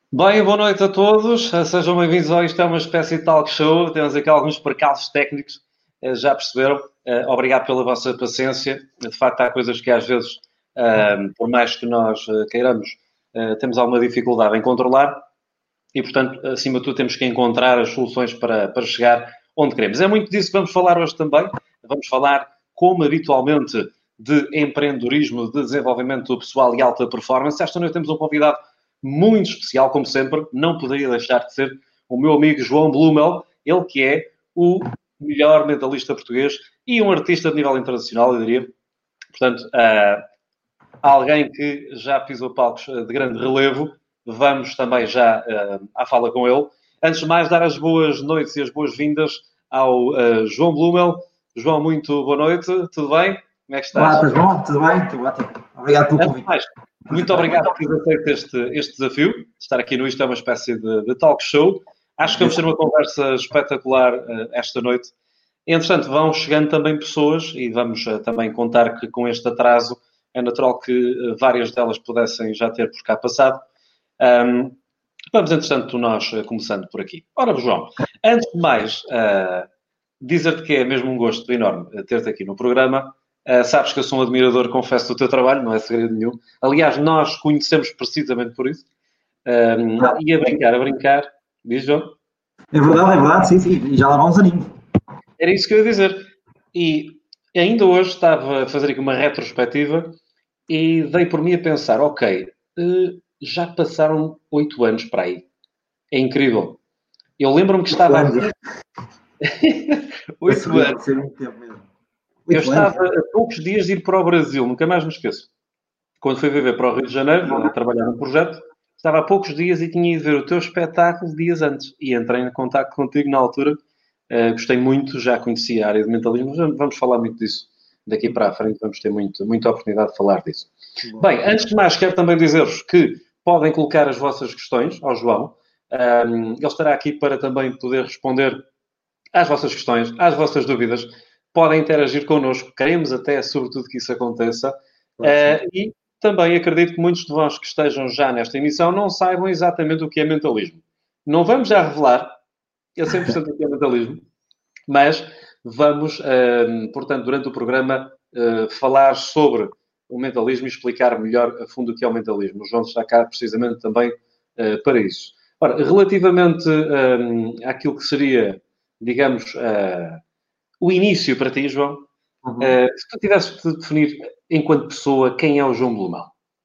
Bem, boa noite a todos. Sejam bem-vindos ao Isto é uma espécie de talk show. Temos aqui alguns percalços técnicos, já perceberam. Obrigado pela vossa paciência. De facto, há coisas que às vezes, por mais que nós queiramos, temos alguma dificuldade em controlar e, portanto, acima de tudo, temos que encontrar as soluções para chegar onde queremos. É muito disso que vamos falar hoje também. Vamos falar, como habitualmente, de empreendedorismo, de desenvolvimento pessoal e alta performance. Esta noite temos um convidado muito especial, como sempre, não poderia deixar de ser o meu amigo João Blumel, ele que é o melhor mentalista português e um artista de nível internacional, eu diria. Portanto, alguém que já pisou palcos de grande relevo. Vamos também já à fala com ele. Antes de mais, dar as boas noites e as boas-vindas ao João Blumel. João, muito boa noite, tudo bem? Como é que Olá, estás? estás bom? Tudo bem? Tudo ótimo. Obrigado pelo Antes de convite. mais, muito obrigado por teres aceito este desafio, de estar aqui no Isto é uma espécie de talk show. Acho que vamos ter uma conversa espetacular esta noite. Entretanto, vão chegando também pessoas e vamos também contar que com este atraso é natural que várias delas pudessem já ter por cá passado. Vamos, entretanto, nós começando por aqui. Ora, João, antes de mais, dizer-te que é mesmo um gosto enorme ter-te aqui no programa. Sabes que eu sou um admirador, confesso, do teu trabalho, não é segredo nenhum. Aliás, nós conhecemos precisamente por isso. E a brincar, diz João? É verdade, sim, sim. E já lá vão uns aninhos. Era isso que eu ia dizer. E ainda hoje estava a fazer aqui uma retrospectiva e dei por mim a pensar, ok, já passaram 8 anos para aí. É incrível. Eu lembro-me que estava há 8 Surreal, anos. ser muito tempo mesmo. Eu 8 anos. estava a poucos dias de ir para o Brasil, nunca mais me esqueço. Quando fui viver para o Rio de Janeiro, a trabalhar num projeto, estava há poucos dias e tinha ido ver o teu espetáculo dias antes. E entrei em contato contigo na altura. Gostei muito, já conhecia a área de mentalismo. Vamos falar muito disso daqui para a frente. Vamos ter muita oportunidade de falar disso. Bom. Bem, antes de mais, quero também dizer-vos que podem colocar as vossas questões ao João. Ele estará aqui para também poder responder às vossas questões, às vossas dúvidas. Podem interagir connosco. Queremos até, sobretudo, que isso aconteça. E também acredito que muitos de vós que estejam já nesta emissão não saibam exatamente o que é mentalismo. Não vamos já revelar, é 100% o que é mentalismo, mas vamos, portanto, durante o programa, falar sobre o mentalismo e explicar melhor a fundo o que é o mentalismo. O João está cá precisamente também para isso. Ora, relativamente àquilo que seria, digamos, o início para ti, João, se tu tivesses que te definir enquanto pessoa, quem é o João Blumel?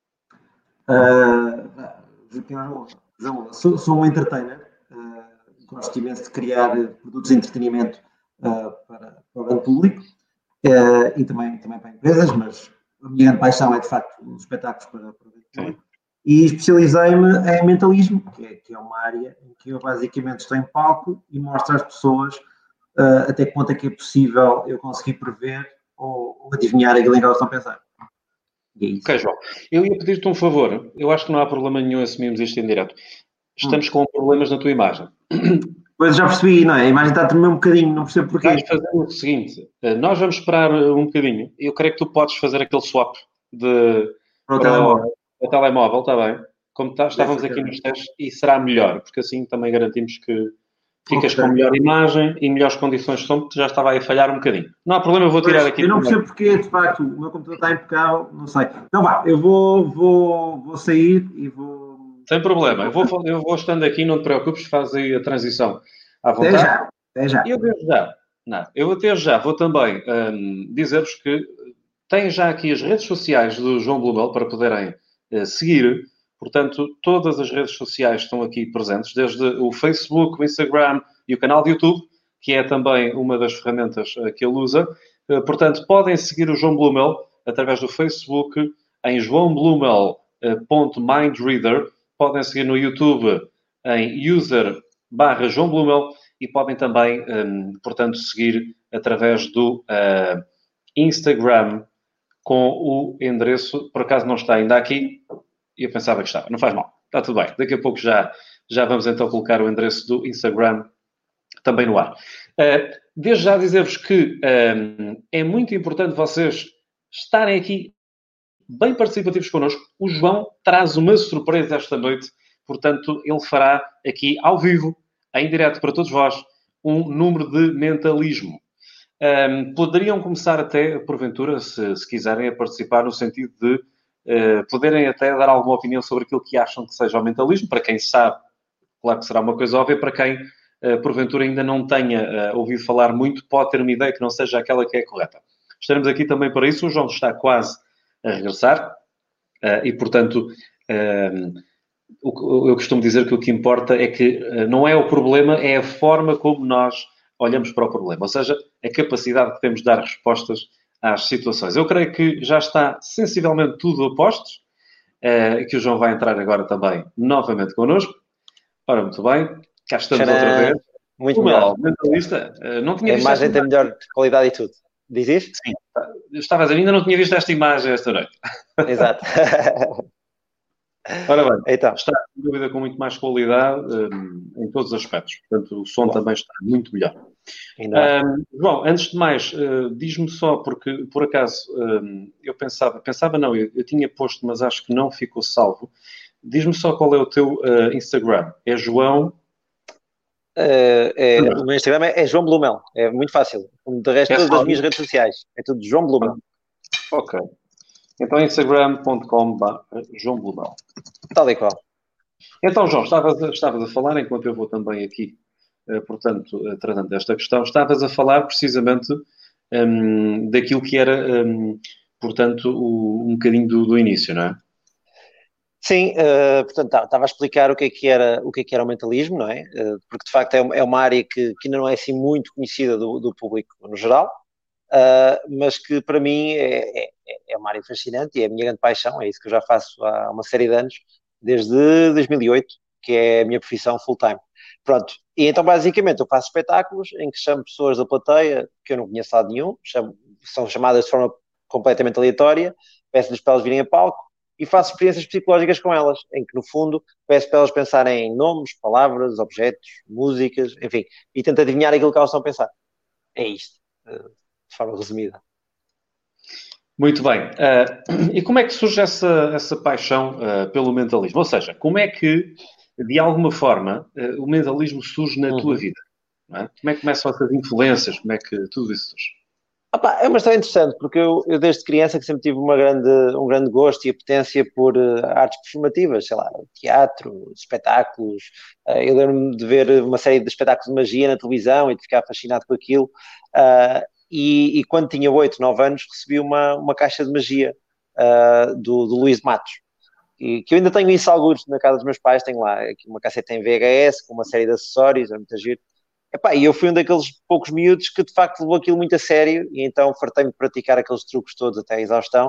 Sou um entertainer. Gosto imenso de criar produtos de entretenimento para o grande público e também para empresas, mas a minha grande paixão é, de facto, os espetáculos para o grande público. E especializei-me em mentalismo, que é uma área em que eu basicamente estou em palco e mostro às pessoas até que ponto é que é possível eu conseguir prever ou adivinhar aquilo em que elas estão a pensar. E é isso. Ok, João. Eu ia pedir-te um favor. Eu acho que não há problema nenhum assumirmos isto em direto. Estamos com problemas na tua imagem. Pois já percebi, não é? A imagem está a tremer um bocadinho, não percebo porquê. Vais fazer o seguinte. Nós vamos esperar um bocadinho. Eu creio que tu podes fazer aquele swap Para o para telemóvel. o telemóvel, está bem? Como estávamos aqui nos testes, e será melhor, porque assim também garantimos que ficas com melhor imagem e melhores condições de som, porque já estava aí a falhar um bocadinho. Não há problema, eu vou tirar aqui. Eu não percebo porque, de facto, o meu computador está impecável, não sei. Então vá, eu vou sair e vou. Sem problema. Eu vou estando aqui, não te preocupes, faz aí a transição à vontade. Até já. Eu desde já. Não, eu até já vou também dizer-vos que têm já aqui as redes sociais do João Blumel para poderem seguir. Portanto, todas as redes sociais estão aqui presentes, desde o Facebook, o Instagram e o canal de YouTube, que é também uma das ferramentas que ele usa. Portanto, podem seguir o João Blumel através do Facebook em joãoblumel.mindreader. Podem seguir no YouTube em user/João Blumel e podem também, portanto, seguir através do Instagram com o endereço, por acaso não está ainda aqui, eu pensava que estava, não faz mal, está tudo bem. Daqui a pouco já vamos então colocar o endereço do Instagram também no ar. Desde já dizer-vos que é muito importante vocês estarem aqui bem participativos connosco. O João traz uma surpresa esta noite portanto, ele fará aqui ao vivo, em direto para todos vós, um número de mentalismo. Poderiam começar até, porventura, se quiserem, a participar no sentido de poderem até dar alguma opinião sobre aquilo que acham que seja o mentalismo. Para quem sabe, claro que será uma coisa óbvia. Para quem, porventura, ainda não tenha ouvido falar muito, pode ter uma ideia que não seja aquela que é correta. Estaremos aqui também para isso. O João está quase a regressar e, portanto, eu costumo dizer que o que importa é que não é o problema, é a forma como nós olhamos para o problema. Ou seja, a capacidade que temos de dar respostas às situações. Eu creio que já está sensivelmente tudo a postos, que o João vai entrar agora também novamente connosco. Ora, muito bem, cá estamos outra vez. Muito melhor. Mentalista, não tinha a visto imagem tem melhor qualidade e tudo. Dizes? Sim, estava a dizer, ainda não tinha visto esta imagem esta noite. Exato. Ora bem, então. Está, sem dúvida, com muito mais qualidade em todos os aspectos. Portanto, o som também está muito melhor. João, antes de mais, diz-me só, porque por acaso eu pensava não, eu tinha posto, mas acho que não ficou salvo. Diz-me só qual é o teu Instagram. É João... O meu Instagram é João Blumel. É muito fácil. De resto, todas as minhas redes sociais. É tudo João Blumel. Ok. Então, instagram.com/João Blumel. Tal e qual. Então, João, estavas a falar, enquanto eu vou também aqui, portanto, tratando desta questão, estavas a falar precisamente daquilo que era, portanto, um bocadinho do início, não é? Sim, portanto, estava a explicar o que era o mentalismo, não é? Porque, de facto, é uma área que ainda não é assim muito conhecida do público no geral, mas que, para mim, é uma área fascinante e é a minha grande paixão. É isso que eu já faço há uma série de anos, desde 2008, que é a minha profissão full-time. Pronto, e então, basicamente, eu faço espetáculos em que chamo pessoas da plateia que eu não conheço lado nenhum, são chamadas de forma completamente aleatória, peço-lhes para elas virem a palco, e faço experiências psicológicas com elas, em que, no fundo, peço para elas pensarem em nomes, palavras, objetos, músicas, enfim, e tento adivinhar aquilo que elas estão a pensar. É isto, de forma resumida. Muito bem. E como é que surge essa paixão pelo mentalismo? Ou seja, como é que, de alguma forma, o mentalismo surge na tua vida? Não é? Como é que começam essas influências? Como é que tudo isso surge? É uma história interessante, porque eu desde criança que sempre tive um grande gosto e apetência por artes performativas, sei lá, teatro, espetáculos. Eu lembro-me de ver uma série de espetáculos de magia na televisão e de ficar fascinado com aquilo. E quando tinha 8, 9 anos, recebi uma caixa de magia do Luís de Matos. Que eu ainda tenho isso alguns na casa dos meus pais, tenho lá aqui uma cassete em VHS com uma série de acessórios, é muito giro. E eu fui um daqueles poucos miúdos que de facto levou aquilo muito a sério e então fartei-me de praticar aqueles truques todos até à exaustão.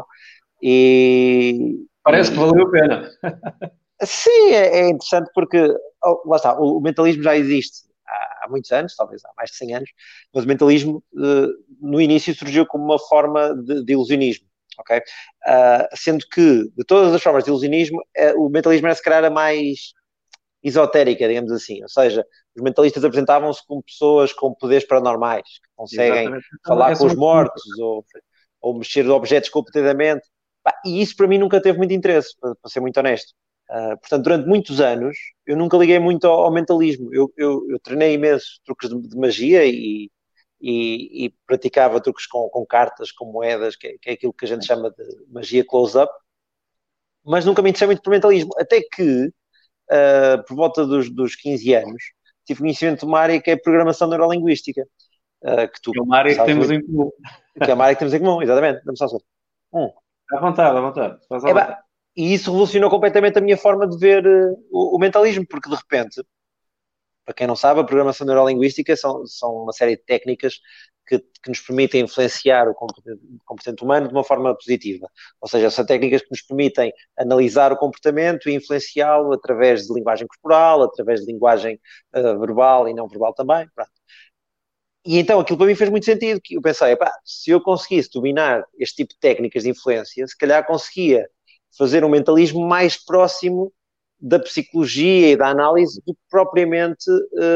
Parece que valeu a pena. Sim, é interessante porque, lá está, o mentalismo já existe há muitos anos, talvez há mais de 100 anos, mas o mentalismo no início surgiu como uma forma de ilusionismo, ok? Sendo que, de todas as formas de ilusionismo, o mentalismo era se calhar a mais esotérica, digamos assim, ou seja, os mentalistas apresentavam-se como pessoas com poderes paranormais, que conseguem falar com os mortos ou mexer objetos completamente, e isso para mim nunca teve muito interesse, para ser muito honesto. Portanto, durante muitos anos, eu nunca liguei muito ao mentalismo. Eu treinei imensos truques de magia e praticava truques com cartas, com moedas, que é aquilo que a gente chama de magia close-up, mas nunca me interessei muito por mentalismo, até que por volta dos 15 anos, tive conhecimento de uma área que é programação neurolinguística. Que é uma área que temos em comum. Que é uma área que temos em comum, exatamente. Dá-me só À vontade, à vontade. E isso revolucionou completamente a minha forma de ver o mentalismo, porque de repente, para quem não sabe, a programação neurolinguística são uma série de técnicas que nos permitem influenciar o comportamento humano de uma forma positiva. Ou seja, são técnicas que nos permitem analisar o comportamento e influenciá-lo através de linguagem corporal, através de linguagem verbal e não verbal também. Pronto. E então aquilo para mim fez muito sentido, que eu pensei, se eu conseguisse dominar este tipo de técnicas de influência, se calhar conseguia fazer um mentalismo mais próximo da psicologia e da análise do que propriamente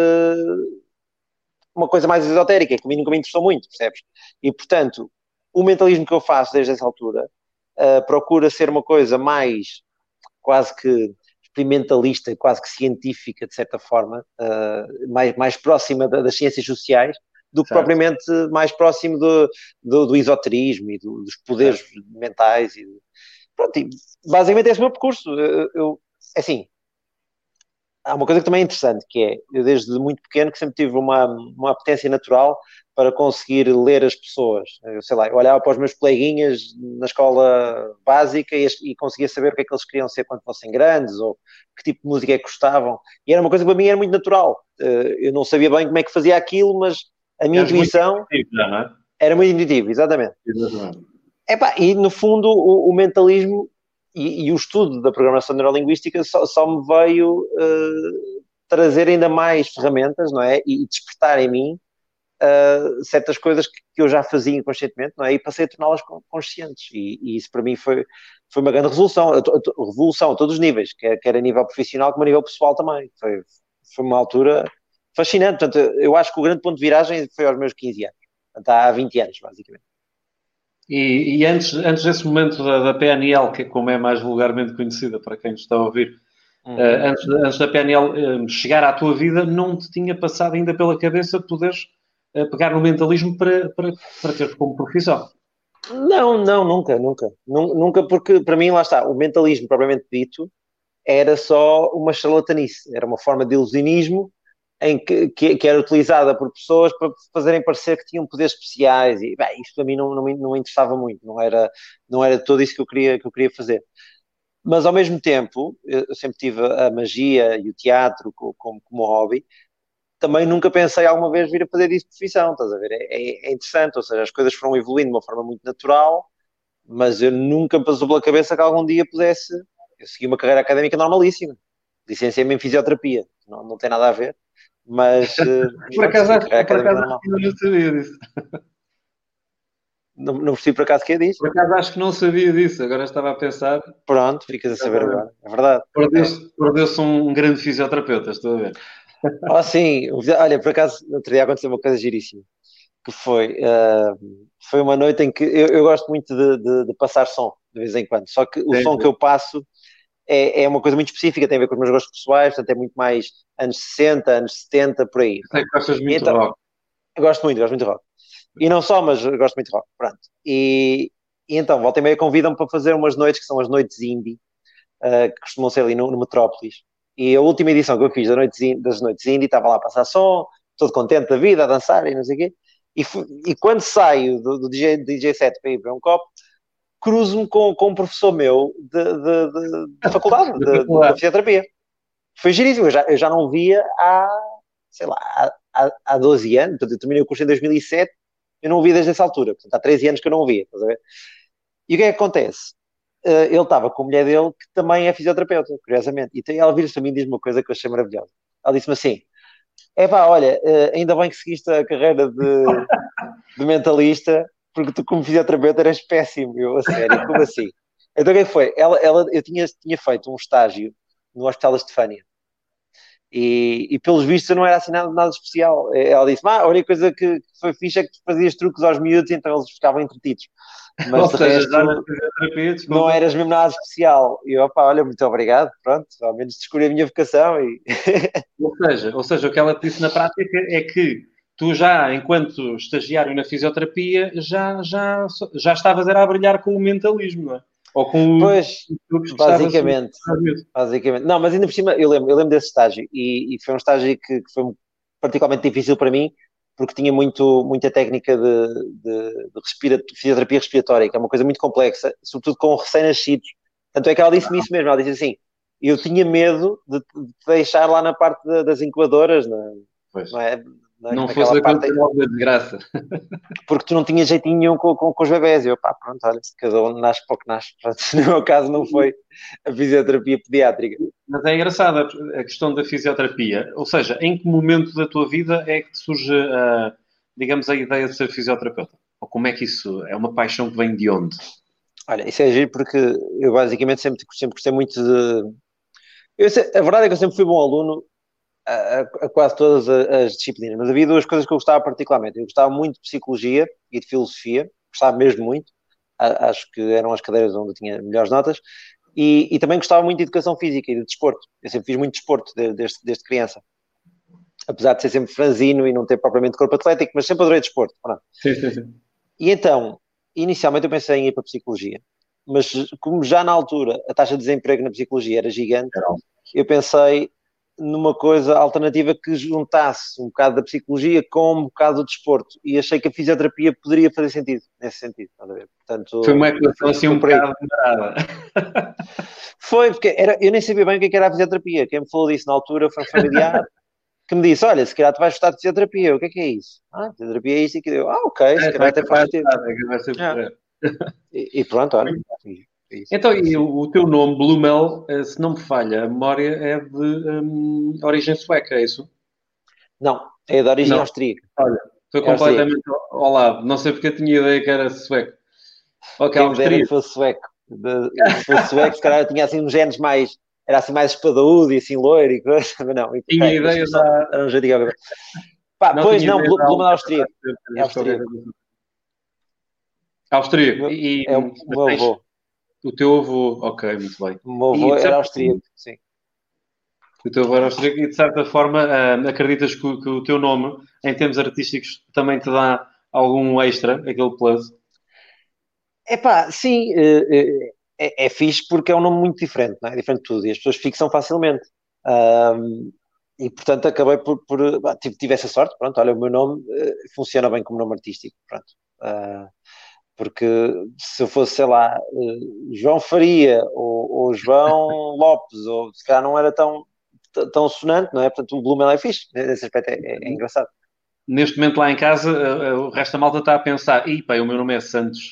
uma coisa mais esotérica, que a mim nunca me interessou muito, percebes? E, portanto, o mentalismo que eu faço desde essa altura procura ser uma coisa mais, quase que experimentalista, quase que científica, de certa forma, mais próxima das ciências sociais, do que propriamente mais próximo do esoterismo e dos poderes mentais. Pronto, e basicamente esse é o meu percurso. Assim, há uma coisa que também é interessante, que é, eu desde muito pequeno que sempre tive uma apetência natural para conseguir ler as pessoas. Eu sei lá, eu olhava para os meus coleguinhas na escola básica e conseguia saber o que é que eles queriam ser quando fossem grandes, ou que tipo de música é que gostavam. E era uma coisa que para mim era muito natural. Eu não sabia bem como é que fazia aquilo, mas a minha intuição era muito intuitivo, exatamente. E no fundo o mentalismo e o estudo da programação neurolinguística só me veio trazer ainda mais ferramentas, não é? E despertar em mim certas coisas que eu já fazia inconscientemente, não é? E passei a torná-las conscientes. E isso para mim foi uma grande revolução a todos os níveis, quer a nível profissional como a nível pessoal também. Foi uma altura fascinante. Portanto, eu acho que o grande ponto de viragem foi aos meus 15 anos. Portanto, há 20 anos, basicamente. E antes desse momento da PNL, que é como é mais vulgarmente conhecida para quem nos está a ouvir, antes da PNL chegar à tua vida, não te tinha passado ainda pela cabeça poderes pegar no mentalismo para ter como profissão? Não, nunca, porque para mim, lá está, o mentalismo propriamente dito era só uma charlatanice, era uma forma de ilusionismo que era utilizada por pessoas para fazerem parecer que tinham poderes especiais, e isto para mim não me interessava muito, não era todo isso que eu queria fazer. Mas ao mesmo tempo, eu sempre tive a magia e o teatro como hobby. Também nunca pensei alguma vez vir a fazer disso de profissão, estás a ver? É interessante, ou seja, as coisas foram evoluindo de uma forma muito natural, mas eu nunca me passou pela cabeça que algum dia pudesse. Eu segui uma carreira académica normalíssima, licenciei-me em fisioterapia, não tem nada a ver, mas. Por acaso acho que não sabia disso. Não percebi por acaso que é disso. Por acaso acho que não sabia disso, agora estava a pensar. Pronto, ficas a saber agora, é verdade. Perdeu-se um grande fisioterapeuta, estou a ver. Sim, olha, por acaso, no outro dia aconteceu uma coisa giríssima, que foi uma noite em que eu gosto muito de passar som, de vez em quando, só que o som que eu passo é uma coisa muito específica, tem a ver com os meus gostos pessoais, portanto é muito mais anos 60, anos 70, por aí. Sei que gostas muito de rock. Eu gosto muito de rock. E não só, mas eu gosto muito de rock, pronto. E então, volta e meia convidam-me para fazer umas noites que são as noites indie, que costumam ser ali no Metrópolis. E a última edição que eu fiz das noites indie, estava lá a passar som, todo contente da vida, a dançar e não sei o quê. E quando saio do DJ set para ir para um copo, cruzo-me com um professor meu da faculdade, da fisioterapia. Foi giríssimo, eu já não via sei lá, há 12 anos, portanto, eu terminei o curso em 2007, eu não o vi desde essa altura, portanto, há 13 anos que eu não o via, estás a ver? E o que é que acontece? Ele estava com a mulher dele, que também é fisioterapeuta, curiosamente, e ela vira-se a mim e diz uma coisa que eu achei maravilhosa. Ela disse-me assim, olha, ainda bem que seguiste a carreira de mentalista, porque tu como fisioterapeuta eras péssimo. Eu, a sério, como assim? Então o que é que foi? Eu tinha feito um estágio no Hospital da Estefânia. E pelos vistos eu não era assim nada especial. Ela disse, a única coisa que foi fixe é que tu fazias truques aos miúdos, então eles ficavam entretidos. Mas de resto, não eras mesmo nada especial. E eu, olha, muito obrigado, pronto, ao menos descobri a minha vocação. Ou seja, o que ela disse na prática é que tu já, enquanto estagiário na fisioterapia, já estavas a brilhar com o mentalismo, não é? Ou com pois, basicamente. Não, mas ainda por cima, eu lembro desse estágio e foi um estágio que foi particularmente difícil para mim, porque tinha muita técnica de fisioterapia respiratória, que é uma coisa muito complexa, sobretudo com recém-nascidos. Tanto é que ela disse-me isso mesmo, ela disse assim, eu tinha medo de deixar lá na parte das incubadoras, não é? Não fosse acontecer logo da desgraça. Porque tu não tinhas jeitinho nenhum com os bebés. Eu, pronto, olha, cada um nasce para o que nasce. No meu caso não foi a fisioterapia pediátrica. Mas é engraçado a questão da fisioterapia. Ou seja, em que momento da tua vida é que te surge, digamos, a ideia de ser fisioterapeuta? Ou como é que isso é uma paixão que vem de onde? Olha, isso é giro porque eu basicamente sempre gostei muito de... a verdade é que eu sempre fui bom aluno a quase todas as disciplinas, mas havia duas coisas que eu gostava particularmente. Eu gostava muito de psicologia e de filosofia, gostava mesmo muito, acho que eram as cadeiras onde eu tinha melhores notas, E também gostava muito de educação física e de desporto. Eu sempre fiz muito desporto desde criança. Apesar de ser sempre franzino e não ter propriamente corpo atlético, mas sempre adorei desporto. Pronto. Sim, sim, sim. E então, inicialmente eu pensei em ir para a psicologia. Mas como já na altura a taxa de desemprego na psicologia era gigante, eu pensei numa coisa alternativa que juntasse um bocado da psicologia com um bocado do desporto. E achei que a fisioterapia poderia fazer sentido, nesse sentido. Estás a ver? Portanto, Foi uma equação assim um bocado demorada. Foi, porque eu nem sabia bem o que era a fisioterapia. Quem me falou disso na altura foi um familiar que me disse, olha, se calhar tu vais gostar de fisioterapia. O que é isso? Fisioterapia é isso. E que deu, ok, se calhar até faz sentido. E pronto, olha. Então, e o teu nome, Blumel, se não me falha, a memória é de origem sueca, é isso? Não, é de origem austríaca. Olha, foi completamente ao lado. Não sei porque eu tinha ideia que era sueco. Okay, quem dera que fosse sueco. Se fosse sueco, se calhar tinha assim uns genes mais... Era assim mais espadaúdo e assim loiro e coisa. Mas não. Tinha ideia da... Era um jeito pois não, Blumel austríaco. É austríaco. Austríaco. É o meu avô. O teu avô, ok, muito bem. O meu avô era austríaco, sim. O teu avô era austríaco e, de certa forma, acreditas que o teu nome, em termos artísticos, também te dá algum extra, aquele plus? Sim, é fixe porque é um nome muito diferente, não é? Diferente de tudo, e as pessoas fixam facilmente. E, portanto, acabei por tive essa sorte, pronto, olha, o meu nome funciona bem como nome artístico, pronto. Porque se eu fosse, sei lá, João Faria ou João Lopes, ou se calhar não era tão sonante, não é? Portanto, o Blumel é fixe, nesse aspecto é engraçado. Neste momento lá em casa, o resto da malta está a pensar, o meu nome é Santos,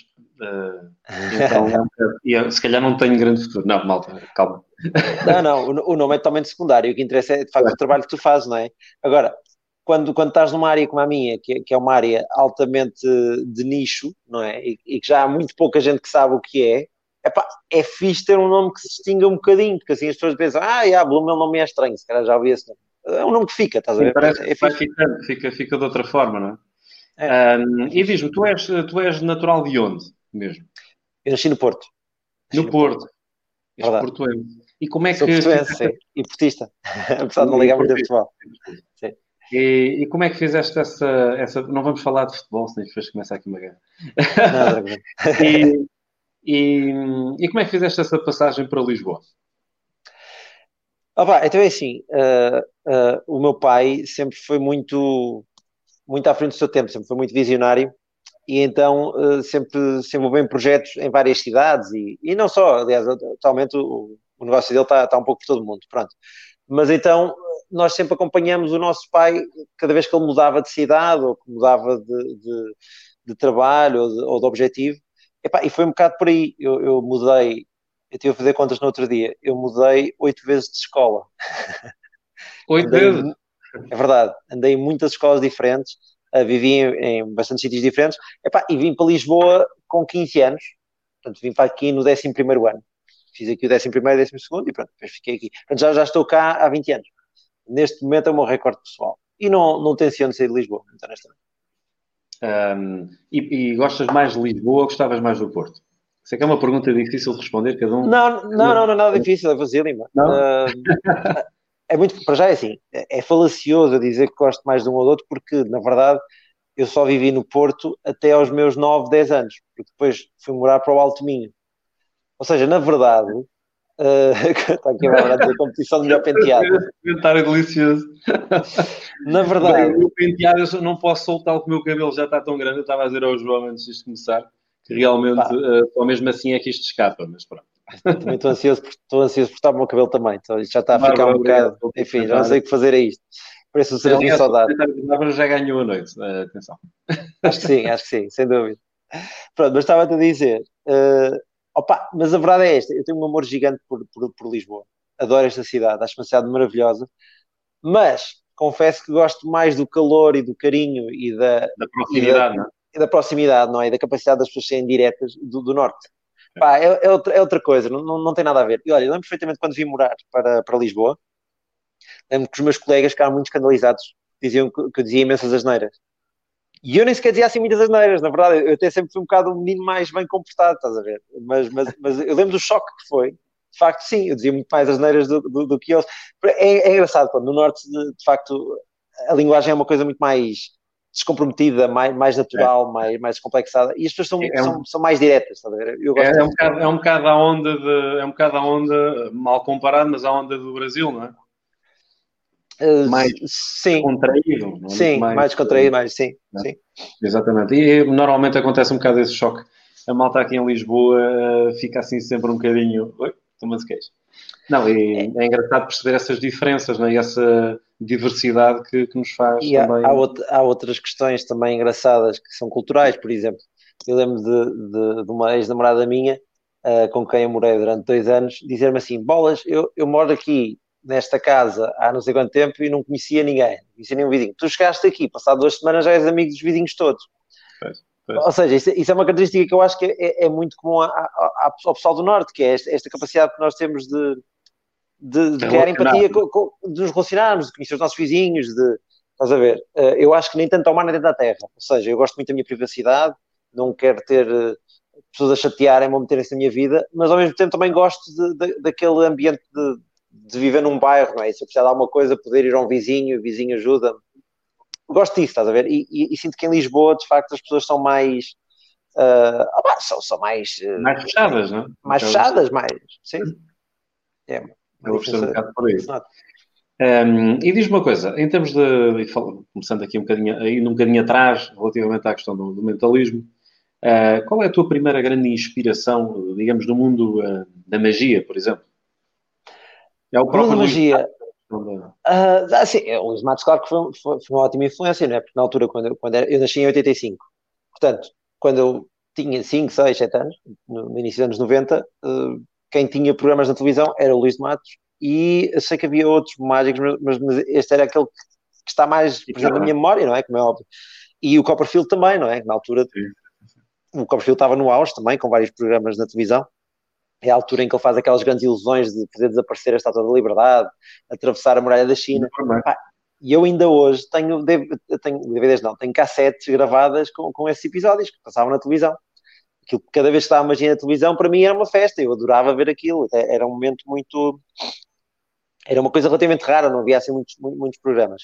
então se calhar não tenho grande futuro. Não, malta, calma. Não, o nome é totalmente secundário, o que interessa é de facto o trabalho que tu fazes, não é? Agora, quando estás numa área como a minha, que é uma área altamente de nicho, não é? E que já há muito pouca gente que sabe o que é fixe ter um nome que se distinga um bocadinho, porque assim as pessoas pensam, Blumel não me é estranho, se calhar já ouvi esse nome. É um nome que fica, estás a ver? Parece que vai ficando, fica de outra forma, não é? E diz-me, tu és natural de onde mesmo? Eu nasci no Porto. No Porto. És portuense. E como é que... Sou portuense, sim. E portista. Apesar de não ligar muito a futebol. Sim. E como é que fizeste essa... Não vamos falar de futebol, senão depois começa aqui uma guerra. Não, e como é que fizeste essa passagem para Lisboa? Então é assim, o meu pai sempre foi muito à frente do seu tempo, sempre foi muito visionário e então sempre se envolveu em projetos em várias cidades e não só, aliás, atualmente o negócio dele está um pouco por todo o mundo, pronto. Mas então nós sempre acompanhamos o nosso pai cada vez que ele mudava de cidade ou que mudava de trabalho ou de objetivo. E foi um bocado por aí. Eu mudei, eu estive a fazer contas no outro dia, eu mudei 8 vezes de escola. 8 vezes? É verdade, andei em muitas escolas diferentes, vivi em bastantes sítios diferentes, e vim para Lisboa com 15 anos, portanto vim para aqui no 11º ano. Fiz aqui o 11º e 12º e pronto, depois fiquei aqui. Portanto, já estou cá há 20 anos. Neste momento é o meu recorde pessoal. E não tenciono sair de Lisboa, muito honestamente. E gostas mais de Lisboa ou gostavas mais do Porto? Sei que é uma pergunta difícil de responder, cada um... Não é nada difícil, é facílimo. É muito, para já é assim, é falacioso dizer que gosto mais de um ou do outro, porque, na verdade, eu só vivi no Porto até aos meus 9, 10 anos, porque depois fui morar para o Alto Minho. Ou seja, na verdade, está aqui a dizer competição de melhor penteado. Comentário delicioso. Na verdade... Bem, o penteado, eu não posso soltar porque o meu cabelo já está tão grande, eu estava a dizer ao João antes de começar, que realmente, só mesmo assim é que isto escapa, mas pronto. Também estou ansioso por estar o meu cabelo também, então isto já está a ficar um bocado, enfim, já não sei o que fazer a isto. Parece um serviço saudade. O já ganhou a noite, atenção. Acho que sim, sem dúvida. Pronto, mas estava-te a dizer, mas a verdade é esta, eu tenho um amor gigante por Lisboa, adoro esta cidade, acho uma cidade maravilhosa, mas confesso que gosto mais do calor e do carinho e da proximidade, não é? E da proximidade, não é? E da capacidade das pessoas serem diretas do Norte. É outra coisa, não tem nada a ver. E olha, eu lembro perfeitamente quando vim morar para Lisboa, lembro que os meus colegas ficaram muito escandalizados, diziam que eu dizia imensas asneiras. E eu nem sequer dizia assim muitas asneiras, na verdade, eu até sempre fui um bocado um menino mais bem comportado, estás a ver? Mas eu lembro do choque que foi de facto, sim, eu dizia muito mais asneiras do que eles. É engraçado, pô, no Norte, de facto, a linguagem é uma coisa muito mais descomprometida, mais natural, mais descomplexada, e as pessoas são mais diretas, estás a ver? Eu gosto um bocado a onda mal comparado, mas a onda do Brasil, não é? Mais sim, contraído, não é? Sim, mais descontraído, sim. Exatamente. E normalmente acontece um bocado esse choque. A malta aqui em Lisboa fica assim sempre um bocadinho. Oi, toma de queijo. Não, e é engraçado perceber essas diferenças, né? E essa diversidade que nos faz e também. Há outras questões também engraçadas que são culturais, por exemplo. Eu lembro de uma ex-namorada minha, com quem eu morei durante 2 anos, dizer-me assim: Bolas, eu moro aqui nesta casa há não sei quanto tempo e não conhecia ninguém, não conhecia nenhum vizinho. Tu chegaste aqui, passado 2 semanas já és amigo dos vizinhos todos. Pois. Ou seja, isso é uma característica que eu acho que é muito comum ao pessoal do Norte, que é esta capacidade que nós temos de criar empatia, de nos relacionarmos, de conhecer os nossos vizinhos, estás a ver? Eu acho que nem tanto ao mar nem tanto à terra. Ou seja, eu gosto muito da minha privacidade, não quero ter pessoas a chatearem-me ou meterem-se na minha vida, mas ao mesmo tempo também gosto daquele ambiente de viver num bairro, não é? Se eu precisar de alguma coisa, poder ir a um vizinho, o vizinho ajuda-me. Gosto disso, estás a ver? E sinto que em Lisboa, de facto, as pessoas são mais... são mais... mais fechadas, não é? Mais fechadas, Sim. Eu vou perceber um bocado por aí. E diz-me uma coisa, em termos de... Começando aqui um bocadinho atrás, relativamente à questão do mentalismo, qual é a tua primeira grande inspiração, digamos, no mundo da magia, por exemplo? É o próprio magia. O Luís Matos, claro que foi uma ótima influência, não é? Porque na altura, quando eu nasci em 85, portanto, quando eu tinha 5, 6, 7 anos, no início dos anos 90, quem tinha programas na televisão era o Luís Matos, e eu sei que havia outros mágicos, mas este era aquele que está mais presente na minha memória, não é? Como é óbvio. E o Copperfield também, não é? Na altura, o Copperfield estava no auge também, com vários programas na televisão. É a altura em que ele faz aquelas grandes ilusões de fazer desaparecer a Estátua da Liberdade, atravessar a muralha da China. E eu ainda hoje tenho DVDs, tenho cassetes gravadas com esses episódios que passavam na televisão. Aquilo, cada vez que estava a magia na televisão, para mim era uma festa, eu adorava ver aquilo. Era um momento muito... Era uma coisa relativamente rara, não havia assim muitos programas.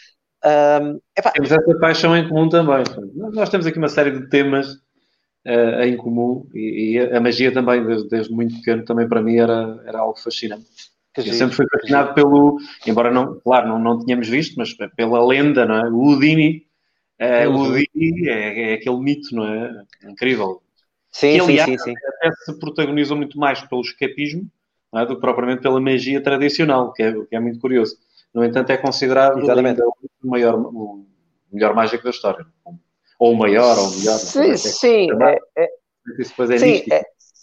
Temos essa paixão em comum também. Nós temos aqui uma série de temas em comum e a magia também, desde muito pequeno, também para mim era algo fascinante. Eu sempre fui fascinado embora não tínhamos visto, mas pela lenda, não é? O Houdini, o Houdini é aquele mito, não é? Incrível. Sim, que, aliás, sim. até se protagonizou muito mais pelo escapismo, não é? Do que propriamente pela magia tradicional, que é muito curioso. No entanto, é considerado ainda o melhor mágico da história. Ou o maior, ou o melhor. Sim. Isso depois é místico.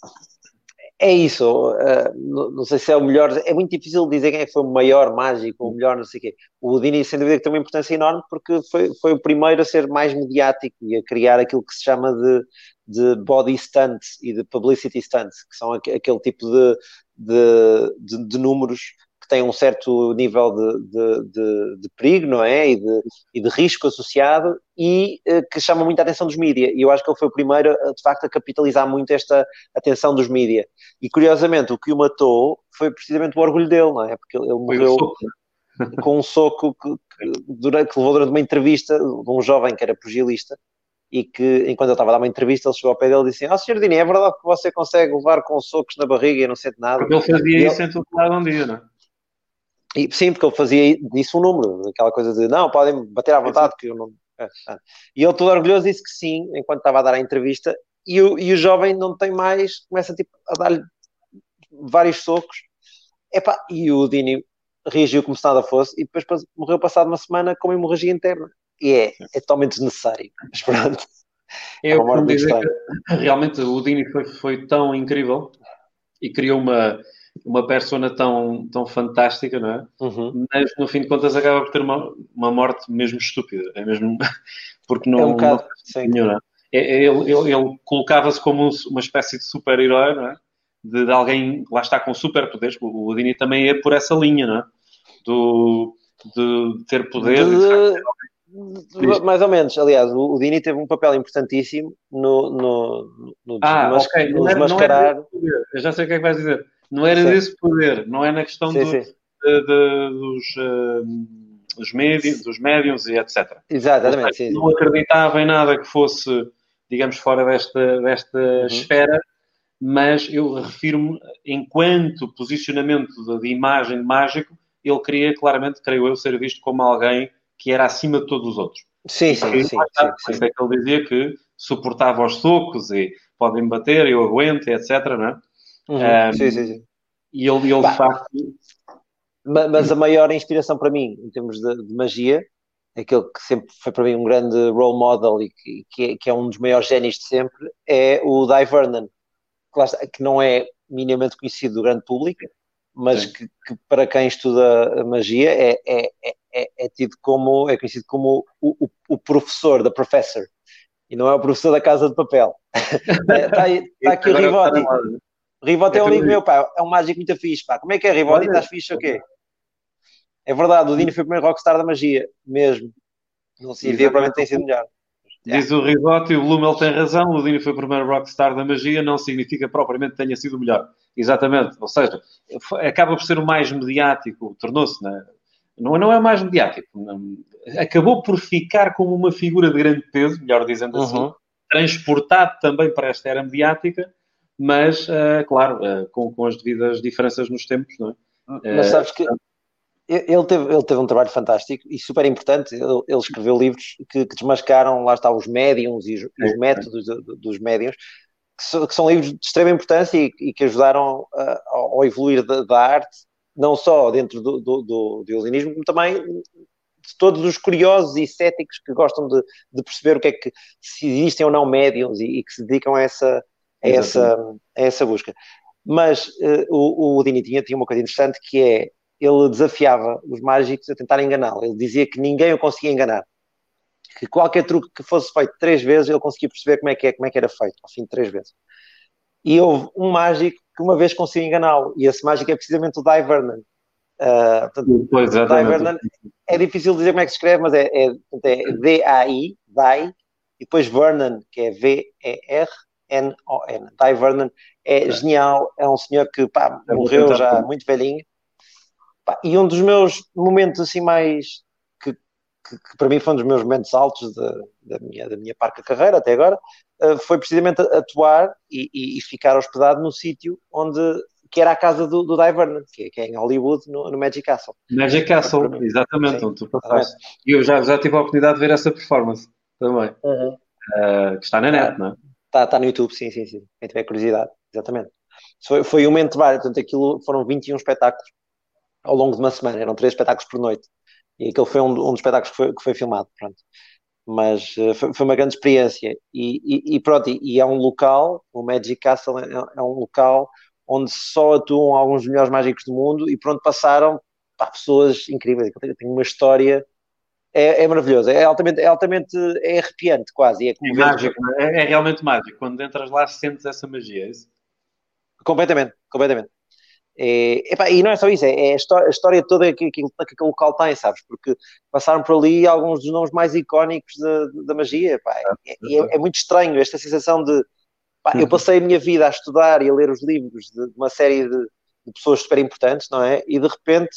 É isso. Não sei se é o melhor. É muito difícil dizer quem foi o maior mágico, o melhor, não sei o quê. O Houdini, sem dúvida, que tem uma importância enorme porque foi o primeiro a ser mais mediático e a criar aquilo que se chama de body stunts e de publicity stunts, que são aquele tipo de números que têm um certo nível de perigo, não é? E de risco associado e que chamam muito a atenção dos mídia. E eu acho que ele foi o primeiro, de facto, a capitalizar muito esta atenção dos mídia. E, curiosamente, o que o matou foi precisamente o orgulho dele, não é? Porque ele morreu com um soco que levou durante uma entrevista de um jovem que era pugilista e que, enquanto eu estava a dar uma entrevista, ele chegou ao pé dele e disse assim: Sr. Dini, é verdade que você consegue levar com socos na barriga e não sente nada? Porque ele fazia isso em todo lado um dia, não é? Sim, porque ele fazia disso um número, aquela coisa de não, podem bater à vontade, que eu não. E ele todo orgulhoso disse que sim, enquanto estava a dar a entrevista, e o jovem não tem mais, começa tipo, a dar-lhe vários socos, e o Dini reagiu como se nada fosse, e depois morreu passado uma semana com uma hemorragia interna. E é totalmente desnecessário, mas pronto. Eu costumo dizer que realmente o Dini foi tão incrível e criou uma persona tão fantástica, não é? Uhum. Mas no fim de contas acaba por ter uma morte mesmo estúpida, é mesmo porque não, é um bocado, não é? Ele colocava-se como uma espécie de super-herói, não é? De alguém lá está com superpoderes. O Houdini também é por essa linha, não é? De ter poder. Mais ou menos, aliás, o Dini teve um papel importantíssimo no desmascarar. Eu já sei o que é que vais dizer. Não era desse poder, não é na questão dos médiums e etc. Exatamente, sim. Não acreditava em nada que fosse, digamos, fora desta esfera, mas eu refiro-me, enquanto posicionamento de imagem de mágico, ele queria claramente, creio eu, ser visto como alguém que era acima de todos os outros. Sim. Por isso é que ele dizia que suportava os socos e podem bater, eu aguento, etc. Não é? Sim. E ele de facto... Mas a maior inspiração para mim, em termos de magia, aquele que sempre foi para mim um grande role model e que é um dos maiores génios de sempre, é o Dai Vernon, que não é minimamente conhecido do grande público, mas que para quem estuda a magia é tido como, é conhecido como o professor, da professor, e não é o professor da Casa de Papel. Está aqui o Rivotti. O Rivotti é um amigo meu, pá, é um mágico muito fixe, pá. Como é que é, Rivotti? Estás fixe ou quê? É verdade, o Dino foi o primeiro rockstar da magia, mesmo. Não se via, provavelmente tem sido melhor. Diz o Rivotti, o Blumel tem razão, o Dino foi o primeiro rockstar da magia, não significa propriamente que tenha sido o melhor. Exatamente, ou seja, acaba por ser o mais mediático, tornou-se, né? Não é o mais mediático, não. Acabou por ficar como uma figura de grande peso, melhor dizendo assim, transportado também para esta era mediática, mas, claro, com as devidas diferenças nos tempos, não é? Mas sabes que ele teve um trabalho fantástico e super importante. Ele escreveu livros que desmascaram, lá está, os médiums e os métodos dos médiums, que são livros de extrema importância e que ajudaram ao evoluir da arte, não só dentro do ilusionismo, como também de todos os curiosos e céticos que gostam de perceber o que é que, se existem ou não médiums e que se dedicam a essa busca. Mas o Dini tinha uma coisa interessante, que é, ele desafiava os mágicos a tentar enganá-lo. Ele dizia que ninguém o conseguia enganar. Que qualquer truque que fosse feito 3 vezes, ele conseguia perceber como é que era feito, ao fim de 3 vezes. E houve um mágico que uma vez conseguiu enganá-lo. E esse mágico é precisamente o Dai Vernon. Dai Vernon, é difícil dizer como é que se escreve, mas é D-A-I, Dai, e depois Vernon, que é V-E-R-N-O-N. Dai Vernon é genial, é um senhor que morreu já muito velhinho. E um dos meus momentos assim mais que para mim foi um dos meus momentos altos da minha parca carreira até agora, foi precisamente atuar e ficar hospedado no sítio que era a casa do Dai Vernon, que é em Hollywood, no Magic Castle. Magic Castle, exatamente, onde tu passaste. E eu já tive a oportunidade de ver essa performance também. Que está na net, não é? Está no YouTube, sim. Quem tiver curiosidade, exatamente. Foi um momento vário, portanto, aquilo foram 21 espetáculos ao longo de uma semana, eram 3 espetáculos por noite. E aquele foi um dos espetáculos que foi filmado, pronto. Mas foi uma grande experiência. E pronto, e é um local, o Magic Castle é um local onde só atuam alguns dos melhores mágicos do mundo e pronto, passaram pessoas incríveis. Tem uma história, é maravilhoso, é altamente é arrepiante quase. É mágico, é realmente mágico. Quando entras lá sentes essa magia, é isso? Completamente. E não é só isso, é a história toda que aquele local tem, sabes? Porque passaram por ali alguns dos nomes mais icónicos da magia. É muito estranho esta sensação de eu passei a minha vida a estudar e a ler os livros de uma série de pessoas super importantes, não é? E de repente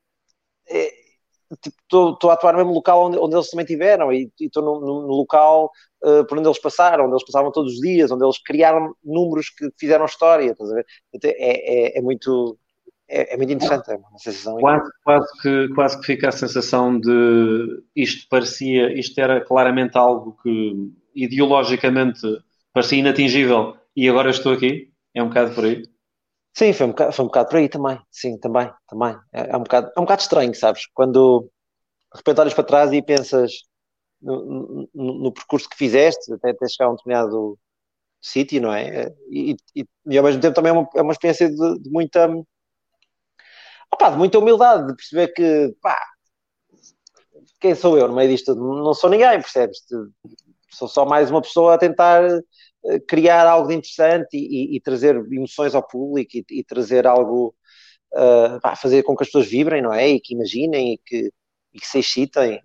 estou a atuar no mesmo local onde eles também tiveram e estou no local por onde eles passaram, onde eles passavam todos os dias, onde eles criaram números que fizeram história, estás a ver? É muito interessante, é uma sensação. Quase que fica a sensação de isto era claramente algo que ideologicamente parecia inatingível e agora estou aqui, é um bocado por aí. Sim, foi um bocado por aí também. Sim, também. É um bocado estranho, sabes? Quando de repente olhas para trás e pensas no percurso que fizeste, até chegar a um determinado sítio, não é? E ao mesmo tempo também é uma experiência de muita humildade, de perceber que, quem sou eu no meio disto tudo? Não sou ninguém, percebes? Sou só mais uma pessoa a tentar criar algo de interessante e trazer emoções ao público e trazer algo, fazer com que as pessoas vibrem, não é? E que imaginem e que se excitem.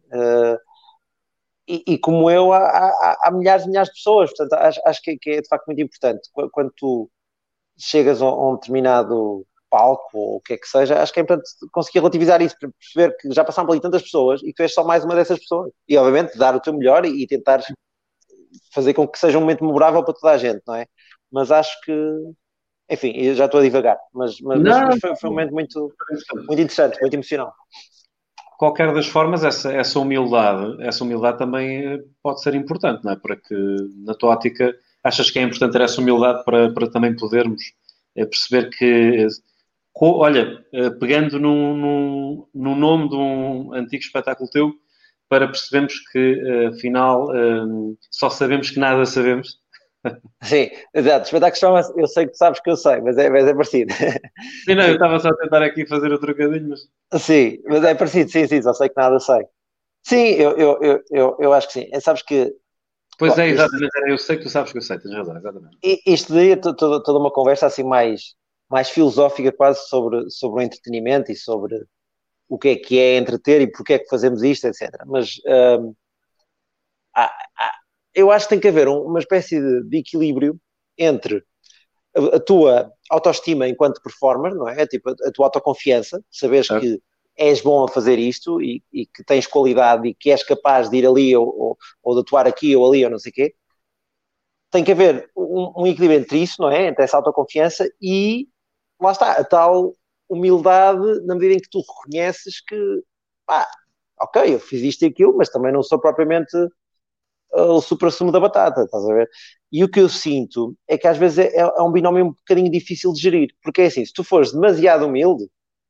E como eu, há milhares e milhares de pessoas, portanto, acho que é de facto muito importante. Quando tu chegas a um determinado palco ou o que é que seja, acho que é importante conseguir relativizar isso, para perceber que já passaram por ali tantas pessoas e que tu és só mais uma dessas pessoas. E, obviamente, dar o teu melhor e tentar fazer com que seja um momento memorável para toda a gente, não é? Mas acho que, enfim, eu já estou a divagar, mas foi um momento muito, muito interessante, muito emocional. Qualquer das formas, essa humildade também pode ser importante, não é? Para que, na tua ótica, achas que é importante ter essa humildade para também podermos perceber que, olha, pegando no nome de um antigo espetáculo teu, para percebermos que, afinal, só sabemos que nada sabemos. Sim, exato. Espetáculos chama-se Eu Sei que tu sabes que eu sei, mas é parecido. Sim, não, eu estava só a tentar aqui fazer o trocadilho, mas... Sim, mas é parecido, sim, só sei que nada sei. Sim, eu acho que sim. Sabes que Pois é, isto, exatamente. Eu sei que tu sabes que eu sei, tens razão, exatamente. isto daí é toda uma conversa assim mais filosófica quase sobre o entretenimento e sobre o que é entreter e porque é que fazemos isto, etc. Mas há- eu acho que tem que haver uma espécie de equilíbrio entre a tua autoestima enquanto performer, não é? Tipo, a tua autoconfiança, saberes Certo? que és bom a fazer isto e que tens qualidade e que és capaz de ir ali ou de atuar aqui ou ali ou não sei o quê. Tem que haver um equilíbrio entre isso, não é? Entre essa autoconfiança e, lá está, a tal humildade na medida em que tu reconheces que, pá, ok, eu fiz isto e aquilo, mas também não sou propriamente o supra-sumo da batata, estás a ver? E o que eu sinto é que às vezes é um binómio um bocadinho difícil de gerir, porque é assim, se tu fores demasiado humilde,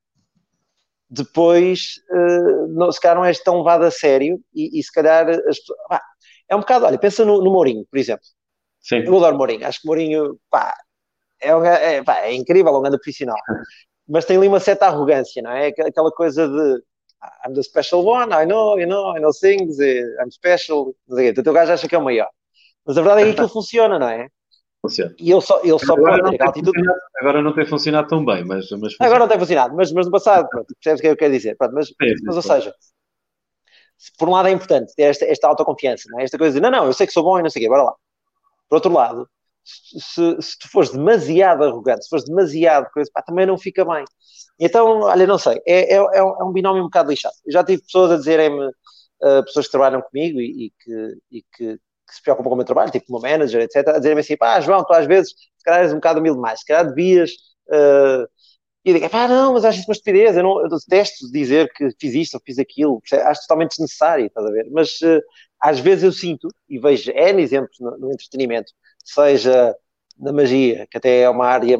depois se calhar não és tão levado a sério e se calhar é um bocado, olha, pensa no Mourinho, por exemplo. Eu Sim. adoro Mourinho, acho que Mourinho, pá, é incrível, é um grande profissional, mas tem ali uma certa arrogância, não é? Aquela coisa de I'm the special one, I know things, I'm special, não sei o quê. Então o gajo acha que é o maior. Mas a verdade é que aquilo funciona, não é? Funciona. E ele só Agora pode não ter aquela tem atitude. funcionado, agora não tem funcionado tão bem, mas Agora funciona. não tem funcionado, mas no passado, pronto, percebes o que eu quero dizer? Pronto, Sim, mas ou sim, seja, por um lado é importante ter esta autoconfiança, não é? Esta coisa de não, eu sei que sou bom e não sei o quê, bora lá. Por outro lado, se tu fores demasiado arrogante, se fores demasiado coisa, pá, também não fica bem. Então, olha, não sei, é um binómio um bocado lixado. Eu já tive pessoas a dizerem-me, pessoas que trabalham comigo que se preocupam com o meu trabalho, tipo o meu manager, etc., a dizerem-me assim, pá, João, tu às vezes, se calhar és um bocado humilde demais, se calhar devias... E eu digo, pá, não, mas acho isso uma estupidez, eu detesto dizer que fiz isto ou fiz aquilo, acho totalmente desnecessário, estás a ver? Mas às vezes eu sinto, e vejo N exemplos no entretenimento, seja na magia, que até é uma área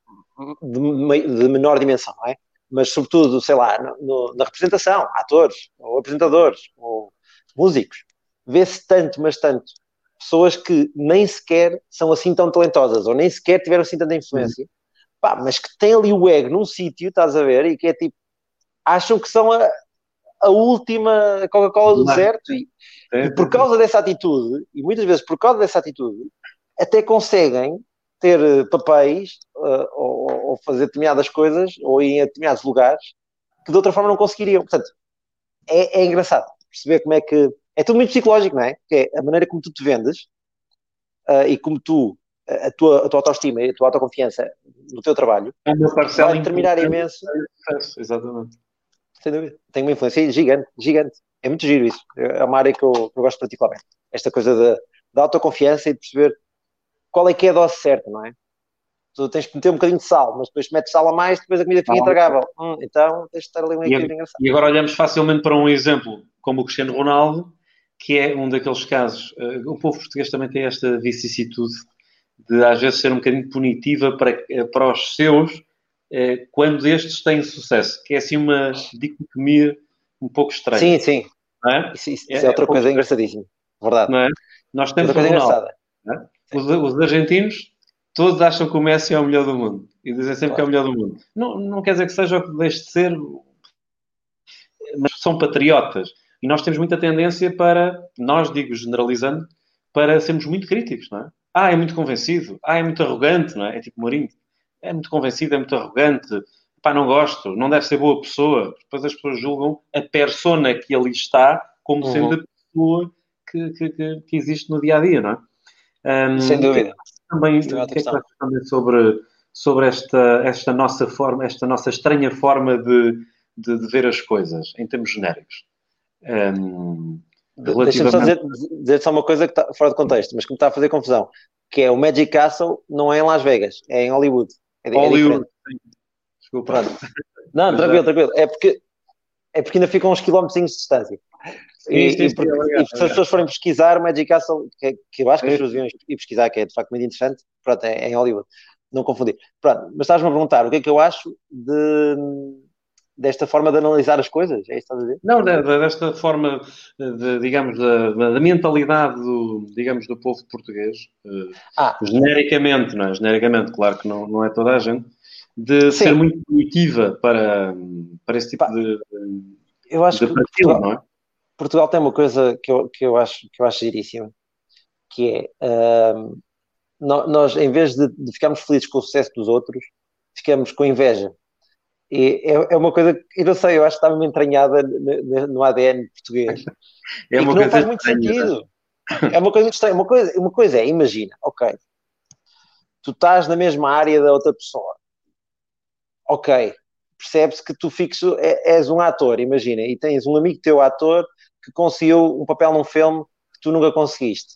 de menor dimensão, não é? Mas sobretudo, sei lá, na representação, atores, ou apresentadores, ou músicos, vê-se tanto, mas tanto, pessoas que nem sequer são assim tão talentosas, ou nem sequer tiveram assim tanta influência, pá, mas que têm ali o ego num sítio, estás a ver, e que é tipo, acham que são a última Coca-Cola do deserto e por causa dessa atitude, e muitas vezes por causa dessa atitude, até conseguem ter papéis ou fazer determinadas coisas ou ir em determinados lugares que de outra forma não conseguiriam. Portanto, é engraçado perceber como é que... É tudo muito psicológico, não é? Que é a maneira como tu te vendes e como tu, a tua autoestima e a tua autoconfiança no teu trabalho é uma parcela vai determinar importante imenso. do sucesso, exatamente. Sem dúvida. Tem uma influência gigante, gigante. É muito giro isso. É uma área que eu gosto particularmente. Esta coisa da autoconfiança e de perceber qual é que é a dose certa, não é? Tu tens que meter um bocadinho de sal, mas depois metes sal a mais, depois a comida fica intragável. Então tens de estar ali um equilíbrio engraçado. E agora olhamos facilmente para um exemplo como o Cristiano Ronaldo, que é um daqueles casos. O povo português também tem esta vicissitude de às vezes ser um bocadinho punitiva para os seus quando estes têm sucesso, que é assim uma dicotomia um pouco estranha. Sim. Não é? Isso é outra coisa engraçadíssima. Verdade. Não é? Nós Outra temos o coisa Ronaldo. engraçada. Não é? Os argentinos, todos acham que o Messi é o melhor do mundo. E dizem sempre que é o Claro. melhor do mundo. Não quer dizer que seja o que deixe de ser, mas são patriotas. E nós temos muita tendência para, nós digo generalizando, para sermos muito críticos, não é? É muito convencido. É muito arrogante, não é? É tipo Mourinho. É muito convencido, é muito arrogante. Pá, não gosto. Não deve ser boa pessoa. Depois as pessoas julgam a persona que ali está como sendo a pessoa que existe no dia-a-dia, não é? Sem O que é que dúvida. achas também, Isso é o outra que é que questão. achas também sobre esta nossa forma, esta nossa estranha forma de ver as coisas, em termos genéricos. Deixa-me só dizer só uma coisa que está fora de contexto, mas que me está a fazer confusão, que é o Magic Castle não é em Las Vegas, é em Hollywood. Hollywood, sim. Desculpa. Pronto. Não, tranquilo. É porque ainda ficam uns quilómetros de distância. E se as pessoas forem pesquisar o Magic Castle, que eu acho que as pessoas deviam ir pesquisar, que é de facto muito interessante, pronto, é em Hollywood. Não confundir. Pronto, mas estás-me a perguntar o que é que eu acho desta forma de analisar as coisas? É isso que estás a dizer? Não, desta forma, digamos, da mentalidade do povo português, genericamente, não é? Genericamente, claro que não é toda a gente, de ser muito primitiva para esse tipo eu acho que perfil, não é? Portugal tem uma coisa que eu acho giríssima, que é nós, em vez de ficarmos felizes com o sucesso dos outros, ficamos com inveja. E é uma coisa que, eu não sei, eu acho que está mesmo entranhada no ADN português. É uma que não faz muito sentido. É uma coisa muito estranha. Uma coisa é, imagina, ok, tu estás na mesma área da outra pessoa. Ok, percebe-se que tu és um ator, imagina, e tens um amigo teu ator que conseguiu um papel num filme que tu nunca conseguiste.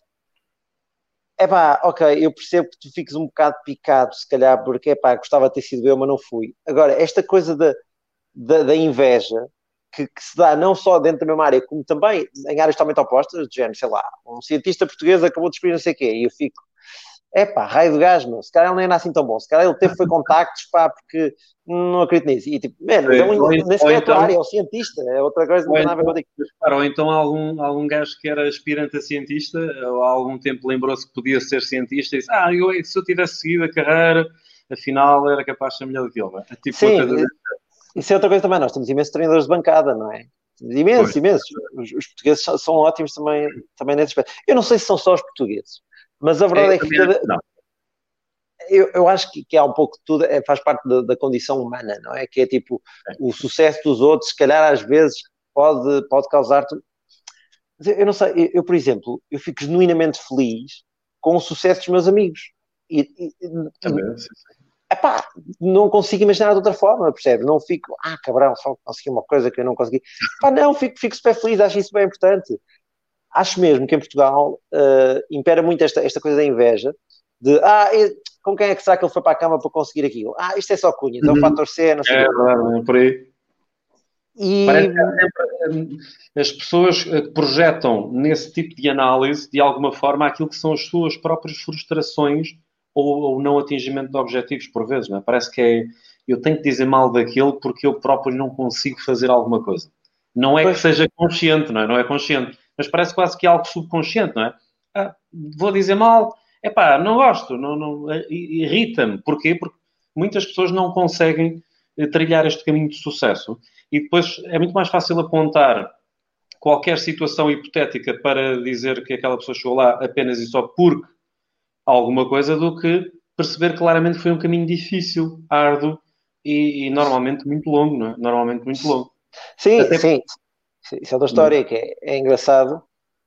Ok, eu percebo que tu fiques um bocado picado, se calhar, porque, gostava de ter sido eu, mas não fui. Agora, esta coisa da inveja, que se dá não só dentro da mesma área, como também em áreas totalmente opostas, de género, sei lá, um cientista português acabou de descobrir não sei o quê, e eu fico, raio de gás, meu, se calhar ele não era assim tão bom, se calhar ele foi contactos, porque não acredito nisso. E tipo, nem sequer é a tua área, é o cientista, é outra coisa, não tem nada a ver contigo. Ou então algum gajo que era aspirante a cientista, ou há algum tempo lembrou-se que podia ser cientista e disse, se eu tivesse seguido a carreira, afinal era capaz de ser melhor do que ele. É tipo. Sim, isso é outra coisa também, nós temos imensos treinadores de bancada, não é? Imensos. Os portugueses são ótimos também nesse aspecto. Eu não sei se são só os portugueses, mas a verdade é que eu acho que há um pouco de tudo, faz parte da condição humana, não é? Que é tipo, o sucesso dos outros, se calhar às vezes pode causar-te... Eu não sei, eu, por exemplo, eu fico genuinamente feliz com o sucesso dos meus amigos. Não consigo imaginar de outra forma, percebe? Não fico, cabrão, só consegui uma coisa que eu não consegui. Não, fico super feliz, acho isso bem importante. Acho mesmo que em Portugal impera muito esta coisa da inveja, de, com quem é que será que ele foi para a cama para conseguir aquilo? Isto é só cunhas, é o fator C, não sei. É verdade, é por aí. Parece que as pessoas projetam nesse tipo de análise, de alguma forma, aquilo que são as suas próprias frustrações ou não atingimento de objetivos, por vezes, não é? Parece que eu tenho que dizer mal daquilo porque eu próprio não consigo fazer alguma coisa. Não é que seja consciente, não é consciente, mas parece quase que é algo subconsciente, não é? Vou dizer mal, não gosto, irrita-me. Porquê? Porque muitas pessoas não conseguem trilhar este caminho de sucesso e depois é muito mais fácil apontar qualquer situação hipotética para dizer que aquela pessoa chegou lá apenas e só porque alguma coisa do que perceber claramente que foi um caminho difícil, árduo e normalmente muito longo, não é? Normalmente muito longo. Sim. Isso é outra história que é engraçado.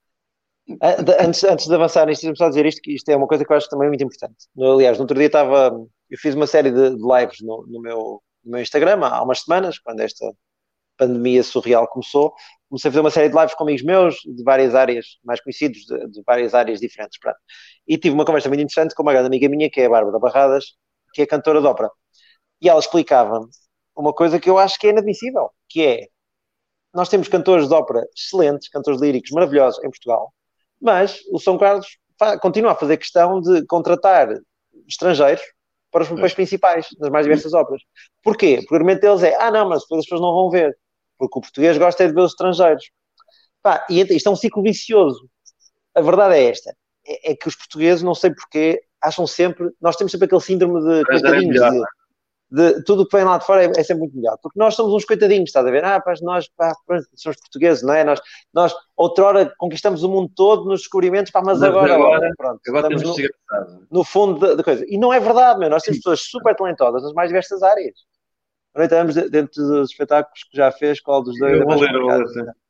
Antes de avançar nisto, deixa-me só dizer isto, que isto é uma coisa que eu acho também muito importante. Aliás, no outro dia eu fiz uma série de lives no meu Instagram há umas semanas, quando esta pandemia surreal começou. Comecei a fazer uma série de lives com amigos meus, de várias áreas, mais conhecidos, de várias áreas diferentes. Pronto. E tive uma conversa muito interessante com uma grande amiga minha, que é a Bárbara Barradas, que é cantora de ópera. E ela explicava-me uma coisa que eu acho que é inadmissível, que é, nós temos cantores de ópera excelentes, cantores líricos maravilhosos em Portugal, mas o São Carlos continua a fazer questão de contratar estrangeiros para os papéis principais nas mais diversas óperas. Porquê? Porque o argumento deles é, não, mas depois as pessoas não vão ver, porque o português gosta de ver os estrangeiros. E isto é um ciclo vicioso. A verdade é esta, é que os portugueses, não sei porquê, acham sempre, nós temos sempre aquele síndrome de coitadinhos, de tudo o que vem lá de fora é sempre muito melhor, porque nós somos uns coitadinhos, estás a ver? Nós somos portugueses, não é? Nós outrora conquistamos o mundo todo nos descobrimentos, mas agora pronto, agora estamos no fundo da coisa. E não é verdade, meu, nós temos pessoas super talentosas nas mais diversas áreas. Aproveitamos dentro dos espetáculos que já fez, qual dos dois? Eu vou ler.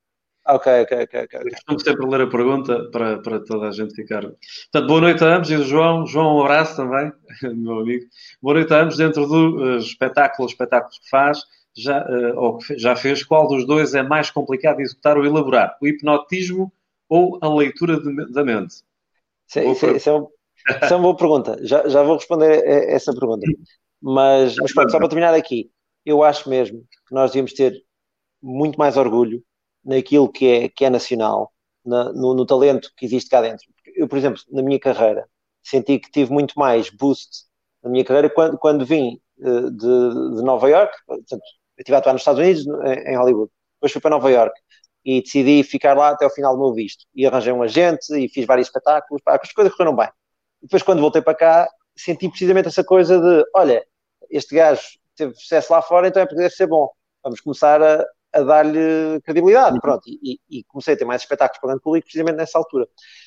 Ok. Costumo sempre ler a pergunta para toda a gente ficar. Portanto, boa noite a ambos e o João. João, um abraço também, meu amigo. Boa noite a ambos. Dentro dos espetáculos que faz, ou que já fez, qual dos dois é mais complicado de executar ou elaborar? O hipnotismo ou a leitura da mente? Isso é uma boa pergunta. Já vou responder a essa pergunta. Mas pronto, só para terminar aqui, eu acho mesmo que nós devíamos ter muito mais orgulho naquilo que é nacional, no talento que existe cá dentro. Eu, por exemplo, na minha carreira, senti que tive muito mais boost na minha carreira quando vim de Nova York. Portanto, eu estive a atuar nos Estados Unidos, em Hollywood. Depois fui para Nova York e decidi ficar lá até ao final do meu visto. E arranjei um agente e fiz vários espetáculos. Pá, as coisas correram bem. E depois, quando voltei para cá, senti precisamente essa coisa de, olha, este gajo teve sucesso lá fora, então é porque deve ser bom. Vamos começar a dar-lhe credibilidade. Pronto, e comecei a ter mais espetáculos para o grande público precisamente nessa altura.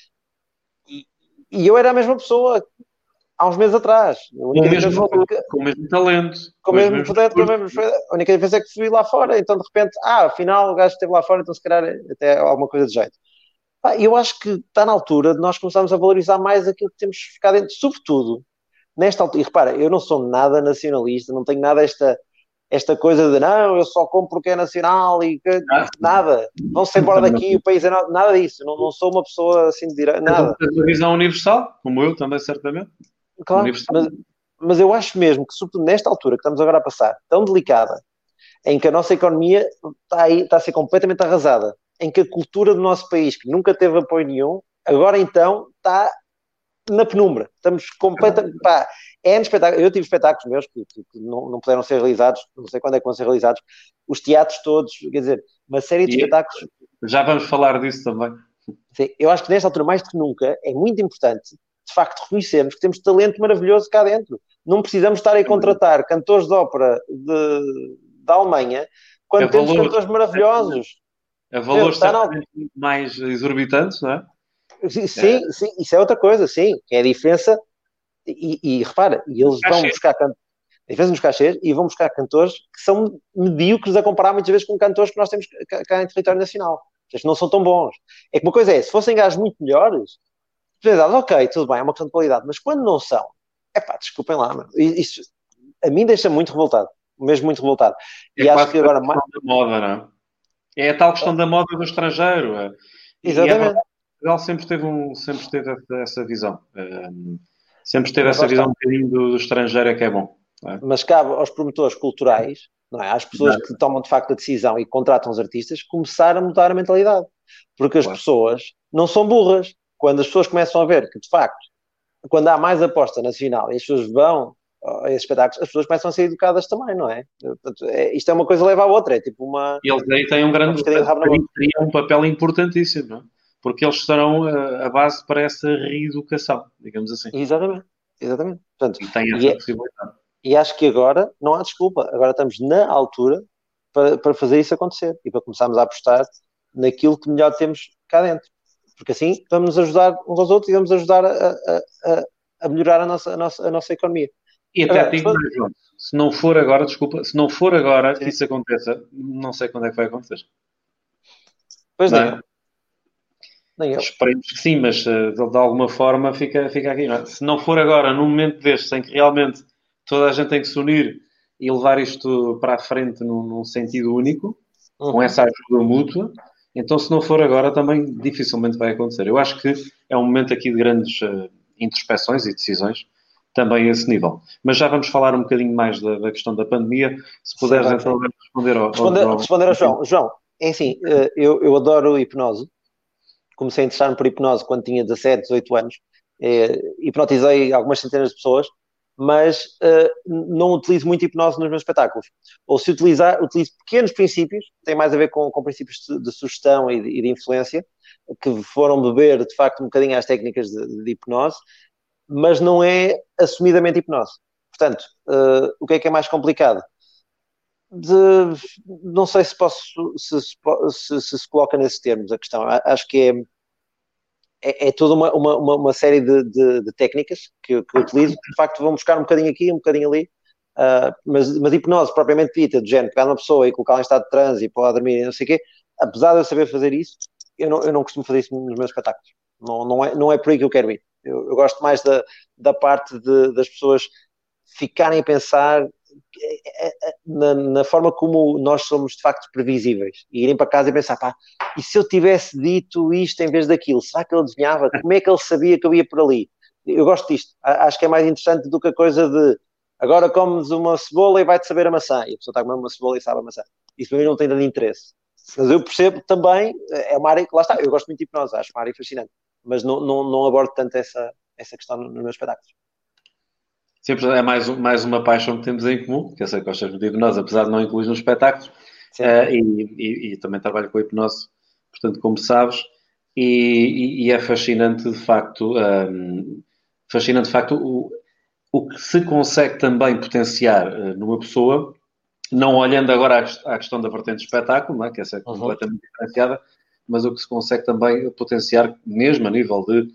E eu era a mesma pessoa há uns meses atrás. Com o mesmo talento. Com o mesmo talento, a única diferença é que fui lá fora, então de repente, afinal o gajo esteve lá fora, então se calhar até alguma coisa de jeito. Eu acho que está na altura de nós começarmos a valorizar mais aquilo que temos ficado dentro, sobretudo nesta altura. E repara, eu não sou nada nacionalista, não tenho nada esta coisa de não, eu só compro porque é nacional e nada, vão-se embora daqui, o país é nada disso, não sou uma pessoa assim de direita, nada. Uma visão universal, como eu também, certamente. Claro, mas eu acho mesmo que, sobretudo nesta altura que estamos agora a passar, tão delicada, em que a nossa economia está a ser completamente arrasada, em que a cultura do nosso país, que nunca teve apoio nenhum, agora então está na penumbra. Estamos completamente... Eu tive espetáculos meus que não puderam ser realizados, não sei quando é que vão ser realizados, os teatros todos, quer dizer, uma série de espetáculos... Já vamos falar disso também. Sim, eu acho que nesta altura, mais do que nunca, é muito importante, de facto, reconhecermos que temos talento maravilhoso cá dentro. Não precisamos estar a contratar cantores de ópera da Alemanha quando temos cantores maravilhosos. A valores muito mais exorbitantes, não é? Sim, isso é outra coisa, sim. É a diferença, e repara, e eles vão buscar a diferença nos cachês e vão buscar cantores que são medíocres a comparar muitas vezes com cantores que nós temos cá em território nacional. Eles não são tão bons. É que uma coisa se fossem gajos muito melhores, ok, tudo bem, é uma questão de qualidade, mas quando não são, desculpem lá, mano. Isso a mim deixa muito revoltado, mesmo muito revoltado. E acho que agora mais da moda, não é? É a tal questão da moda do estrangeiro. Exatamente. Portugal sempre teve essa visão. Sempre teve essa visão um bocadinho do estrangeiro é que é bom. É? Mas cabe aos promotores culturais, não é? Às pessoas que tomam de facto a decisão e contratam os artistas, começar a mudar a mentalidade. Porque as pessoas não são burras. Quando as pessoas começam a ver que, de facto, quando há mais aposta nacional e as pessoas vão a esses espetáculos, as pessoas começam a ser educadas também, não é? Portanto, isto é uma coisa leva à outra, é tipo uma... E eles aí têm um papel importantíssimo, não é? Porque eles serão a base para essa reeducação, digamos assim. Exatamente. Portanto, e tem essa possibilidade. E acho que agora não há desculpa. Agora estamos na altura para fazer isso acontecer e para começarmos a apostar naquilo que melhor temos cá dentro. Porque assim vamos nos ajudar uns aos outros e vamos ajudar a melhorar a nossa economia. E até digo, João, se não for agora que isso aconteça, não sei quando é que vai acontecer. Pois não. Nem eu. Esperemos que sim, mas de alguma forma fica aqui. Não é? Se não for agora, num momento destes, em que realmente toda a gente tem que se unir e levar isto para a frente num sentido único, com essa ajuda mútua, então se não for agora também dificilmente vai acontecer. Eu acho que é um momento aqui de grandes introspeções e decisões, também a esse nível. Mas já vamos falar um bocadinho mais da questão da pandemia. Se puderes então responder ao João. João, é assim, eu adoro hipnose. Comecei a interessar-me por hipnose quando tinha 17, 18 anos. Hipnotizei algumas centenas de pessoas, mas não utilizo muito hipnose nos meus espetáculos. Ou se utilizar, utilizo pequenos princípios, tem mais a ver com princípios de sugestão e de influência, que foram beber, de facto, um bocadinho às técnicas de hipnose, mas não é assumidamente hipnose. Portanto, o que é mais complicado? Não sei se se coloca nesses termos a questão. Acho que é toda uma série de técnicas que eu utilizo. De facto, vou buscar um bocadinho aqui, um bocadinho ali. Mas hipnose propriamente dita, do género, pegar uma pessoa e colocá-la em estado de transe e pôr-la a dormir e não sei o quê, apesar de eu saber fazer isso, eu não costumo fazer isso nos meus espetáculos. Não é por aí que eu quero ir. Eu gosto mais da parte das pessoas ficarem a pensar na forma como nós somos de facto previsíveis e irem para casa e pensar, pá, e se eu tivesse dito isto em vez daquilo, será que ele adivinhava? Como é que ele sabia que eu ia por ali? Eu gosto disto, acho que é mais interessante do que a coisa de agora comes uma cebola e vai-te saber a maçã, e a pessoa está a comer uma cebola e sabe a maçã. Isso para mim não tem tanto interesse, mas eu percebo também, é uma área que lá está, eu gosto muito de hipnose, acho uma área fascinante, mas não abordo tanto essa questão nos meus espetáculos. Sempre é mais uma paixão que temos em comum, que eu sei que gostas muito de hipnose, apesar de não incluir nos espetáculos, e também trabalho com a hipnose, portanto, como sabes, e é fascinante de facto, o que se consegue também potenciar numa pessoa, não olhando agora à questão da vertente de espetáculo, não é? Que essa é completamente diferenciada, mas o que se consegue também potenciar mesmo a nível de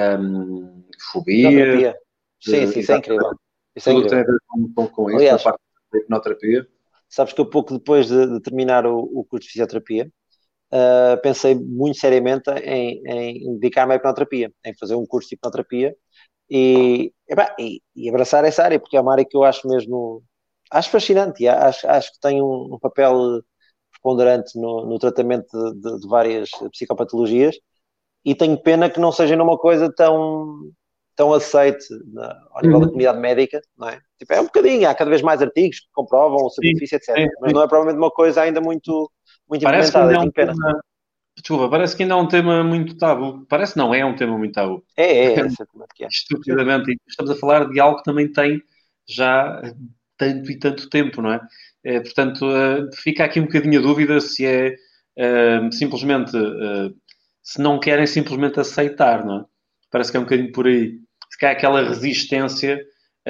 fobia. Sim, isso é incrível. Isso é tudo incrível. tem a ver com isso, Aliás, na parte da hipnoterapia. sabes que eu pouco depois de terminar o curso de fisioterapia, pensei muito seriamente em dedicar-me à hipnoterapia, em fazer um curso de hipnoterapia e abraçar essa área, porque é uma área que eu acho fascinante e acho que tem um papel preponderante no tratamento de várias psicopatologias e tenho pena que não seja numa coisa tão aceite ao nível da comunidade médica, não é? Tipo, é um bocadinho, há cada vez mais artigos que comprovam o sacrifício, etc. Mas não é provavelmente uma coisa ainda muito Parece implementada, tenho pena. Desculpa, parece que ainda é um tema muito tabu. Parece não, é um tema muito tabu. É Estupidamente. E estamos a falar de algo que também tem já tanto e tanto tempo, não é? Portanto, fica aqui um bocadinho a dúvida se é simplesmente, se não querem simplesmente aceitar, não é? Parece que é um bocadinho por aí. Se há aquela resistência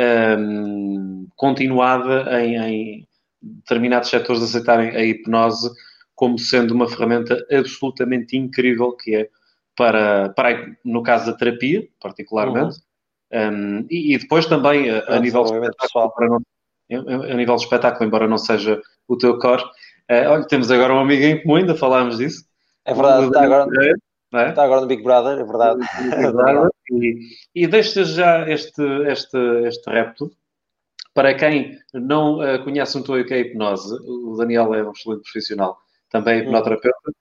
continuada em determinados setores aceitarem a hipnose como sendo uma ferramenta absolutamente incrível que é para no caso da terapia, particularmente, e depois também a nível de espetáculo, a nível de espetáculo, embora não seja o teu core. Olha, temos agora um amigo em comum, ainda falámos disso. É verdade, está agora no Big Brother, é verdade. E deixo já este repto. Para quem não conhece um pouco o que é hipnose, o Daniel é um excelente profissional, também é hipnoterapeuta,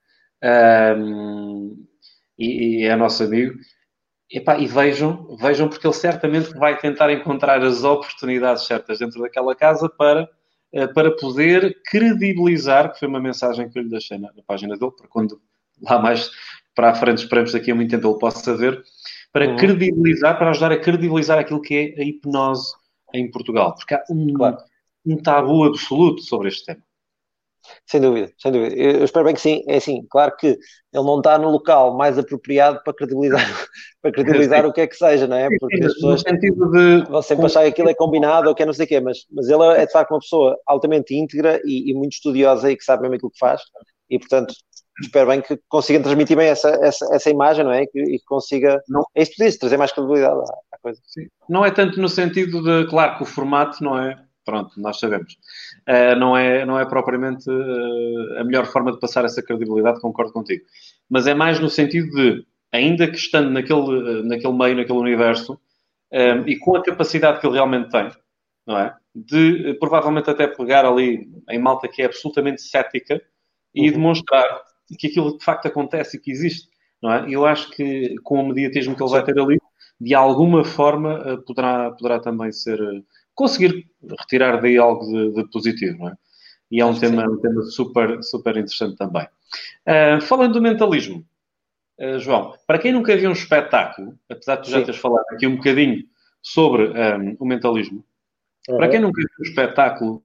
e é nosso amigo. E vejam, porque ele certamente vai tentar encontrar as oportunidades certas dentro daquela casa para poder credibilizar, que foi uma mensagem que eu lhe deixei na página dele, para quando lá mais para a frente, esperamos daqui a muito tempo ele possa ver, para credibilizar, para ajudar a credibilizar aquilo que é a hipnose em Portugal, porque há um tabu absoluto sobre este tema. Sem dúvida, sem dúvida. Eu espero bem que sim. É assim, claro que ele não está no local mais apropriado para credibilizar o que é que seja, não é? Porque as pessoas vão sempre achar que aquilo é combinado ou que é não sei o quê, mas ele é de facto uma pessoa altamente íntegra e muito estudiosa e que sabe mesmo aquilo que faz e, portanto, espero bem que consiga transmitir bem essa imagem, não é? E que consiga, é isso que diz, trazer mais credibilidade à coisa. Sim. Não é tanto no sentido de, claro, que o formato não é, pronto, nós sabemos, não é propriamente a melhor forma de passar essa credibilidade, concordo contigo, mas é mais no sentido de, ainda que estando naquele meio, naquele universo, e com a capacidade que ele realmente tem, não é? De provavelmente até pegar ali em malta que é absolutamente cética e demonstrar que aquilo de facto acontece e que existe, não é? E eu acho que com o mediatismo que ele vai ter ali, de alguma forma poderá também conseguir retirar daí algo de positivo, não é? E é um tema super, super interessante também. Falando do mentalismo, João, para quem nunca viu um espetáculo, apesar de tu já teres falado aqui um bocadinho sobre o mentalismo, para quem nunca viu um espetáculo,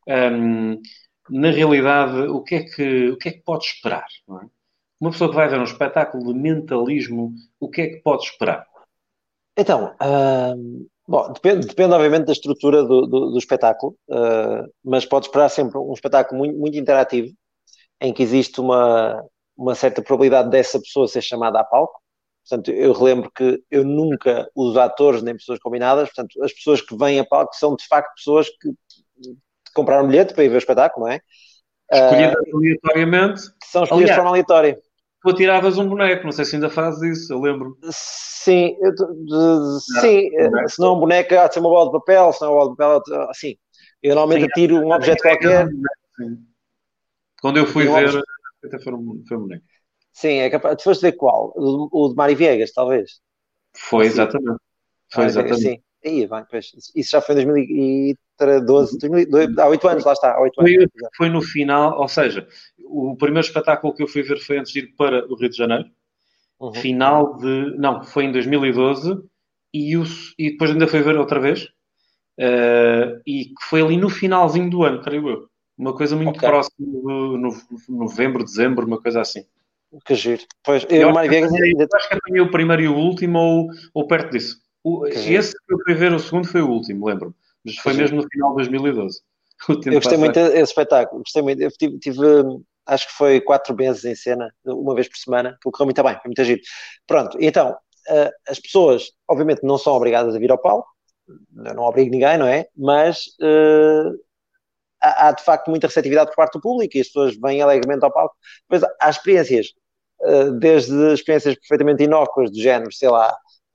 na realidade, o que é que pode esperar, não é? Uma pessoa que vai ver um espetáculo de mentalismo, o que é que pode esperar? Então, bom, depende obviamente da estrutura do espetáculo, mas pode esperar sempre um espetáculo muito, muito interativo, em que existe uma certa probabilidade dessa pessoa ser chamada a palco. Portanto, eu relembro que eu nunca uso atores nem pessoas combinadas, portanto, as pessoas que vêm a palco são de facto pessoas que compraram um bilhete para ir ver o espetáculo, não é? Escolhidas aleatoriamente. Que são escolhidas de forma aleatória. Tu atiravas um boneco, não sei se ainda fazes isso, eu lembro. Sim, sim. Se não é um boneco, há de ser uma bola de papel, se não é uma bola de papel, assim. Eu normalmente atiro um objeto qualquer. Sim. Quando eu fui ver, foi um boneco. Sim, é capaz. Tu foste ver qual? O de Mari Viegas, talvez? Foi, assim. Exatamente. Foi exatamente. Sim. Aí, bem, pois, isso já foi em 2012, 2012, há 8 anos, lá está, há 8 anos. Foi no final, ou seja, o primeiro espetáculo que eu fui ver foi antes de ir para o Rio de Janeiro. Final de... Não, foi em 2012 e depois ainda fui ver outra vez. E que foi ali no finalzinho do ano, creio eu. Uma coisa muito próxima de novembro, dezembro, uma coisa assim. Que giro. Pois, eu acho que apanhei o primeiro e o último ou perto disso. Esse que eu fui ver, o segundo foi o último, lembro-me. Mas foi mesmo no final de 2012. Eu gostei muito desse espetáculo. Gostei muito. Eu tive acho que foi 4 vezes em cena, uma vez por semana, que correu muito bem, foi muito giro. Pronto, então, as pessoas, obviamente, não são obrigadas a vir ao palco, eu não obrigo ninguém, não é? Mas há de facto muita receptividade por parte do público e as pessoas vêm alegremente ao palco. Depois há experiências, desde experiências perfeitamente inócuas, do género, sei lá,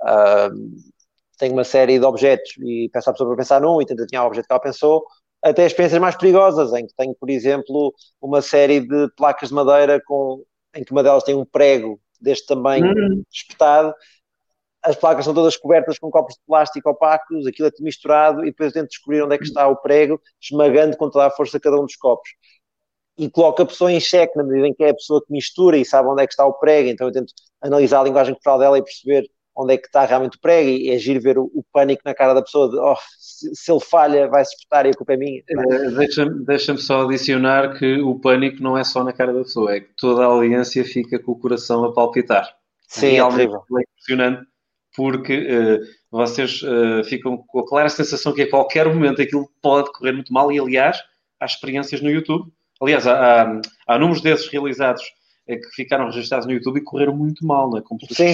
tenho uma série de objetos e peço à pessoa para pensar num e tenta adivinhar o objeto que ela pensou, até experiências mais perigosas, em que tenho, por exemplo, uma série de placas de madeira em que uma delas tem um prego deste tamanho espetado. As placas são todas cobertas com copos de plástico opacos, aquilo é tudo misturado e depois tento descobrir onde é que está o prego, esmagando com toda a força cada um dos copos. E coloco a pessoa em xeque na medida em que é a pessoa que mistura e sabe onde é que está o prego, então eu tento analisar a linguagem corporal dela e perceber onde é que está realmente o prego e agir ver o pânico na cara da pessoa de, se ele falha vai-se espetar e a culpa é minha. Deixa-me só adicionar que o pânico não é só na cara da pessoa, é que toda a audiência fica com o coração a palpitar. Sim, realmente é impressionante porque vocês ficam com a clara sensação que a qualquer momento aquilo pode correr muito mal e, aliás, há experiências no YouTube. Aliás, há números desses realizados que ficaram registrados no YouTube e correram muito mal, não é?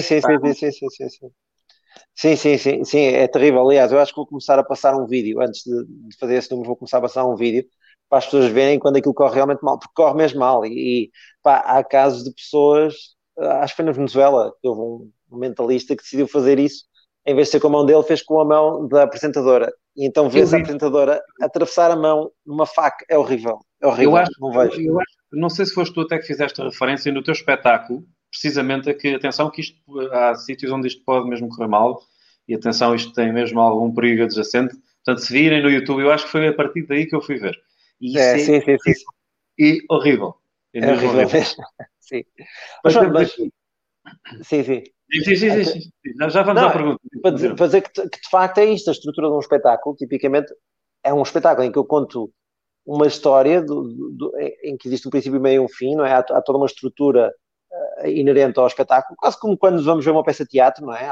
Sim, é terrível. Aliás, eu acho que vou começar a passar um vídeo, antes de fazer esse número, vou começar a passar um vídeo para as pessoas verem quando aquilo corre realmente mal, porque corre mesmo mal. Há casos de pessoas, acho que foi na Venezuela, que houve um mentalista que decidiu fazer isso, em vez de ser com a mão dele, fez com a mão da apresentadora. E então vê-se a apresentadora atravessar a mão numa faca. É horrível. É horrível. Não sei se foste tu até que fizeste referência no teu espetáculo, precisamente a que, atenção, que há sítios onde isto pode mesmo correr mal, e atenção, isto tem mesmo algum perigo adjacente. Portanto, se virem no YouTube, eu acho que foi a partir daí que eu fui ver. E isso é horrível. É horrível mesmo. Sim. Sim. Já vamos à pergunta. Para dizer que de facto é isto, a estrutura de um espetáculo, tipicamente, é um espetáculo em que eu conto uma história em que existe um princípio, meio e um fim, não é? Há toda uma estrutura inerente ao espetáculo, quase como quando vamos ver uma peça de teatro, não é?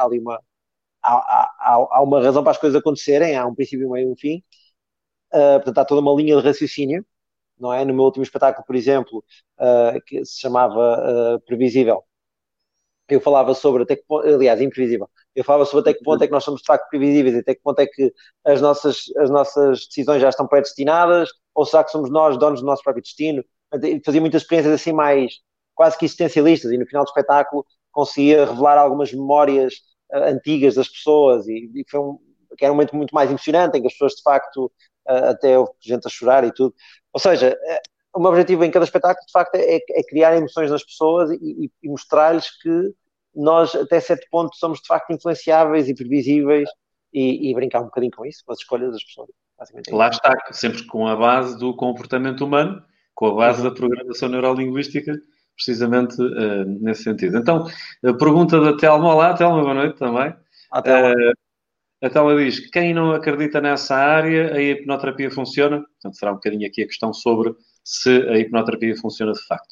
Há uma razão para as coisas acontecerem, há um princípio, meio e um fim. Portanto, há toda uma linha de raciocínio, não é? No meu último espetáculo, por exemplo, que se chamava Previsível, eu falava sobre até que ponto, aliás, imprevisível, eu falava sobre até que ponto é que nós somos de facto previsíveis, até que ponto é que as nossas decisões já estão predestinadas, ou será que somos nós donos do nosso próprio destino? Fazia muitas experiências assim mais quase que existencialistas, e no final do espetáculo conseguia revelar algumas memórias antigas das pessoas, e foi que era um momento muito mais emocionante, em que as pessoas de facto até houve gente a chorar e tudo. Ou seja, o meu objetivo em cada espetáculo, de facto, é criar emoções nas pessoas e mostrar-lhes que nós, até certo ponto, somos de facto influenciáveis e previsíveis e brincar um bocadinho com isso, com as escolhas das pessoas. Lá está, sempre com a base do comportamento humano, com a base da programação neurolinguística, precisamente nesse sentido. Então, a pergunta da Telma. Olá, Telma, boa noite também. A Telma diz, quem não acredita nessa área, a hipnoterapia funciona? Portanto, será um bocadinho aqui a questão sobre se a hipnoterapia funciona de facto.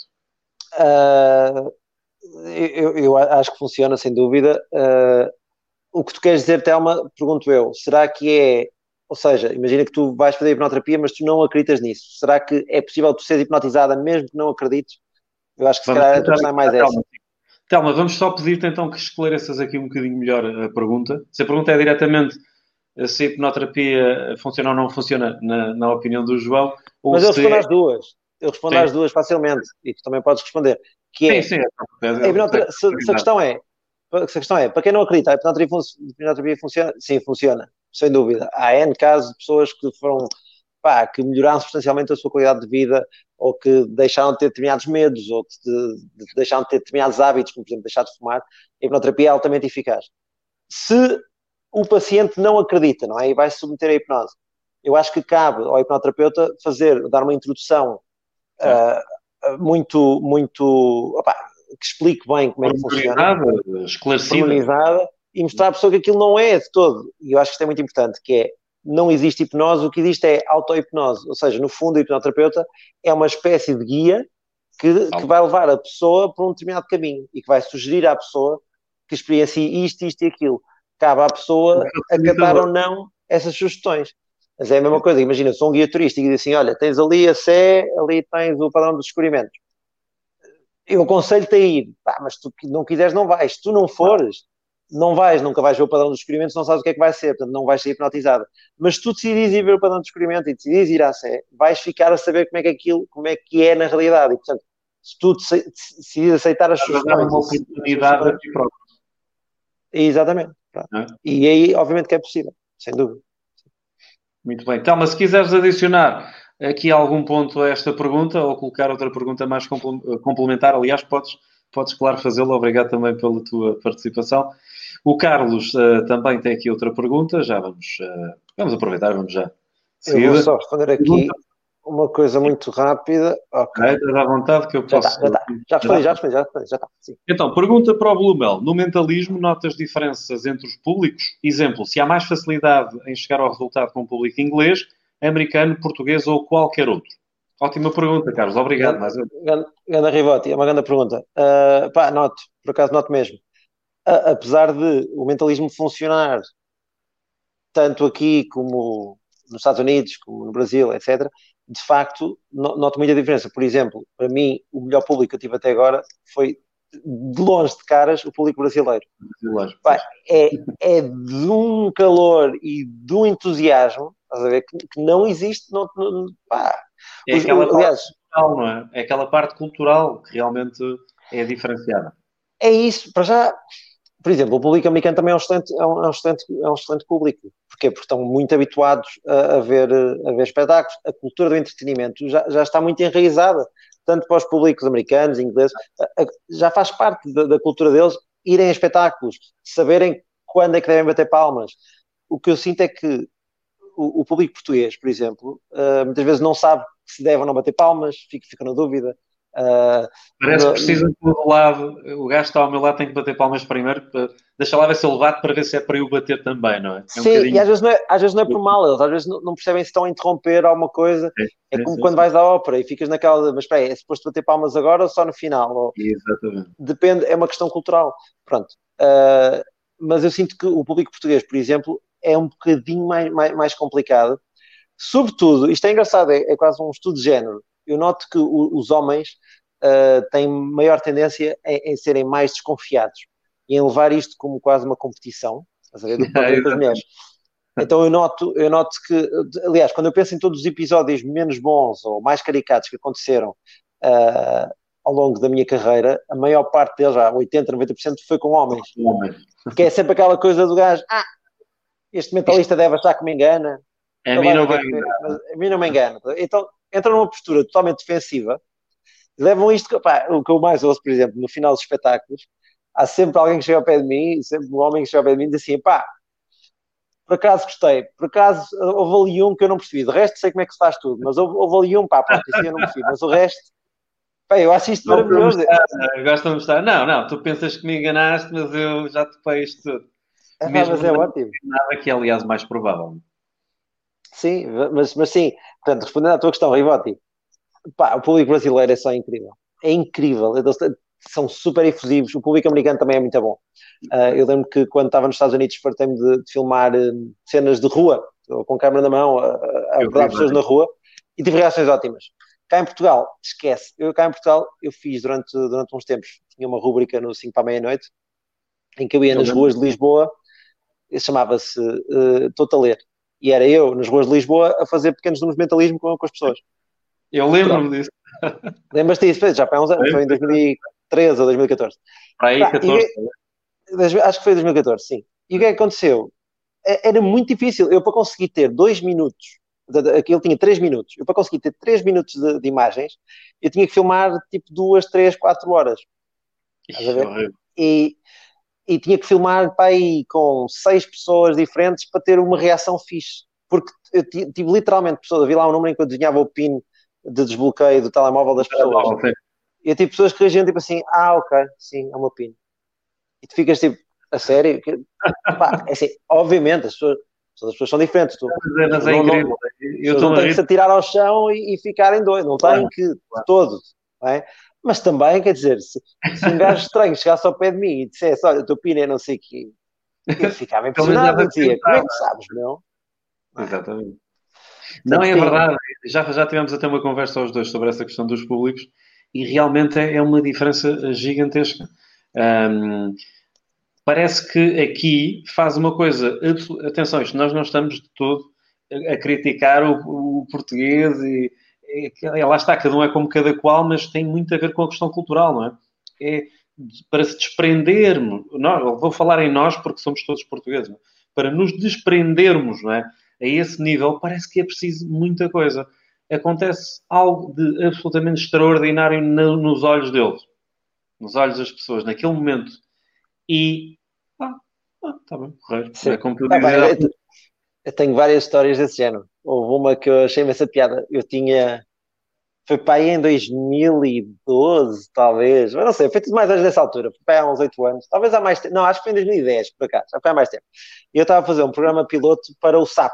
Eu acho que funciona, sem dúvida. O que tu queres dizer, Telma, pergunto eu, será que é, ou seja, imagina que tu vais fazer hipnoterapia, mas tu não acreditas nisso. Será que é possível tu seres hipnotizada mesmo que não acredites? Eu acho que se calhar a tua questão é mais essa. Telma, vamos só pedir-te então que esclareças aqui um bocadinho melhor a pergunta. Se a pergunta é diretamente se a hipnoterapia funciona ou não funciona, na opinião do João. Mas eu respondo às duas. Eu respondo às duas facilmente e tu também podes responder. Que é, sim. se a questão é, para quem não acredita, a hipnoterapia funciona? Sim, funciona, sem dúvida. Há N casos de pessoas que foram, que melhoraram substancialmente a sua qualidade de vida, ou que deixaram de ter determinados medos, ou que deixaram de ter determinados hábitos, como por exemplo deixar de fumar. A hipnoterapia é altamente eficaz. Se o paciente não acredita, não é? E vai se submeter à hipnose, eu acho que cabe ao hipnoterapeuta dar uma introdução muito que explique bem como é que funciona, esclarecida, e mostrar à pessoa que aquilo não é de todo. E eu acho que isto é muito importante, que é, não existe hipnose, o que existe é auto-hipnose. Ou seja, no fundo, o hipnoterapeuta é uma espécie de guia que vai levar a pessoa por um determinado caminho e que vai sugerir à pessoa que experiencie isto e aquilo. Cabe à pessoa acatar ou não essas sugestões. Mas é a mesma coisa, imagina, sou um guia turístico e diz assim, olha, tens ali a Sé, ali tens o padrão dos descobrimentos. Eu aconselho-te a ir, mas se tu não quiseres, não vais. Se tu não fores, não vais, nunca vais ver o padrão dos descobrimentos, não sabes o que é que vai ser, portanto não vais ser hipnotizada. Mas se tu decidires ir ver o padrão dos descobrimentos e decidires ir à Sé, vais ficar a saber como é que é na realidade. E, portanto, se tu decidires aceitar as sugestões... uma oportunidade a ti próprio. Exatamente. E aí, obviamente que é possível, sem dúvida. Muito bem. Então, mas se quiseres adicionar aqui algum ponto a esta pergunta ou colocar outra pergunta mais complementar, aliás, podes claro, fazê-lo. Obrigado também pela tua participação. O Carlos também tem aqui outra pergunta. Já vamos aproveitar, vamos já. Eu vou só responder aqui uma coisa muito rápida. Ok, estás à vontade que eu posso... Já respondi. Sim. Então, pergunta para o Blumel. No mentalismo, notas diferenças entre os públicos? Exemplo, se há mais facilidade em chegar ao resultado com o público inglês, americano, português ou qualquer outro? Ótima pergunta, Carlos. Obrigado. Ganda Rivotti, é uma grande pergunta. Noto, por acaso noto mesmo. Apesar de o mentalismo funcionar tanto aqui como nos Estados Unidos, como no Brasil, etc., de facto, noto muita diferença. Por exemplo, para mim, o melhor público que eu tive até agora foi, de longe de caras, o público brasileiro. É de um calor e de um entusiasmo, estás a ver, que não existe. É aquela parte cultural, não é? É aquela parte cultural que realmente é diferenciada. É isso, para já. Por exemplo, o público americano também é um excelente público. Porquê? Porque estão muito habituados a ver espetáculos. A cultura do entretenimento já está muito enraizada, tanto para os públicos americanos, ingleses, já faz parte da cultura deles irem a espetáculos, saberem quando é que devem bater palmas. O que eu sinto é que o público português, por exemplo, muitas vezes não sabe se deve ou não bater palmas, fica na dúvida. Parece que precisa de todo lado. O gajo está ao meu lado, tem que bater palmas primeiro. Deixa lá ver se eu levato para ver se é para eu bater também, não é? Sim, e às vezes não é por mal. Eles às vezes não percebem se estão a interromper alguma coisa. É como quando vais à ópera e ficas naquela... Mas espera aí, é suposto bater palmas agora ou só no final? Exatamente. Depende, é uma questão cultural. Pronto. Mas eu sinto que o público português, por exemplo, é um bocadinho mais complicado. Sobretudo, isto é engraçado, é quase um estudo de género. Eu noto que os homens têm maior tendência em serem mais desconfiados e em levar isto como quase uma competição, estás a ver, do que as mulheres. Então eu noto que, aliás, quando eu penso em todos os episódios menos bons ou mais caricatos que aconteceram ao longo da minha carreira, a maior parte deles, já 80%, 90%, foi com homens. Que é sempre aquela coisa do gajo, este mentalista deve achar que me engana. A mim não me engana. Então entram numa postura totalmente defensiva, levam isto, o que eu mais ouço, por exemplo, no final dos espetáculos, há sempre alguém que chega ao pé de mim, sempre um homem que chega ao pé de mim e diz assim, por acaso gostei, por acaso houve ali um que eu não percebi, de resto sei como é que se faz tudo, mas houve ali um, pronto, isso eu não percebi, mas o resto, eu acho isto maravilhoso. Gosto de mostrar, não, tu pensas que me enganaste, mas eu já te pei isto tudo. Mas é ótimo. Nada que é, aliás, mais provável. Sim, mas sim, portanto, respondendo à tua questão, Rivotti, o público brasileiro é só incrível. É incrível. São super efusivos. O público americano também é muito bom. Eu lembro que quando estava nos Estados Unidos fartei-me de filmar cenas de rua, com câmera na mão, a abordar pessoas na rua, e tive reações ótimas. Cá em Portugal, esquece. Cá em Portugal, eu fiz durante uns tempos, tinha uma rúbrica no 5 para a meia-noite, em que eu ia nas ruas de Lisboa, chamava-se Estou-te a ler. E era eu, nas ruas de Lisboa, a fazer pequenos números de mentalismo com as pessoas. Eu lembro-me disso. Lembras-te disso? Já foi há uns anos, foi em 2013 ou 2014. Para aí, 14. Acho que foi 2014, sim. E o que é que aconteceu? Era muito difícil. Eu, para conseguir ter 2 minutos, aquilo tinha 3 minutos, eu, para conseguir ter 3 minutos de imagens, eu tinha que filmar tipo 2, 3, 4 horas. Estás a ver? E tinha que filmar para aí com 6 pessoas diferentes para ter uma reação fixe. Porque eu tive literalmente pessoas, havia lá um número em que eu desenhava o pin de desbloqueio do telemóvel das pessoas. E eu tive pessoas que reagiam tipo assim, ok, sim, é o meu pin. E tu ficas tipo, a sério? Pá, é assim, obviamente, as pessoas são diferentes. Mas é incrível. Eles não têm que se atirar ao chão e ficarem doidos, não têm que, de todo. Não é? Mas também, quer dizer, se um gajo estranho chegasse ao pé de mim e dissesse, olha, o teu pino é não sei o quê, eu ficava impressionado, eu dizia, como é que sabes, meu? Exatamente. Não, é verdade. Já tivemos até uma conversa aos dois sobre essa questão dos públicos e realmente é uma diferença gigantesca. Parece que aqui faz uma coisa. Atenção, isto nós não estamos de todo a criticar o português e lá está, cada um é como cada qual, mas tem muito a ver com a questão cultural, não é? É para se desprendermos, vou falar em nós porque somos todos portugueses, não é? Para nos desprendermos, não é? A esse nível, parece que é preciso muita coisa. Acontece algo de absolutamente extraordinário nos olhos deles, nos olhos das pessoas, naquele momento. E, está bem, correto. É como tu dizes. Eu tenho várias histórias desse género. Houve uma que eu achei essa piada. Foi para aí em 2012, talvez. Mas não sei, foi tudo mais ou menos dessa altura. Foi para aí há uns 8 anos. Talvez há mais tempo. Não, acho que foi em 2010, por acaso. Já foi há mais tempo. E eu estava a fazer um programa piloto para o SAP.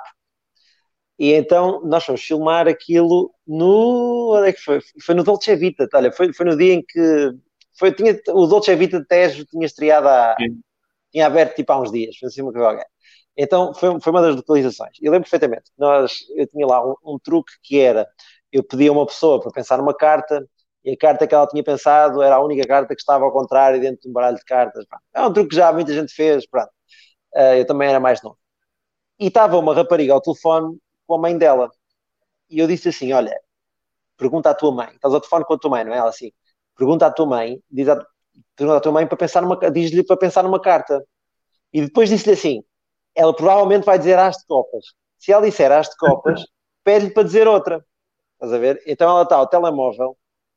E então nós fomos filmar aquilo no... Onde é que foi? Foi no Dolce Vita. Olha, foi no dia em que... o Dolce Vita de Tejo tinha estreado tinha aberto tipo há uns dias. Foi assim uma coisa qualquer. Então foi uma das localizações. Eu lembro perfeitamente. Eu tinha lá um truque que era... Eu pedia a uma pessoa para pensar numa carta e a carta que ela tinha pensado era a única carta que estava ao contrário dentro de um baralho de cartas. Pronto. É um truque que já muita gente fez. Pronto. Eu também era mais novo. E estava uma rapariga ao telefone com a mãe dela. E eu disse assim, olha, pergunta à tua mãe. Estás ao telefone com a tua mãe, não é? Ela assim, pergunta à tua mãe, pergunta à tua mãe diz-lhe para pensar numa carta. E depois disse-lhe assim, ela provavelmente vai dizer as de copas. Se ela disser as de copas, pede-lhe para dizer outra. Estás a ver? Então ela está ao telemóvel,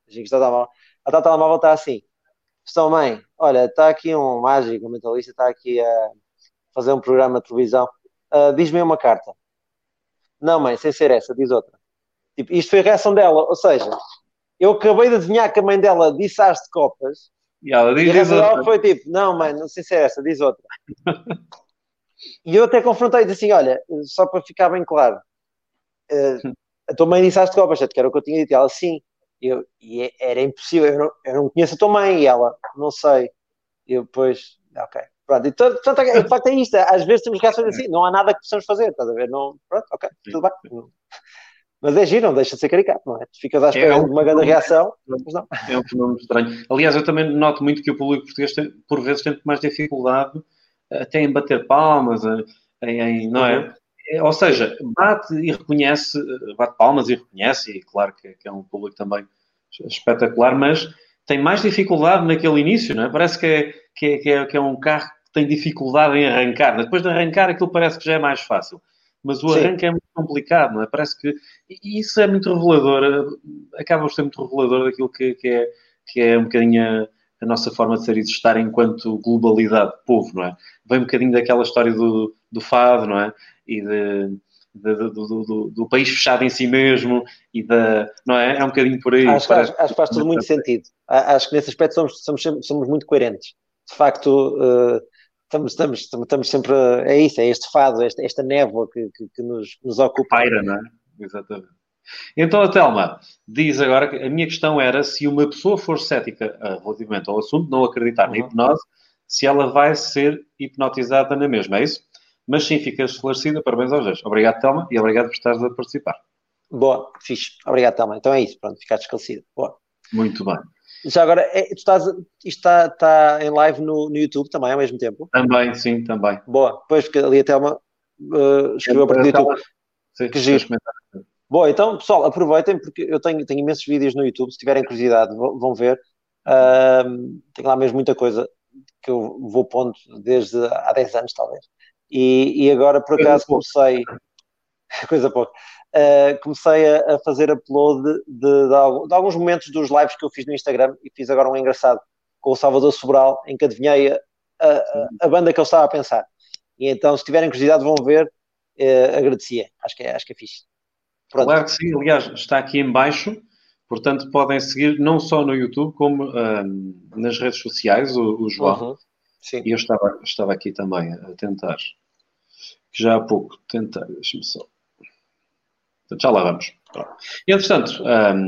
ela está assim, estou mãe, olha, está aqui um mágico, um mentalista, está aqui a fazer um programa de televisão, diz-me uma carta. Não, mãe, sem ser essa, diz outra. Tipo, isto foi a reação dela, ou seja, eu acabei de adivinhar que a mãe dela disse as de copas, e a reação dela foi tipo, não, mãe, não sei se é essa, diz outra. E eu até confrontei e disse assim, olha, só para ficar bem claro, a tua mãe disse as de copas, que era o que eu tinha dito, e ela sim, era impossível, eu não conheço a tua mãe, e ela, não sei, eu depois, ok. Pronto, então, portanto, de facto é isto, às vezes temos reações assim, não há nada que possamos fazer, estás a ver? Não, pronto, ok, tudo bem. Mas é giro, não deixa de ser caricato, não é? Tu ficas à espera de uma grande reação, mas não. É um fenómeno estranho. Aliás, eu também noto muito que o público português, por vezes, tem mais dificuldade até em bater palmas, não é? Ou seja, bate palmas e reconhece, e claro que é um público também espetacular, mas tem mais dificuldade naquele início, não é? Parece que é um carro que tem dificuldade em arrancar. Depois de arrancar, aquilo parece que já é mais fácil. Mas o arranque é muito complicado, não é? Parece que... E isso é muito revelador, acaba por ser muito revelador daquilo que é um bocadinho a nossa forma de ser e de estar enquanto globalidade de povo, não é? Vem um bocadinho daquela história do fado, não é? E do país fechado em si mesmo e não é? É um bocadinho por aí. Acho que faz tudo muito sentido. Acho que nesse aspecto somos muito coerentes. De facto, estamos sempre... É isso, é este fado, esta névoa que nos ocupa. Paira, não é? Exatamente. Então, Telma, diz agora que a minha questão era se uma pessoa for cética relativamente ao assunto, não acreditar na hipnose, se ela vai ser hipnotizada na mesma, é isso? Mas sim, fica esclarecida. Parabéns aos dois. Obrigado, Telma, e obrigado por estares a participar. Boa, fixe. Obrigado, Telma. Então é isso, pronto, ficaste esclarecido. Boa. Muito bem. Já agora, isto está em live no YouTube também, ao mesmo tempo? Também, sim, também. Boa, pois, porque ali a Telma escreveu para o YouTube. Sim, que giro. Bom, então, pessoal, aproveitem, porque eu tenho imensos vídeos no YouTube, se tiverem curiosidade, vão ver. Tenho lá mesmo muita coisa que eu vou pondo desde há 10 anos, talvez. E agora, por acaso, comecei, coisa pouca, comecei a fazer upload de alguns momentos dos lives que eu fiz no Instagram, e fiz agora um engraçado com o Salvador Sobral, em que adivinhei a banda que ele estava a pensar. E então, se tiverem curiosidade, vão ver, agradecia. Acho que é fixe. Pronto. Claro que sim, aliás, está aqui em baixo, portanto podem seguir não só no YouTube, como nas redes sociais, o João. Uhum. Sim. E eu estava aqui também a tentar, que já há pouco tentei, deixa-me só. Já lá vamos. E, entretanto,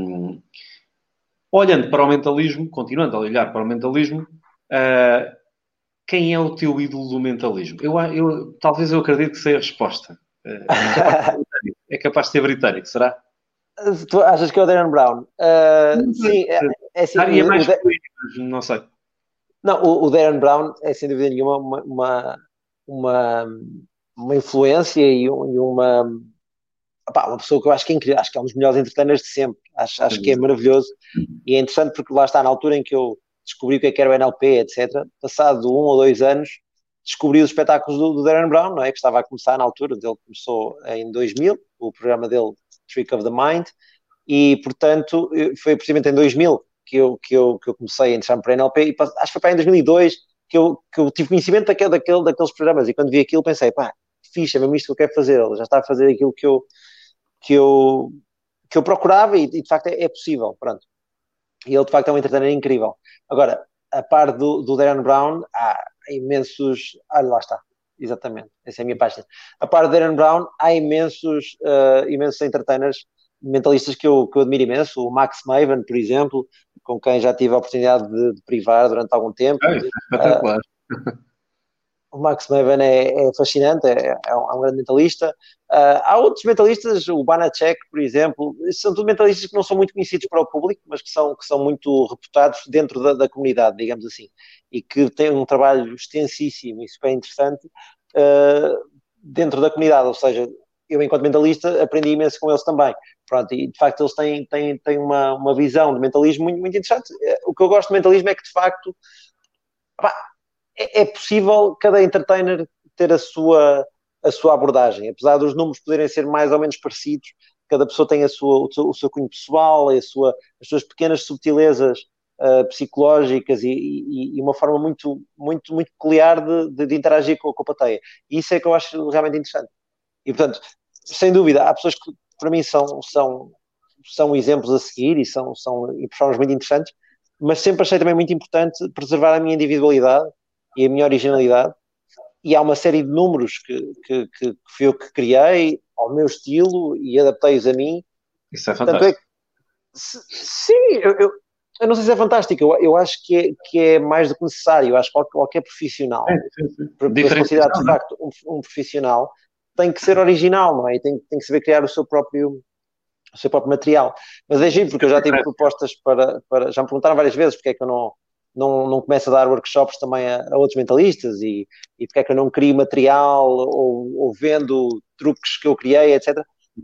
olhando para o mentalismo, continuando a olhar para o mentalismo, quem é o teu ídolo do mentalismo? Talvez eu acredite que seja a resposta. É capaz de ser britânico, será? Tu achas que é o Darren Brown? Sim, é assim. É mais político, não sei. Não, o Darren Brown é sem dúvida nenhuma uma influência e uma pessoa que eu acho que é incrível, acho que é um dos melhores entertainers de sempre, acho que é maravilhoso e é interessante porque lá está, na altura em que eu descobri o que era o NLP, etc., passado 1 ou 2 anos, descobri os espetáculos do Darren Brown, não é? Que estava a começar na altura, ele começou em 2000, o programa dele, Trick of the Mind, e portanto foi precisamente em 2000 que eu comecei a entrar para NLP, e acho que foi para em 2002 que eu tive conhecimento daqueles programas, e quando vi aquilo pensei, fixe, é mesmo isto que eu quero fazer, ele já está a fazer aquilo que eu procurava e de facto é possível, pronto. E ele de facto é um entertainer incrível. Agora, a par do Darren Brown, há imensos... lá está, exatamente, essa é a minha página. A par do Darren Brown, há imensos entertainers, mentalistas que eu admiro imenso, o Max Maven, por exemplo, com quem já tive a oportunidade de privar durante algum tempo. Espetacular. O Max Maven é fascinante, é um grande mentalista. Há outros mentalistas, o Banachek, por exemplo, são tudo mentalistas que não são muito conhecidos para o público, mas que são muito reputados dentro da comunidade, digamos assim, e que têm um trabalho extensíssimo e super interessante dentro da comunidade, ou seja, eu enquanto mentalista aprendi imenso com eles também. Pronto, e de facto eles têm uma visão de mentalismo muito, muito interessante. O que eu gosto de mentalismo é que de facto é possível cada entertainer ter a sua abordagem, apesar dos números poderem ser mais ou menos parecidos, cada pessoa tem o seu cunho pessoal, as suas pequenas subtilezas psicológicas e uma forma muito, muito, muito peculiar de interagir com a plateia. E isso é que eu acho realmente interessante. E, portanto, sem dúvida, há pessoas que para mim são exemplos a seguir e são formas muito interessantes, mas sempre achei também muito importante preservar a minha individualidade e a minha originalidade, e há uma série de números que fui eu que criei ao meu estilo e adaptei-os a mim. Isso é fantástico. Sim, eu não sei se é fantástico, eu acho que é mais do que necessário. Eu acho que qualquer profissional, para ser considerado de facto um profissional, tem que ser original, não é? E tem que saber criar o seu próprio material. Mas é giro, porque eu já tive propostas para já me perguntaram várias vezes porque é que eu não começo a dar workshops também a outros mentalistas e porque é que eu não crio material ou vendo truques que eu criei, etc.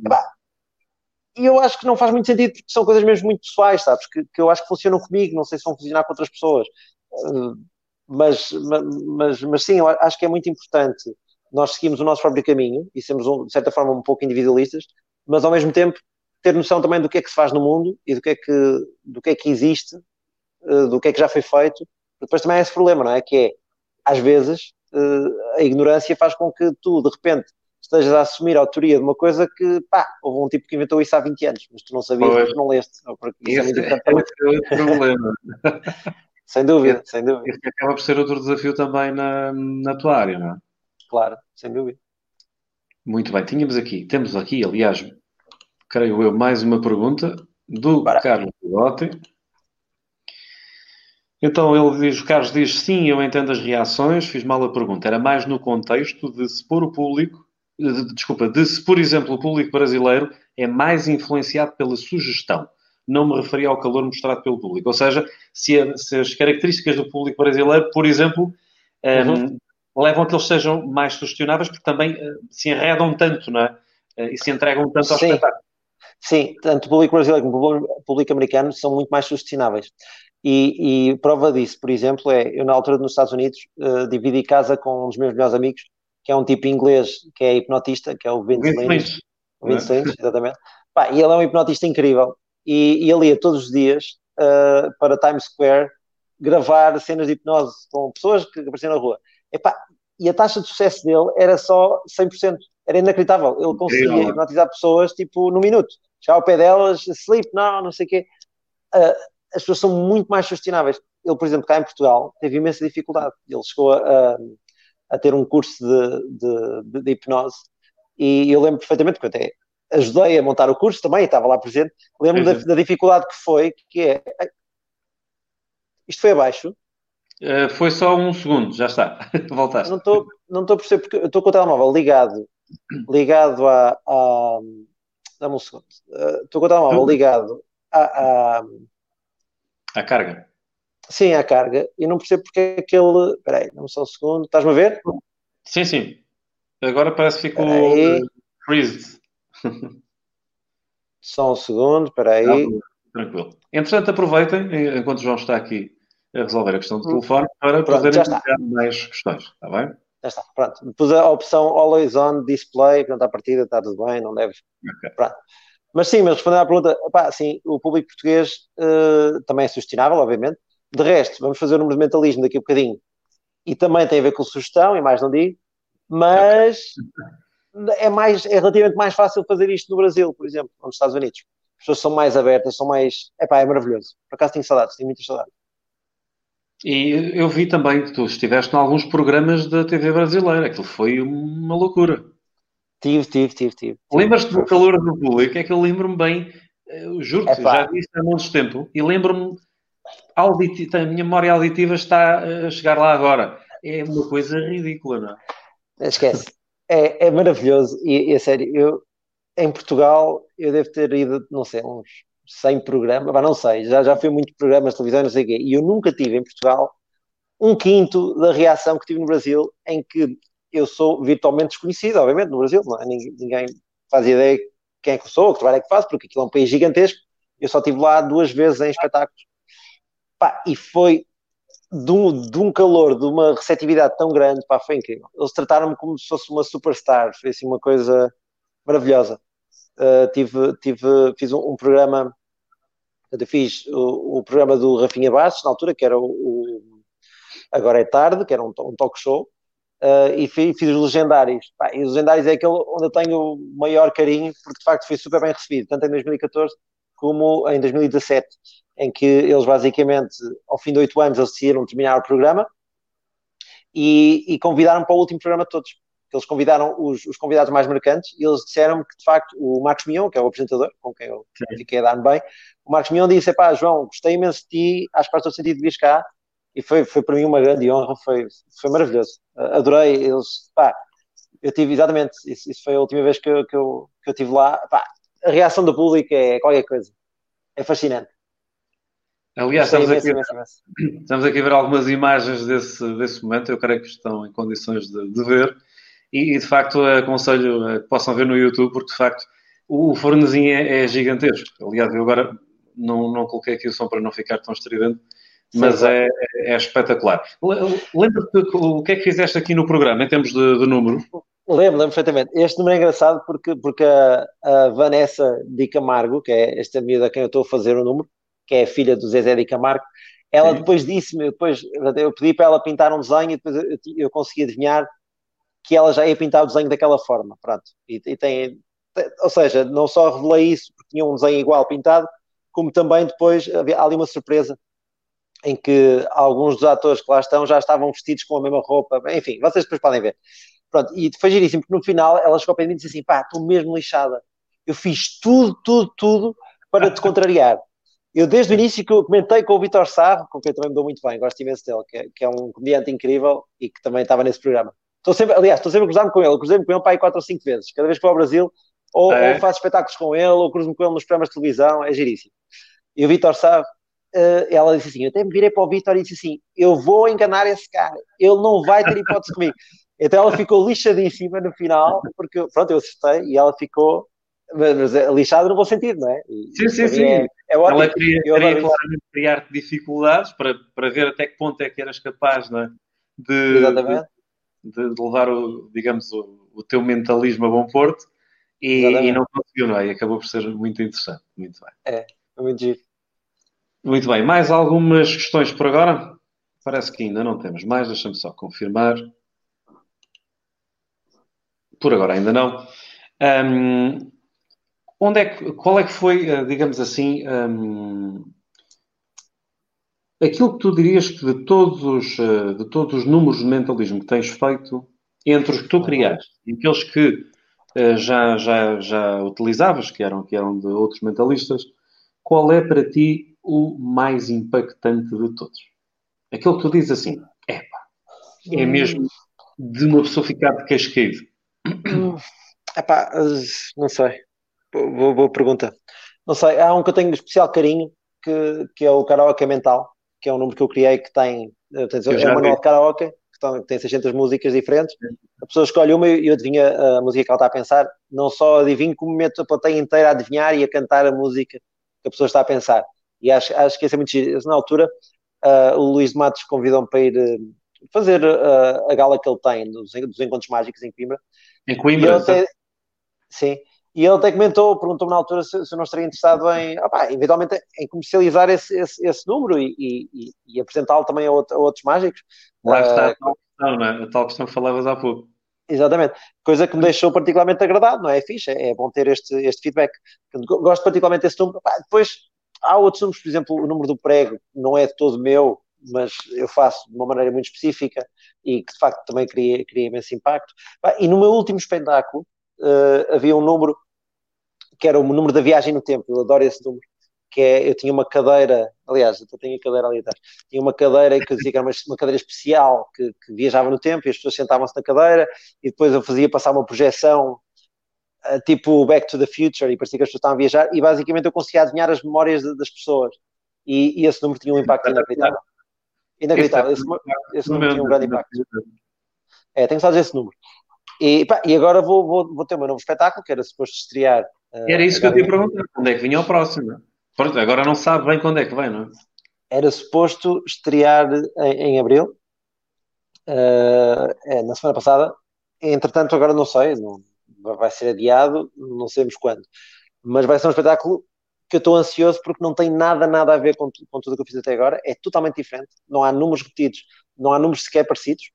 E eu acho que não faz muito sentido porque são coisas mesmo muito pessoais, sabes? Que eu acho que funcionam comigo, não sei se vão funcionar com outras pessoas. Mas sim, eu acho que é muito importante nós seguirmos o nosso próprio caminho e sermos, de certa forma, um pouco individualistas, mas ao mesmo tempo ter noção também do que é que se faz no mundo e do que é que existe, do que é que já foi feito. Depois também há esse problema, não é? Que é, às vezes, a ignorância faz com que tu, de repente, estejas a assumir a autoria de uma coisa que, houve um tipo que inventou isso há 20 anos, mas tu não sabias porque não leste. Ou porque isso é muito importante também. É outro problema. Sem dúvida, sem dúvida. Este acaba por ser outro desafio também na tua área, não é? Claro, sem dúvida. Muito bem, temos aqui, aliás, creio eu, mais uma pergunta do Carlos Pilote. Então o Carlos diz, sim, eu entendo as reações, fiz mal a pergunta. Era mais no contexto de se pôr o público, de se, por exemplo, o público brasileiro é mais influenciado pela sugestão. Não me referia ao calor mostrado pelo público. Ou seja, se as características do público brasileiro, por exemplo, levam a que eles sejam mais sugestionáveis, porque também se enredam tanto, não é? E se entregam tanto ao espetáculo. Sim, tanto o público brasileiro como o público americano são muito mais sugestionáveis. E prova disso, por exemplo, eu na altura nos Estados Unidos dividi casa com um dos meus melhores amigos, que é um tipo inglês, que é hipnotista, que é o O Vince Vince Lynch. Lynch, O não Vince é? Lynch, exatamente. Pá, e ele é um hipnotista incrível. E ele ia todos os dias para Times Square gravar cenas de hipnose com pessoas que apareciam na rua. Epá, e a taxa de sucesso dele era só 100%. Era inacreditável. Ele conseguia Incrível, hipnotizar pessoas tipo no minuto. Já ao pé delas, sleep, não sei o quê. As pessoas são muito mais sugestionáveis. Ele, por exemplo, cá em Portugal, teve imensa dificuldade. Ele chegou a ter um curso de hipnose e eu lembro perfeitamente, porque eu até ajudei a montar o curso também, estava lá presente. Lembro da dificuldade que foi, que é isto foi abaixo. Foi só um segundo, já está. Voltaste. Não estou a perceber, porque eu estou com o telemóvel ligado dá-me um segundo. Estou com o telemóvel ligado a, a, A carga. sim, à carga, e não percebo porque é que ele. Espera aí, dá-me só um segundo. Estás-me a ver? Sim, sim. Agora parece que Espera ficou aí, freezed. só um segundo, espera Não há aí. problema. Tranquilo. Entretanto, aproveitem, enquanto o João está aqui a resolver a questão do telefone, para Pronto, poderem já está. colocar mais questões. Está bem? Já está, pronto. Pus a opção Always On Display, pronto, à partida está tudo bem, não deve. Ok. Pronto. Mas sim, mas respondendo à pergunta, pá, sim, o público português também é sugestionável, obviamente. De resto, vamos fazer o número de mentalismo daqui a bocadinho. E também tem a ver com sugestão, e mais não digo. Ok. Mas é relativamente mais fácil fazer isto no Brasil, por exemplo, ou nos Estados Unidos. As pessoas são mais abertas, são mais. Epá, é maravilhoso. Por acaso tenho saudades, tenho muitas saudades. E eu vi também que tu estiveste em alguns programas da TV brasileira. Aquilo foi uma loucura. Tive. Lembras-te do calor do público? É que eu lembro-me bem, eu juro-te, Epá, já vi isto há muito tempo, e lembro-me, a minha memória auditiva está a chegar lá agora. É uma coisa ridícula, não é? esquece. É maravilhoso. E a sério, em Portugal, eu devo ter ido, não sei, uns 100 programas, não sei, já fui a muitos programas de televisão, não sei o quê, e eu nunca tive em Portugal um quinto da reação que tive no Brasil, em que eu sou virtualmente desconhecido, obviamente, no Brasil, não é? Ninguém faz ideia quem é que eu sou, que trabalho é que faço, porque aquilo é um país gigantesco, eu só estive lá 2 vezes em espetáculos. Pá, e foi de um calor, de uma receptividade tão grande, pá, foi incrível. Eles trataram-me como se fosse uma superstar, foi assim uma coisa maravilhosa. Fiz um programa, eu fiz o programa do Rafinha Bastos, na altura, que era o Agora é Tarde, que era um talk show, e fiz os Legendários. Pá, e os Legendários é aquele onde eu tenho o maior carinho, porque de facto foi super bem recebido, tanto em 2014 como em 2017, em que eles basicamente, ao fim de 8 anos, eles decidiram terminar o programa e convidaram para o último programa de todos. Eles convidaram os convidados mais marcantes e eles disseram que, de facto, o Marcos Mion, que é o apresentador, com quem eu fiquei a dar-me bem, o Marcos Mion disse, pá, João, gostei imenso de ti, acho que faz todo sentido de vir cá, e foi para mim uma grande honra, foi maravilhoso. Adorei, eles, pá, eu tive, exatamente, isso foi a última vez que eu estive lá, pá, a reação do público é qualquer coisa, é fascinante. Aliás, Gostei imenso. estamos aqui a ver algumas imagens desse momento, eu creio que estão em condições de ver, e de facto aconselho que possam ver no YouTube, porque de facto o fornezinho é gigantesco. Aliás, eu agora não coloquei aqui o som para não ficar tão estridente, mas Sim, é espetacular. Lembra-te o que é que fizeste aqui no programa, em termos de número? lembro perfeitamente. Este número é engraçado porque a Vanessa Di Camargo, que é esta miúda a quem eu estou a fazer o número, que é a filha do Zezé Di Camargo, ela Sim. depois disse-me, eu pedi para ela pintar um desenho e depois eu consegui adivinhar que ela já ia pintar o desenho daquela forma, pronto. Ou seja, não só revelei isso porque tinha um desenho igual pintado, como também depois há ali uma surpresa em que alguns dos atores que lá estão já estavam vestidos com a mesma roupa, enfim, vocês depois podem ver. Pronto, e foi giríssimo, porque no final ela chegou para mim e disse assim, pá, estou mesmo lixada. Eu fiz tudo para te contrariar. Eu, desde o início, que eu comentei com o Vitor Sarro, com quem eu também me dou muito bem, gosto imenso dele, que é um comediante incrível e que também estava nesse programa. Estou sempre a cruzar-me com ele. Eu cruzei-me com ele para aí 4 ou 5 vezes. Cada vez que vou ao Brasil, ou faço espetáculos com ele, ou cruzo-me com ele nos programas de televisão. É giríssimo. E o Vitor Sarro, ela disse assim, eu até me virei para o Vitor e disse assim, eu vou enganar esse cara. Ele não vai ter hipótese comigo. Então ela ficou lixadíssima no final, porque, pronto, eu acertei e ela ficou Mas é lixado no bom sentido, não é? Sim. É ótimo. Ela queria claramente criar-te dificuldades para ver até que ponto é que eras capaz, não é? Exatamente. De levar, digamos, o teu mentalismo a bom porto e não conseguiu, não é? E acabou por ser muito interessante. Muito bem. É muito giro. Muito bem. Mais algumas questões por agora? Parece que ainda não temos mais. Deixa-me só confirmar. Por agora ainda não. Qual é que foi, digamos assim, aquilo que tu dirias que de todos os números de mentalismo que tens feito, entre os que tu criaste e aqueles que já utilizavas, que eram de outros mentalistas, qual é para ti o mais impactante de todos? Aquele que tu dizes assim, é mesmo de uma pessoa ficar de queixo caído. Epá, não sei. Boa pergunta. Não sei, há um que eu tenho de especial carinho, que é o karaoke mental, que é um número que eu criei que tem, é um manual de karaoke, que tem 600 músicas diferentes. A pessoa escolhe uma e eu adivinho a música que ela está a pensar. Não só adivinho, como meto a plateia inteira a adivinhar e a cantar a música que a pessoa está a pensar. E acho que isso é muito giro. Na altura, o Luís de Matos convidou-me para ir fazer a gala que ele tem dos Encontros Mágicos em Coimbra. Em Coimbra, sim. E ele até perguntou-me na altura se eu não estaria interessado eventualmente em comercializar esse número e apresentá-lo também a outros mágicos. Lá está a tal questão, não é? A tal questão que falavas há pouco. Exatamente. Coisa que me deixou particularmente agradado, não é? É fixe, é bom ter este feedback. Gosto particularmente desse número. Depois, há outros números, por exemplo, o número do prego não é de todo meu, mas eu faço de uma maneira muito específica e que, de facto, também cria imenso impacto. E no meu último espetáculo, havia um número que era o número da viagem no tempo. Eu adoro esse número. Eu tinha uma cadeira, aliás, eu tenho a cadeira ali atrás, tinha uma cadeira que eu dizia que era uma cadeira especial que viajava no tempo e as pessoas sentavam-se na cadeira e depois eu fazia passar uma projeção tipo Back to the Future e parecia que as pessoas estavam a viajar e basicamente eu conseguia adivinhar as memórias das pessoas e esse número tinha um impacto inacreditável. Inacreditável, esse número tinha um grande impacto. Tenho só de dizer esse número. E agora vou ter o meu novo espetáculo, que era suposto estrear. Era isso que eu te ia perguntar. Quando é que vinha o próximo? Pronto, agora não sabe bem quando é que vem, não é? Era suposto estrear em abril, na semana passada. Entretanto, agora não sei, vai ser adiado, não sabemos quando. Mas vai ser um espetáculo que eu estou ansioso porque não tem nada a ver com tudo o que eu fiz até agora. É totalmente diferente. Não há números repetidos, não há números sequer parecidos.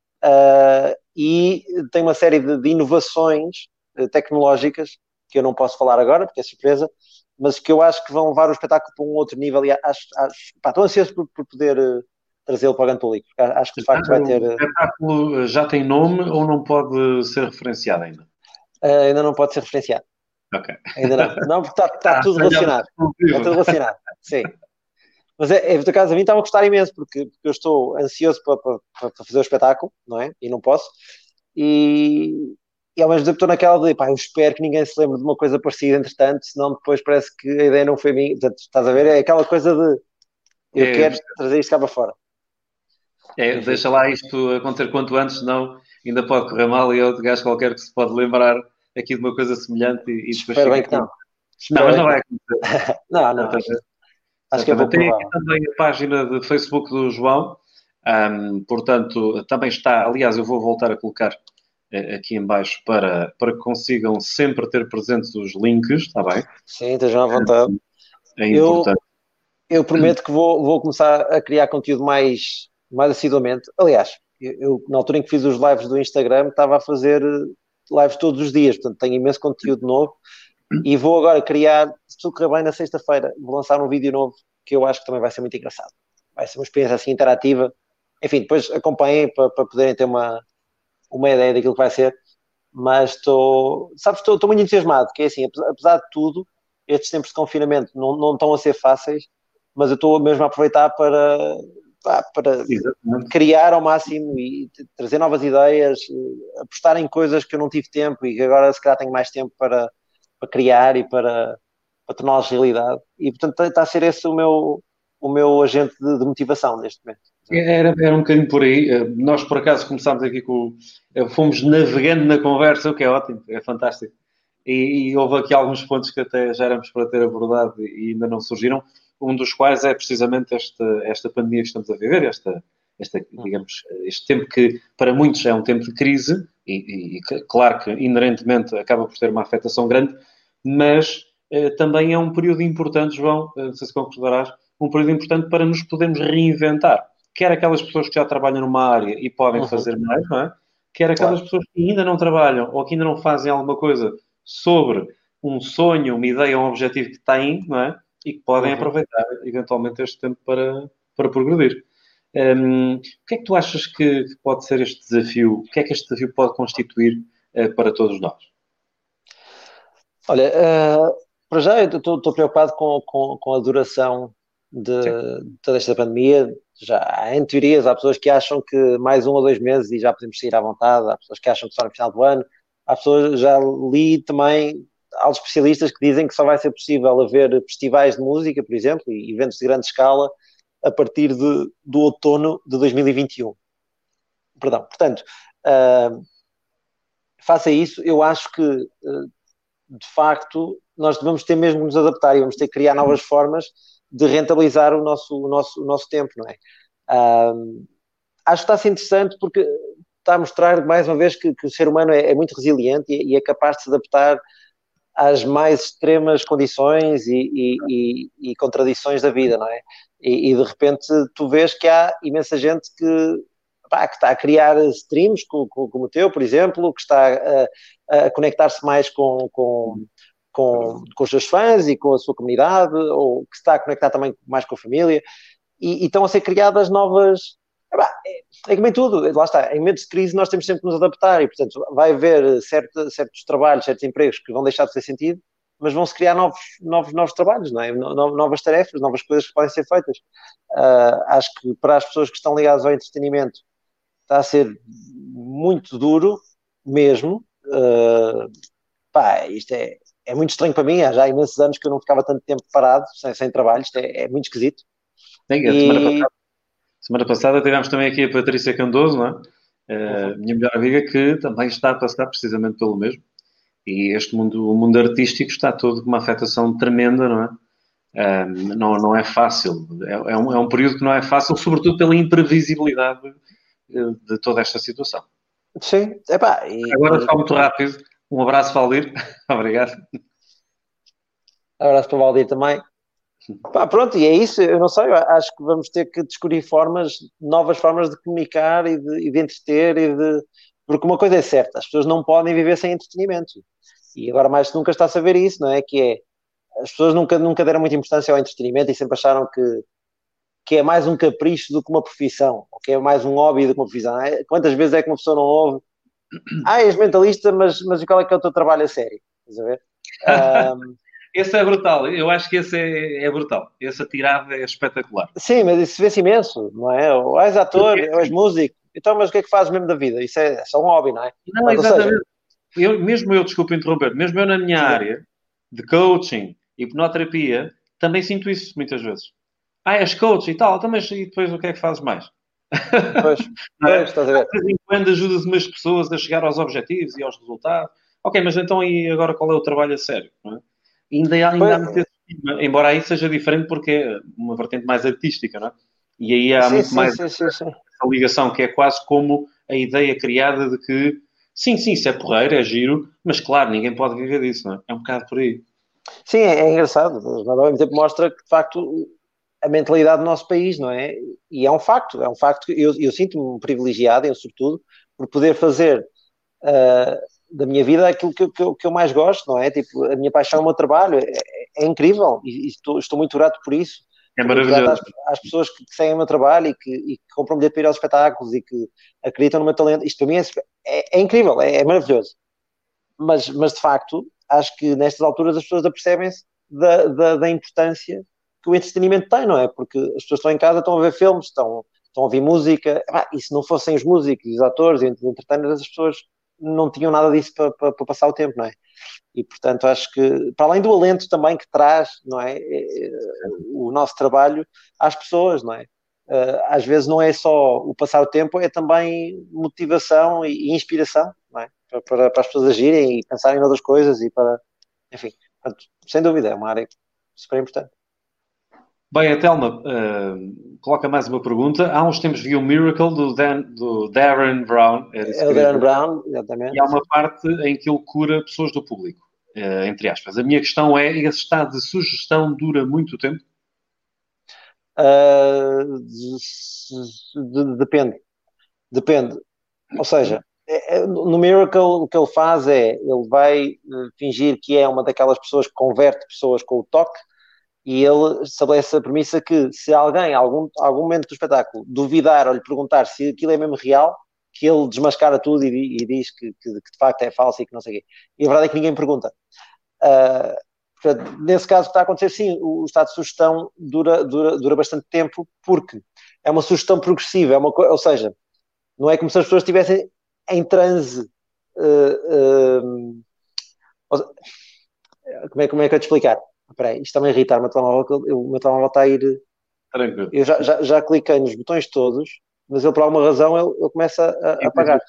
E tem uma série de inovações tecnológicas que eu não posso falar agora, porque é surpresa, mas que eu acho que vão levar o espetáculo para um outro nível e estou ansioso por poder trazê-lo para o grande público. Acho que de facto vai ter... O espetáculo já tem nome ou não pode ser referenciado ainda? Ainda não pode ser referenciado. Ok. Ainda não. Não, porque está tudo relacionado. Está tudo relacionado, sim. Mas por acaso, a mim estava a gostar imenso, porque eu estou ansioso para fazer o espetáculo, não é? E não posso. E ao mesmo tempo estou naquela de, eu espero que ninguém se lembre de uma coisa parecida, entretanto, senão depois parece que a ideia não foi minha. Portanto, estás a ver? É aquela coisa de, eu quero trazer isto cá para fora. Deixa lá isto acontecer quanto antes, senão ainda pode correr mal e é outro gajo qualquer que se pode lembrar aqui de uma coisa semelhante e depois espero bem que não. Não, mas não vai acontecer. Não. Acho que é pouco provável. Tem aqui também a página de Facebook do João, portanto, também está, aliás, eu vou voltar a colocar aqui em baixo para que consigam sempre ter presentes os links, está bem? Sim, estejam à vontade. É importante. Eu prometo que vou começar a criar conteúdo mais assiduamente. Aliás, eu na altura em que fiz os lives do Instagram estava a fazer lives todos os dias, portanto tenho imenso conteúdo novo e vou agora criar, se tudo correr bem, na sexta-feira vou lançar um vídeo novo que eu acho que também vai ser muito engraçado. Vai ser uma experiência assim interativa. Enfim, depois acompanhem para poderem ter uma ideia daquilo que vai ser. Mas estou muito entusiasmado, que é assim, apesar de tudo, estes tempos de confinamento não estão a ser fáceis, mas eu estou mesmo a aproveitar para criar ao máximo e trazer novas ideias, apostar em coisas que eu não tive tempo e que agora se calhar tenho mais tempo para criar e para torná-las realidade. E portanto está a ser esse o meu agente de motivação neste momento. Era um bocadinho por aí. Nós, por acaso, começámos aqui fomos navegando na conversa, o que é ótimo, é fantástico. e houve aqui alguns pontos que até já éramos para ter abordado e ainda não surgiram, um dos quais é precisamente esta pandemia que estamos a viver, digamos, este tempo que para muitos é um tempo de crise e claro que inerentemente acaba por ter uma afetação grande, mas também é um período importante, João, não sei se concordarás, um período importante para nos podermos reinventar. Quer aquelas pessoas que já trabalham numa área e podem fazer mais, não é? Quer aquelas pessoas que ainda não trabalham ou que ainda não fazem alguma coisa sobre um sonho, uma ideia, um objetivo que têm, não é? E que podem aproveitar eventualmente este tempo para progredir. O que é que tu achas que pode ser este desafio? O que é que este desafio pode constituir para todos nós? Olha, para já eu estou preocupado com a duração de toda esta pandemia. Já há, em teorias, há pessoas que acham que mais 1 ou 2 meses e já podemos sair à vontade, há pessoas que acham que só no final do ano, há pessoas, já li também, há especialistas que dizem que só vai ser possível haver festivais de música, por exemplo, e eventos de grande escala a partir do outono de 2021. Perdão, portanto, face a isso, eu acho que de facto, nós vamos ter mesmo de nos adaptar e vamos ter que criar novas formas de rentabilizar o nosso tempo, não é? Acho que está a ser interessante porque está a mostrar mais uma vez que o ser humano é muito resiliente e é capaz de se adaptar às mais extremas condições e contradições da vida, não é? E de repente tu vês que há imensa gente que está a criar streams como o teu, por exemplo, que está a conectar-se mais com os seus fãs e com a sua comunidade, ou que se está a conectar também mais com a família, e estão a ser criadas novas... É como em tudo, lá está, em momentos de crise nós temos sempre que nos adaptar e, portanto, vai haver certos trabalhos, certos empregos que vão deixar de ter sentido, mas vão-se criar novos trabalhos, não é? Novas tarefas, novas coisas que podem ser feitas. Acho que para as pessoas que estão ligadas ao entretenimento está a ser muito duro mesmo. Isto é muito estranho para mim, há já imensos anos que eu não ficava tanto tempo parado, sem trabalho, isto é muito esquisito. Sim, semana passada tivemos também aqui a Patrícia Candoso, não é? Minha melhor amiga, que também está a passar precisamente pelo mesmo. E o mundo artístico está todo com uma afetação tremenda, não é? Não é fácil. É um período que não é fácil, sobretudo pela imprevisibilidade de toda esta situação. Sim. Agora só muito rápido. Um abraço, Valdir. Obrigado. Um abraço para o Valdir também. Pronto, e é isso, eu não sei, eu acho que vamos ter que descobrir novas formas de comunicar e de entreter porque uma coisa é certa, as pessoas não podem viver sem entretenimento. E agora mais que nunca está-se a ver isso, não é? As pessoas nunca deram muita importância ao entretenimento e sempre acharam que é mais um capricho do que uma profissão, ou que é mais um hobby do que uma profissão. Quantas vezes é que uma pessoa não ouve? És mentalista, mas qual é que é o teu trabalho a sério? Estás a ver? Esse é brutal, eu acho que esse é brutal. Essa tirada é espetacular. Sim, mas isso vê-se imenso, não é? Ou és ator, ou és músico, então, mas o que é que fazes mesmo da vida? Isso é só um hobby, não é? Não, mas, exatamente. Desculpa interromper, mesmo eu na minha área de coaching, hipnoterapia, também sinto isso muitas vezes. És coach e tal, então, mas e depois o que é que fazes mais? Pois, estás a ver. De vez em quando ajudas umas pessoas a chegar aos objetivos e aos resultados. Ok, mas então e agora qual é o trabalho a sério? Não é? Ainda há muito esse estigma, embora aí seja diferente porque é uma vertente mais artística, não é? E aí há muito mais essa ligação, que é quase como a ideia criada de que sim, isso é porreiro, é giro, mas claro, ninguém pode viver disso, não é? É um bocado por aí. Sim, é engraçado, mas ao mesmo tempo mostra que, de facto, a mentalidade do nosso país, não é? E é um facto que eu sinto-me privilegiado, eu sobretudo, por poder fazer da minha vida aquilo que eu mais gosto, não é? Tipo, a minha paixão é o meu trabalho, é incrível e estou muito grato por isso. É maravilhoso. Às pessoas que seguem o meu trabalho e que compram bilhete para ir aos espetáculos e que acreditam no meu talento, isto para mim é incrível, é maravilhoso. Mas de facto, acho que nestas alturas as pessoas apercebem-se da importância que o entretenimento tem, não é? Porque as pessoas estão em casa, estão a ver filmes, estão a ouvir música, e se não fossem os músicos, os atores e os entertainers, as pessoas não tinham nada disso para passar o tempo, não é? E, portanto, acho que, para além do alento também que traz, não é, o nosso trabalho às pessoas, não é? Às vezes não é só o passar o tempo, é também motivação e inspiração, não é? para as pessoas agirem e pensarem em outras coisas e para, enfim, portanto, sem dúvida, é uma área super importante. Bem, a Telma coloca mais uma pergunta. Há uns tempos vi o Miracle do Darren Brown. É o Darren Brown, exatamente. E há uma parte em que ele cura pessoas do público, entre aspas. A minha questão é, esse estado de sugestão dura muito tempo? Depende. Ou seja, no Miracle o que ele faz é, ele vai fingir que é uma daquelas pessoas que converte pessoas com o toque, e ele estabelece a premissa que se alguém, algum momento do espetáculo, duvidar ou lhe perguntar se aquilo é mesmo real, que ele desmascara tudo e diz que de facto é falso e que não sei o quê. E a verdade é que ninguém pergunta. Portanto, nesse caso, o que está a acontecer, sim, o estado de sugestão dura bastante tempo, porque é uma sugestão progressiva, ou seja, não é como se as pessoas estivessem em transe. Como é que eu te explicar? Espera aí, isto está-me a irritar, o meu telemóvel está a ir... Tranquilo. Eu já cliquei nos botões todos, mas ele, por alguma razão, ele começa a apagar.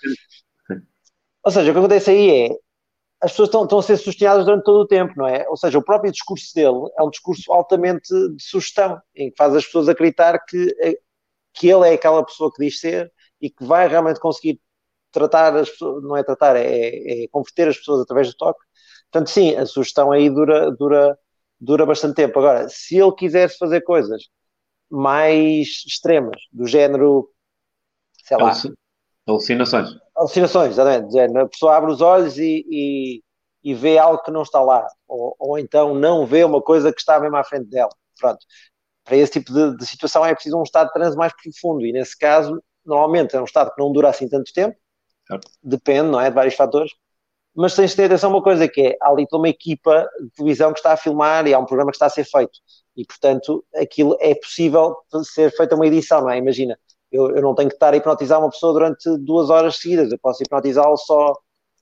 Ou seja, o que acontece aí é, as pessoas estão a ser sugestionadas durante todo o tempo, não é? Ou seja, o próprio discurso dele é um discurso altamente de sugestão, em que faz as pessoas acreditar que ele é aquela pessoa que diz ser e que vai realmente conseguir tratar as pessoas, não é tratar, é converter as pessoas através do toque. Portanto, sim, a sugestão aí dura bastante tempo. Agora, se ele quisesse fazer coisas mais extremas, do género, sei lá... Alucinações. Alucinações, exatamente. A pessoa abre os olhos e vê algo que não está lá. Ou então não vê uma coisa que está mesmo à frente dela. Pronto. Para esse tipo de situação é preciso um estado de transe mais profundo. E nesse caso, normalmente é um estado que não dura assim tanto tempo. Certo. Depende, não é? De vários fatores. Mas tens de ter atenção a uma coisa, que é, há ali toda uma equipa de televisão que está a filmar e há um programa que está a ser feito. E, portanto, aquilo é possível ser feita uma edição, não é? Imagina, eu não tenho que estar a hipnotizar uma pessoa durante 2 horas seguidas. Eu posso hipnotizá-lo só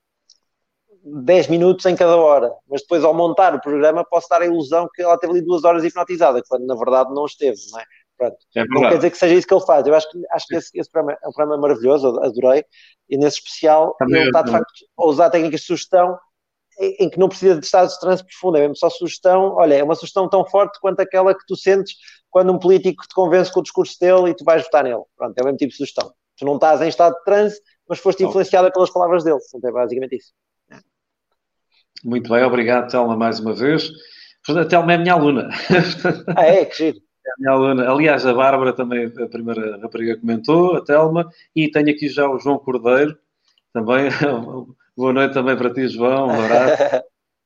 10 minutos em cada hora. Mas depois, ao montar o programa, posso dar a ilusão que ela teve ali 2 horas hipnotizada, quando, na verdade, não esteve, não é? Pronto. É não quer dizer que seja isso que ele faz. Eu acho que esse programa é um programa maravilhoso, adorei. E nesse especial, ele está, de facto, a usar técnicas de sugestão em que não precisa de estado de transe profundo, é mesmo só sugestão. Olha, é uma sugestão tão forte quanto aquela que tu sentes quando um político te convence com o discurso dele e tu vais votar nele. Pronto, é o mesmo tipo de sugestão. Tu não estás em estado de transe, mas foste influenciada pelas palavras dele. Portanto, é basicamente isso. Muito bem, obrigado, Telma, mais uma vez. A Telma é a minha aluna. Que giro. É a minha aluna. Aliás, a Bárbara também, a primeira rapariga, comentou, a Telma, e tenho aqui já o João Cordeiro, também. Boa noite também para ti, João. Um abraço.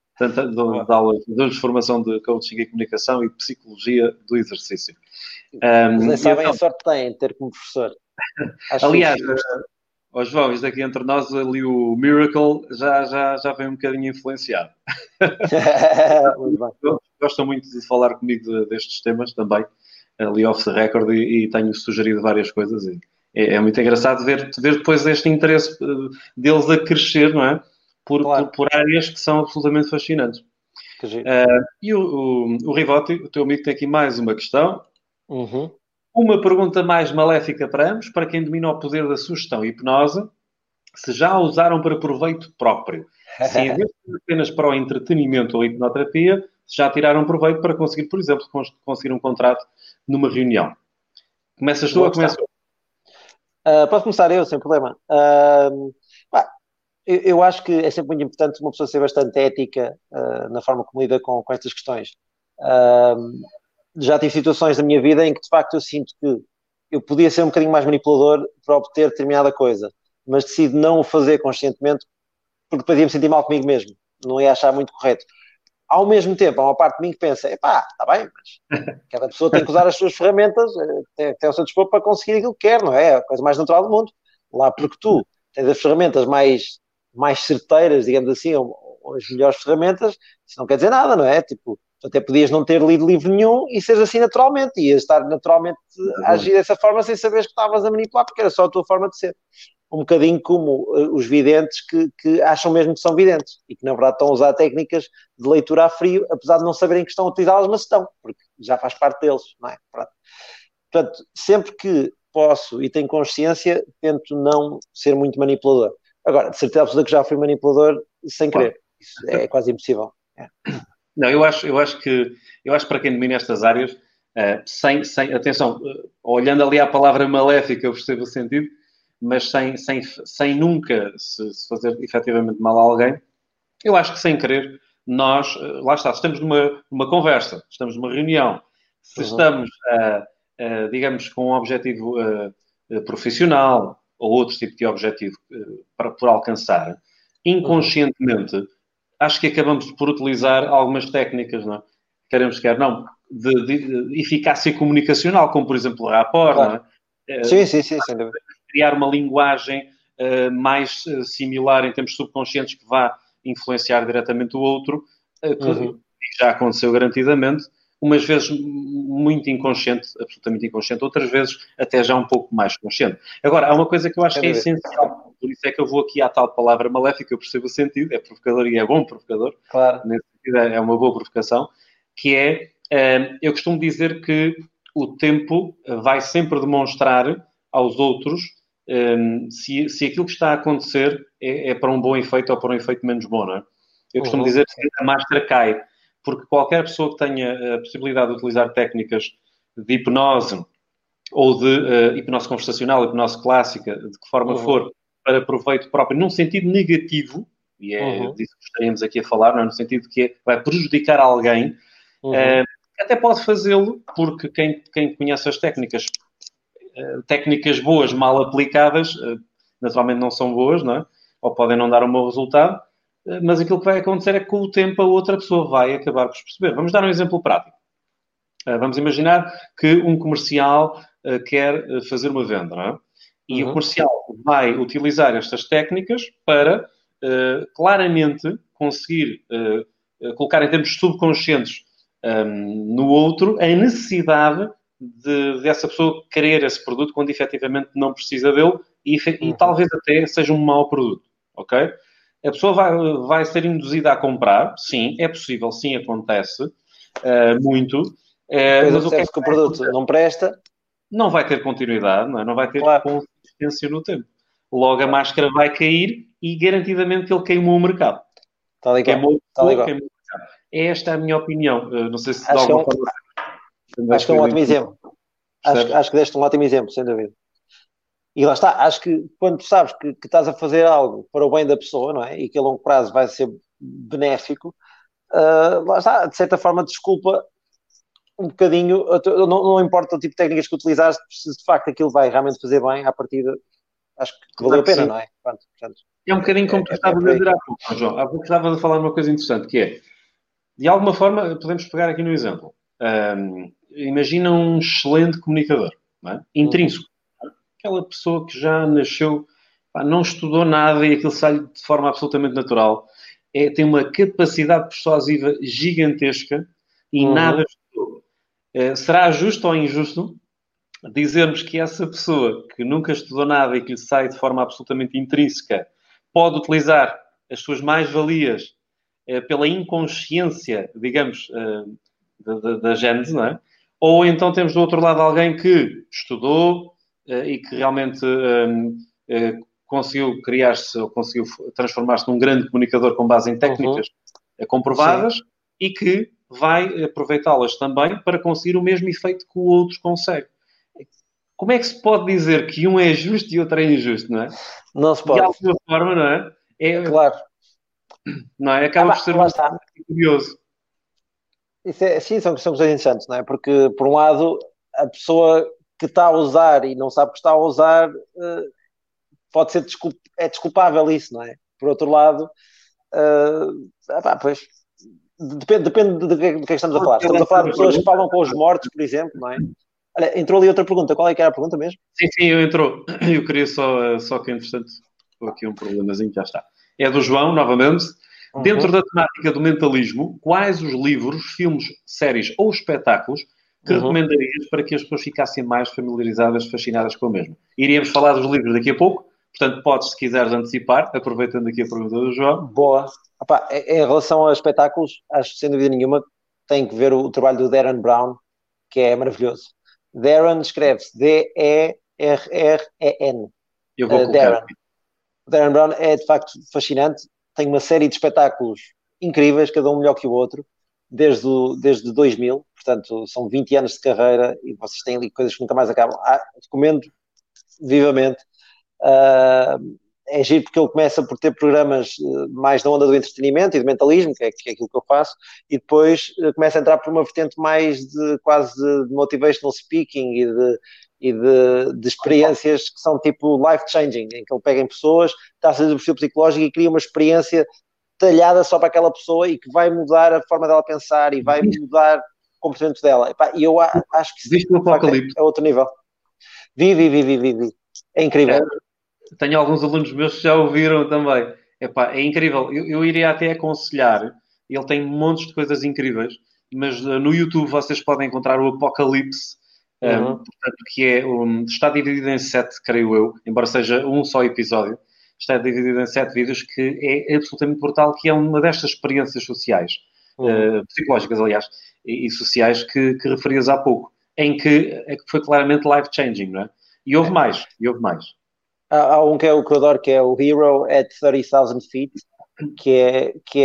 Dou-lhes formação de coaching e comunicação e psicologia do exercício. Mas nem sabem a sorte que têm de ter como professor. Aliás, João, isto aqui entre nós, ali o Miracle já vem um bocadinho influenciado. Gostam muito de falar comigo destes temas também, ali off the record, e tenho sugerido várias coisas. E é muito engraçado ver depois este interesse deles a crescer, não é? Por áreas que são absolutamente fascinantes. E o Rivotti, o teu amigo, tem aqui mais uma questão. Uhum. Uma pergunta mais maléfica para ambos, para quem domina o poder da sugestão e hipnose, se já a usaram para proveito próprio. Se em vez de apenas para o entretenimento ou a hipnoterapia, se já tiraram proveito para conseguir, por exemplo, conseguir um contrato numa reunião. Começas tu ou começo eu? Posso começar eu, sem problema. Eu acho que é sempre muito importante uma pessoa ser bastante ética na forma como lida com estas questões. Já tive situações da minha vida em que, de facto, eu sinto que eu podia ser um bocadinho mais manipulador para obter determinada coisa, mas decido não o fazer conscientemente porque depois ia me sentir mal comigo mesmo. Não ia achar muito correto. Ao mesmo tempo, há uma parte de mim que pensa, está bem, mas cada pessoa tem que usar as suas ferramentas, tem o seu dispor para conseguir aquilo que quer, não é? É a coisa mais natural do mundo. Lá porque tu tens as ferramentas mais certeiras, digamos assim, ou as melhores ferramentas, isso não quer dizer nada, não é? Tipo, tu até podias não ter lido livro nenhum e seres assim naturalmente, ias estar naturalmente a agir dessa forma sem saberes que estavas a manipular, porque era só a tua forma de ser. Um bocadinho como os videntes que acham mesmo que são videntes e que na verdade estão a usar técnicas de leitura a frio, apesar de não saberem que estão a utilizá-las, mas estão, porque já faz parte deles, não é? Portanto, sempre que posso e tenho consciência, tento não ser muito manipulador. Agora, de certeza absoluta que já fui manipulador sem querer. Isso é quase impossível. Não, eu acho que para quem domina estas áreas, atenção, olhando ali à palavra maléfica, eu percebo o sentido, mas sem nunca se fazer efetivamente mal a alguém, eu acho que sem querer, nós, lá está, estamos numa conversa, estamos numa reunião, se estamos, digamos, com um objetivo profissional ou outro tipo de objetivo por alcançar, inconscientemente, acho que acabamos por utilizar algumas técnicas, não é? Queremos quer não, de eficácia comunicacional, como por exemplo o rapport, claro. não é? Sim, sem dúvida. Criar uma linguagem mais similar em termos subconscientes que vá influenciar diretamente o outro, que já aconteceu garantidamente, umas vezes muito inconsciente, absolutamente inconsciente, outras vezes até já um pouco mais consciente. Agora, há uma coisa que eu acho que é essencial, por isso é que eu vou aqui à tal palavra maléfica, eu percebo o sentido, é provocador e é bom provocador, claro. Nesse sentido é uma boa provocação, que é, eu costumo dizer que o tempo vai sempre demonstrar aos outros se aquilo que está a acontecer é para um bom efeito ou para um efeito menos bom, não é? Eu costumo dizer que a máscara cai, porque qualquer pessoa que tenha a possibilidade de utilizar técnicas de hipnose ou de hipnose conversacional, hipnose clássica, de que forma for, para proveito próprio, num sentido negativo, e é disso que estaríamos aqui a falar, não é? No sentido que vai prejudicar alguém, até pode fazê-lo, porque quem conhece as técnicas boas mal aplicadas, naturalmente não são boas, não é? Ou podem não dar um bom resultado, mas aquilo que vai acontecer é que com o tempo a outra pessoa vai acabar por perceber. Vamos dar um exemplo prático. Vamos imaginar que um comercial quer fazer uma venda, não é? E o comercial vai utilizar estas técnicas para claramente conseguir colocar em termos subconscientes no outro a necessidade dessa pessoa querer esse produto quando efetivamente não precisa dele e talvez até seja um mau produto, ok? A pessoa vai ser induzida a comprar, sim, é possível, sim, acontece muito. Mas que o produto não presta, não vai ter continuidade, não vai ter consistência no tempo. Logo a máscara vai cair e garantidamente que ele queimou o mercado. Queimou o mercado. Esta é a minha opinião. Não sei se de alguma forma... Acho que é um ótimo exemplo. Acho que deste um ótimo exemplo, sem dúvida. E lá está, acho que quando tu sabes que estás a fazer algo para o bem da pessoa, não é? E que a longo prazo vai ser benéfico, lá está, de certa forma desculpa um bocadinho, não importa o tipo de técnicas que utilizaste, se de facto aquilo vai realmente fazer bem, à partida, acho que valeu a pena, não é? Pronto, portanto, é um bocadinho como tu estavas a dizer há pouco, João. Há pouco estavas a falar uma coisa interessante, que é, de alguma forma, podemos pegar aqui no exemplo. Imagina um excelente comunicador, não é? Intrínseco. Aquela pessoa que já nasceu, não estudou nada e aquilo sai de forma absolutamente natural. Tem uma capacidade persuasiva gigantesca e nada estudou. Será justo ou injusto dizermos que essa pessoa que nunca estudou nada e que lhe sai de forma absolutamente intrínseca pode utilizar as suas mais-valias pela inconsciência, digamos, da gênese, não é? Ou então temos do outro lado alguém que estudou e que realmente conseguiu criar-se ou conseguiu transformar-se num grande comunicador com base em técnicas comprovadas e que vai aproveitá-las também para conseguir o mesmo efeito que o outro consegue. Como é que se pode dizer que um é justo e outro é injusto, não é? Não se pode. De alguma forma, não é? Claro. Não é? Acaba por ser muito curioso. Sim, são questões interessantes, não é? Porque, por um lado, a pessoa que está a usar e não sabe que está a usar pode ser desculpável isso, não é? Por outro lado, pois, depende do que é que estamos a falar. Estamos a falar de pessoas que falam com os mortos, por exemplo, não é? Olha, entrou ali outra pergunta. Qual é que era a pergunta mesmo? Sim, entrou. Eu queria só que, entretanto, estou aqui um problemazinho, já está. É do João, novamente. Dentro da temática do mentalismo, quais os livros, filmes, séries ou espetáculos que recomendarias para que as pessoas ficassem mais familiarizadas, fascinadas com o mesmo? Iríamos falar dos livros daqui a pouco, portanto, podes, se quiseres, antecipar, aproveitando aqui a pergunta do João. Boa. Em relação a espetáculos, acho que, sem dúvida nenhuma, tem que ver o trabalho do Derren Brown, que é maravilhoso. Derren escreve-se D-E-R-R-E-N. Eu vou colocar. O Darren Brown é de facto fascinante, tem uma série de espetáculos incríveis, cada um melhor que o outro, desde 2000, portanto são 20 anos de carreira e vocês têm ali coisas que nunca mais acabam. Recomendo vivamente. É giro porque ele começa por ter programas mais na onda do entretenimento e do mentalismo, que é aquilo que eu faço, e depois começa a entrar por uma vertente mais de quase de motivational speaking de experiências que são tipo life-changing, em que ele pega em pessoas, está a fazer o perfil psicológico e cria uma experiência talhada só para aquela pessoa e que vai mudar a forma dela pensar e vai mudar o comportamento dela. E eu acho que viste o Apocalipse? É outro nível. Vi. É incrível. Tenho alguns alunos meus que já ouviram também. É incrível. Eu iria até aconselhar. Ele tem montes de coisas incríveis, mas no YouTube vocês podem encontrar o Apocalipse, portanto, que está dividido em 7, creio eu, embora seja um só episódio. Está dividido em 7 vídeos, que é absolutamente brutal, que é uma destas experiências sociais, psicológicas, aliás, e sociais que referias há pouco, em que foi claramente life-changing, não é? E houve mais. Há um que é o que eu adoro, que é o Hero at 30,000 feet, que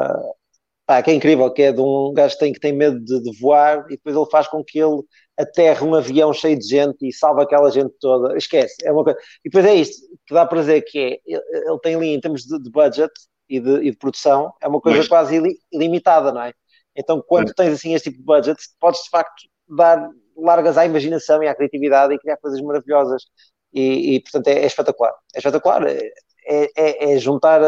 é incrível, que é de um gajo que tem medo de voar e depois ele faz com que ele aterre um avião cheio de gente e salva aquela gente toda. Esquece, é uma coisa. E depois é isto que dá para dizer, que é, ele tem ali em termos de budget e de produção, é uma coisa quase ilimitada, não é? Então quando tens assim este tipo de budget, podes de facto dar largas à imaginação e à criatividade e criar coisas maravilhosas. E portanto é espetacular. É espetacular. É juntar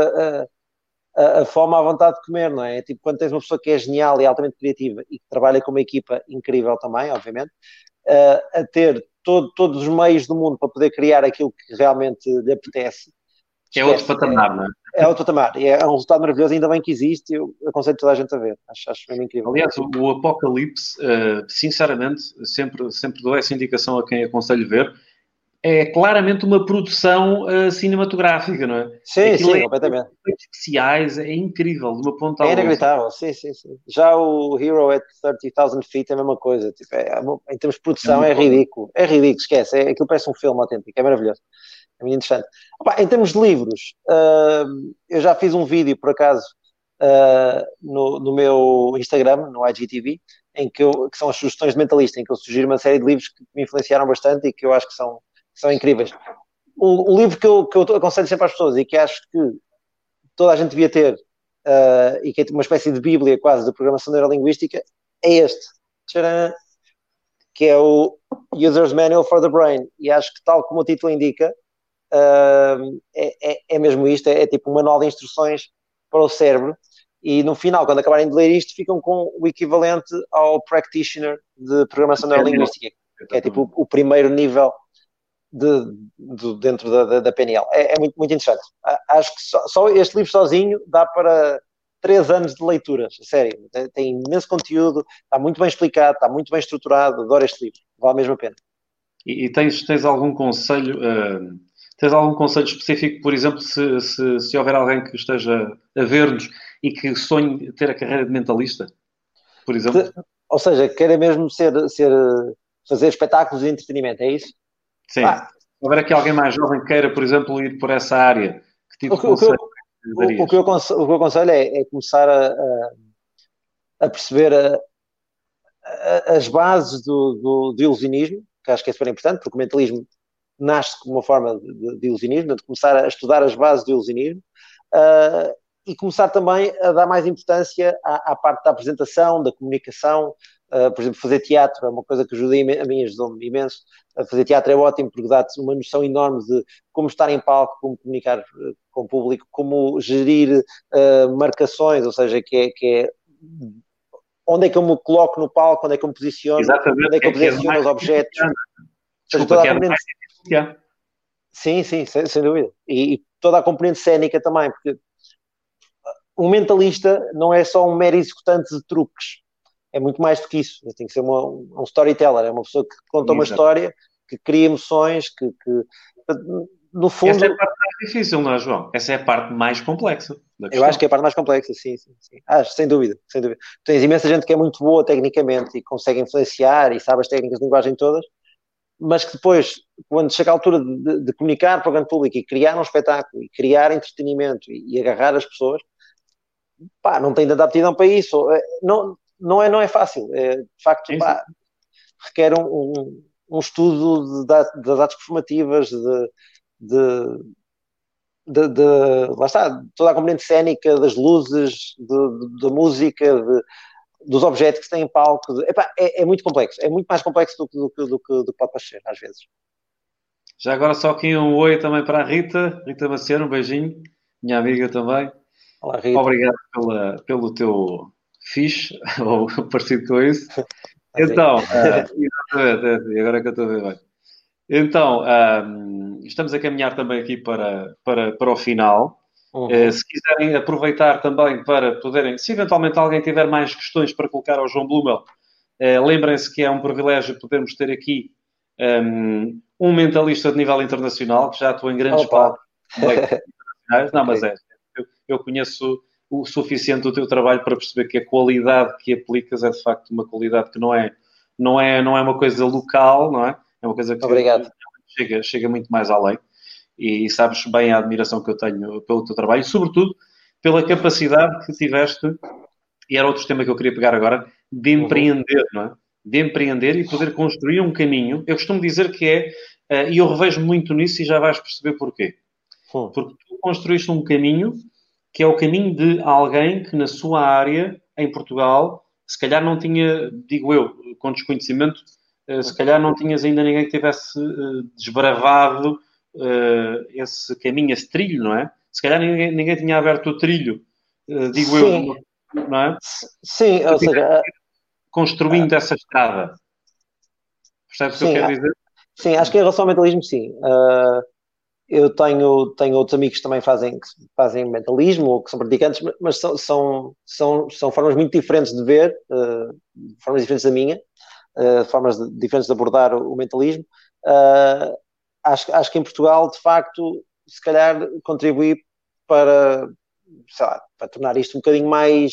a fome à vontade de comer, não é? É tipo quando tens uma pessoa que é genial e altamente criativa e que trabalha com uma equipa incrível também, obviamente, a ter todos os meios do mundo para poder criar aquilo que realmente lhe apetece. É outro patamar, não é? É outro patamar. É um resultado maravilhoso, ainda bem que existe. Eu aconselho toda a gente a ver. Acho mesmo incrível. Aliás, o Apocalipse, sinceramente, sempre dou essa indicação a quem aconselho ver. É claramente uma produção cinematográfica, não é? Sim, completamente. Especiais, é incrível, de uma ponta a outra. É inacreditável, sim. Já o Hero at 30,000 feet é a mesma coisa. Tipo, em termos de produção é ridículo. É ridículo, esquece. Aquilo parece um filme autêntico, é maravilhoso. É muito interessante. Em termos de livros, eu já fiz um vídeo, por acaso, no meu Instagram, no IGTV, que são as sugestões de mentalista, em que eu sugiro uma série de livros que me influenciaram bastante e que eu acho que são incríveis. O livro que eu aconselho sempre às pessoas e que acho que toda a gente devia ter, e que é uma espécie de bíblia quase de programação neurolinguística, é este. Tcharam! Que é o User's Manual for the Brain. E acho que, tal como o título indica, é mesmo isto, é tipo um manual de instruções para o cérebro. E no final, quando acabarem de ler isto, ficam com o equivalente ao practitioner de programação neurolinguística, que é tipo o primeiro nível dentro da PNL. É muito, muito interessante. Acho que só este livro sozinho dá para 3 anos de leituras, sério. Tem imenso conteúdo, está muito bem explicado, está muito bem estruturado. Adoro este livro, vale mesmo a pena. E tens algum conselho? Tens algum conselho específico, por exemplo, se houver alguém que esteja a ver-nos e que sonhe ter a carreira de mentalista, por exemplo? Ou seja, queira mesmo fazer espetáculos de entretenimento, é isso? Sim. Se houver aqui alguém mais jovem que queira, por exemplo, ir por essa área, que tipo de conselho o que eu aconselho é começar a perceber as bases do ilusionismo, que acho que é super importante, porque o mentalismo nasce como uma forma de ilusionismo, de começar a estudar as bases do ilusionismo, e começar também a dar mais importância à parte da apresentação, da comunicação. Por exemplo, fazer teatro é uma coisa que a mim ajudou-me imenso. Fazer teatro é ótimo porque dá-te uma noção enorme de como estar em palco, como comunicar com o público, como gerir marcações, ou seja, que é onde é que eu me coloco no palco, onde é que eu me posiciono, exatamente, onde é que eu posiciono os objetos. Desculpa, toda a componente... Sim, sem dúvida. E toda a componente cénica também, porque um mentalista não é só um mero executante de truques. É muito mais do que isso. Tem que ser um storyteller. É uma pessoa que conta uma história, que cria emoções, que no fundo... Essa é a parte mais difícil, não é, João? Essa é a parte mais complexa. Eu acho que é a parte mais complexa, sim. Acho, sem dúvida. Tens imensa gente que é muito boa tecnicamente e consegue influenciar e sabe as técnicas de linguagem todas, mas que depois, quando chega a altura de comunicar para o grande público e criar um espetáculo e criar entretenimento e agarrar as pessoas, pá, não tem tanta aptidão para isso. Não é fácil. De facto, pá, requer um estudo das artes performativas, lá está, toda a componente cénica, das luzes, da música, dos objetos que se têm em palco. Epá, é muito complexo. É muito mais complexo do que pode parecer, às vezes. Já agora só aqui um oi também para a Rita Macedo, um beijinho, minha amiga também. Olá, Rita. Obrigado pelo teu fixe, ou parecido com isso. Então, exatamente, agora é que eu estou a ver bem. Então, estamos a caminhar também aqui para o final. Se quiserem aproveitar também para poderem, se eventualmente alguém tiver mais questões para colocar ao João Blumel, lembrem-se que é um privilégio podermos ter aqui um mentalista de nível internacional, que já atua em grandes palcos internacionais. Não, mas eu conheço o suficiente do teu trabalho para perceber que a qualidade que aplicas é de facto uma qualidade que não é uma coisa local, não é? É uma coisa que chega muito mais além. E sabes bem a admiração que eu tenho pelo teu trabalho e, sobretudo, pela capacidade que tiveste, e era outro tema que eu queria pegar agora, de empreender, não é? De empreender e poder construir um caminho. Eu costumo dizer que e eu revejo muito nisso e já vais perceber porquê. Porque tu construíste um caminho que é o caminho de alguém que na sua área, em Portugal, se calhar não tinha, digo eu, com desconhecimento, se calhar não tinhas ainda ninguém que tivesse desbravado esse caminho, esse trilho, não é? Se calhar ninguém tinha aberto o trilho, digo eu, não é? Sim, ou seja... Construindo essa estrada. Percebes o que eu quero dizer? Sim, acho que em relação ao mentalismo, sim. Eu tenho outros amigos que também fazem mentalismo ou que são praticantes, mas são formas muito diferentes de ver, formas diferentes da minha, formas diferentes de abordar o mentalismo. Acho que em Portugal, de facto, se calhar contribuir para, sei lá, para tornar isto um bocadinho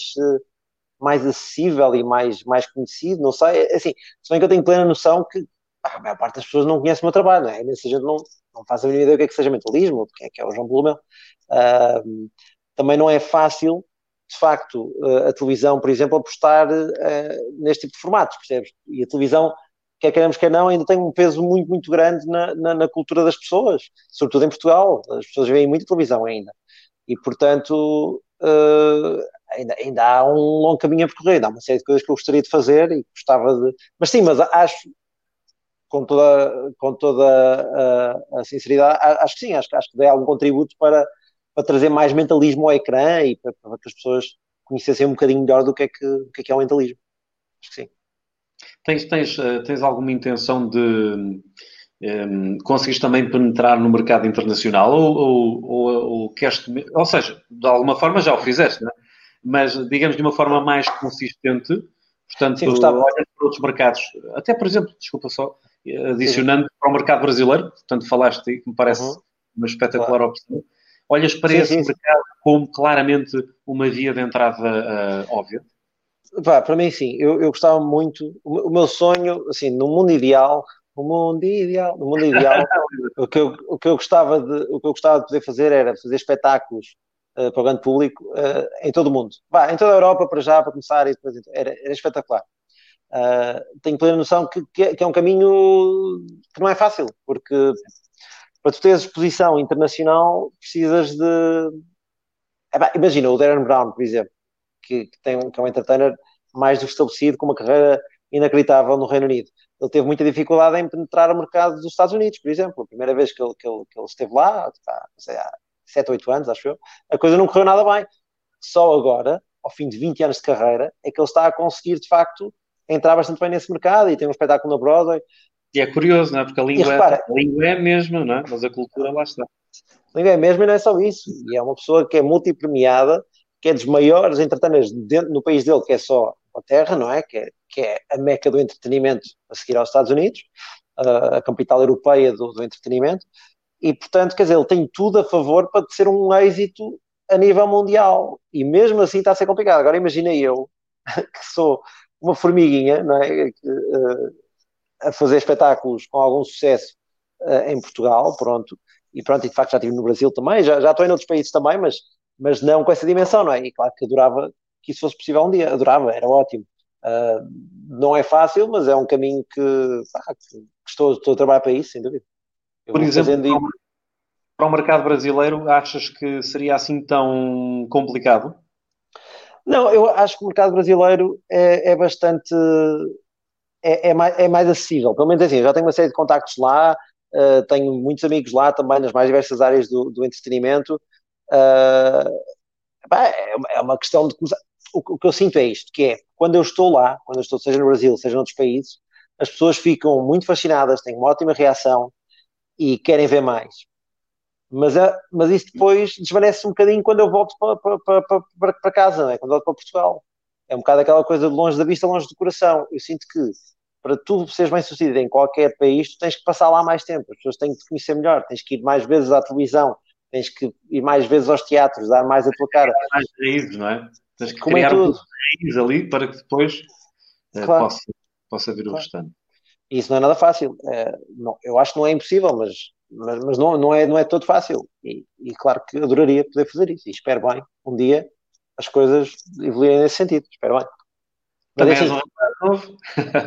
mais acessível e mais conhecido, não sei, assim, se bem que eu tenho plena noção que a maior parte das pessoas não conhece o meu trabalho, não é? Imensa gente não faz a mínima ideia do que seja mentalismo, ou do que é o João Blumel. Também não é fácil, de facto, a televisão, por exemplo, apostar neste tipo de formatos, percebes? E a televisão, quer queremos, quer não, ainda tem um peso muito, muito grande na cultura das pessoas, sobretudo em Portugal. As pessoas veem muita televisão ainda. E, portanto, ainda há um longo caminho a percorrer. Há uma série de coisas que eu gostaria de fazer e gostava de... Mas sim, mas acho, com toda a sinceridade, acho que sim, acho que dei algum contributo para trazer mais mentalismo ao ecrã e para que as pessoas conhecessem um bocadinho melhor do que é o mentalismo. Acho que sim. Tens alguma intenção de conseguires também penetrar no mercado internacional ou queres... Ou seja, de alguma forma já o fizeste, não é? Mas, digamos, de uma forma mais consistente, portanto, sim, olhas para outros mercados. Até, por exemplo, desculpa só, adicionando para o mercado brasileiro, portanto, falaste aí, que me parece uma espetacular opção. Olhas para esse mercado como claramente uma via de entrada óbvia? Para mim, sim. Eu gostava muito. O meu sonho, assim, no mundo ideal, o que eu gostava de poder fazer era fazer espetáculos para o grande público em todo o mundo. Em toda a Europa, para já, para começar, e depois era espetacular. Tenho plena noção que é um caminho que não é fácil, porque para tu teres exposição internacional precisas de... imagina, o Darren Brown, por exemplo, que é um entertainer mais do que estabelecido, com uma carreira inacreditável no Reino Unido. Ele teve muita dificuldade em penetrar o mercado dos Estados Unidos, por exemplo. A primeira vez que ele esteve lá, não sei, há 7 ou 8 anos, acho eu, a coisa não correu nada bem. Só agora, ao fim de 20 anos de carreira, é que ele está a conseguir, de facto, entrar bastante bem nesse mercado e tem um espetáculo na Broadway. E é curioso, não é? Porque a língua é a mesma, não é? Mas a cultura lá está. A língua é a mesma e não é só isso. E é uma pessoa que é multipremiada, que é dos maiores entertainers no país dele, que é só a terra, não é? Que é a meca do entretenimento a seguir aos Estados Unidos, a capital europeia do entretenimento. E, portanto, quer dizer, ele tem tudo a favor para ser um êxito a nível mundial. E mesmo assim está a ser complicado. Agora imagina eu, que sou uma formiguinha, não é? a fazer espetáculos com algum sucesso em Portugal, pronto, e de facto já estive no Brasil também, já estou em outros países também, mas não com essa dimensão, não é? E claro que adorava que isso fosse possível um dia, adorava, era ótimo. Não é fácil, mas é um caminho que estou a trabalhar para isso, sem dúvida. Por exemplo, para o mercado brasileiro, achas que seria assim tão complicado? Não, eu acho que o mercado brasileiro é bastante... É mais acessível, pelo menos assim, eu já tenho uma série de contactos lá, tenho muitos amigos lá também nas mais diversas áreas do entretenimento. É uma questão de começar. O que eu sinto é isto, que é, quando eu estou lá, quando eu estou, seja no Brasil, seja noutros países, as pessoas ficam muito fascinadas, têm uma ótima reação e querem ver mais. Mas isso depois desvanece um bocadinho quando eu volto para casa, não é? Quando eu volto para Portugal. É um bocado aquela coisa de longe da vista, longe do coração. Eu sinto que para tu seres bem sucedido em qualquer país, tu tens que passar lá mais tempo. As pessoas têm que te conhecer melhor, tens que ir mais vezes à televisão, tens que ir mais vezes aos teatros, dar mais a tua cara. Mais raízes, não é? Tens que Como em criar um tudo. pouco de raiz ali para que depois Claro. possa vir o restante. Isso não é nada fácil. Não, eu acho que não é impossível, mas não é todo fácil. E claro que adoraria poder fazer isso. E espero bem, um dia, as coisas evoluírem nesse sentido. Espero bem. Também és um rapaz novo?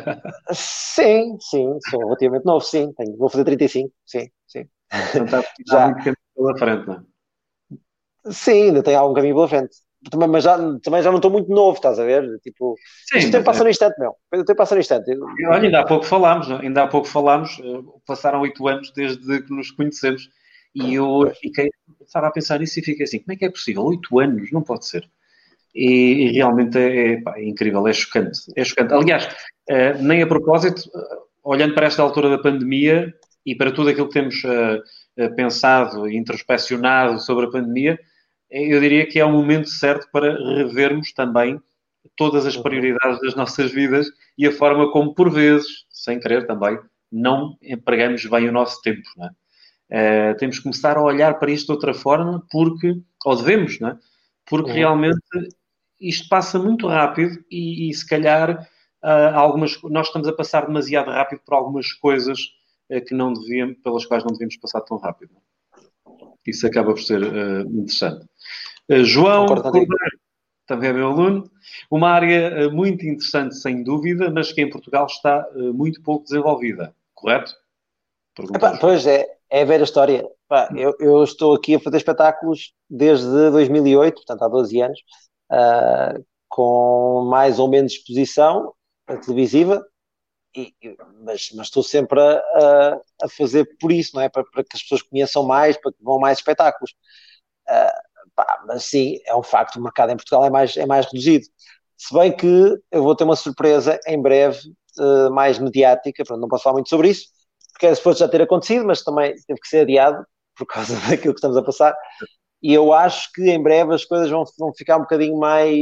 Sim, sou relativamente novo, sim. Vou fazer 35, sim. Então está muito caminho pela frente, não é? Sim, ainda tem algum caminho pela frente. Também já não estou muito novo, estás a ver? Tipo, Sim, isto o tempo passa no instante, meu. O tempo passa no instante. Olha, ainda há pouco falámos, passaram 8 anos desde que nos conhecemos e eu estava a pensar nisso e fiquei assim, como é que é possível? 8 anos? Não pode ser. E realmente é incrível, é chocante. É chocante. Aliás, nem a propósito, olhando para esta altura da pandemia e para tudo aquilo que temos pensado e introspeccionado sobre a pandemia, eu diria que é o momento certo para revermos também todas as prioridades das nossas vidas e a forma como, por vezes, sem querer também, não empregamos bem o nosso tempo. Não é? Temos que começar a olhar para isto de outra forma, ou devemos, não é? Porque realmente isto passa muito rápido e se calhar nós estamos a passar demasiado rápido por algumas coisas pelas quais não devíamos passar tão rápido. Isso acaba por ser interessante. João Cordeiro, também é meu aluno. Uma área muito interessante, sem dúvida, mas que em Portugal está muito pouco desenvolvida, correto? Pois é a velha história. Eu estou aqui a fazer espetáculos desde 2008, portanto há 12 anos, com mais ou menos exposição televisiva, mas estou sempre a fazer por isso, não é? Para que as pessoas conheçam mais, para que vão mais espetáculos. Mas sim, é um facto, o mercado em Portugal é mais reduzido. Se bem que eu vou ter uma surpresa em breve, mais mediática, pronto, não posso falar muito sobre isso, porque era suposto já ter acontecido, mas também teve que ser adiado por causa daquilo que estamos a passar. E eu acho que em breve as coisas vão ficar um bocadinho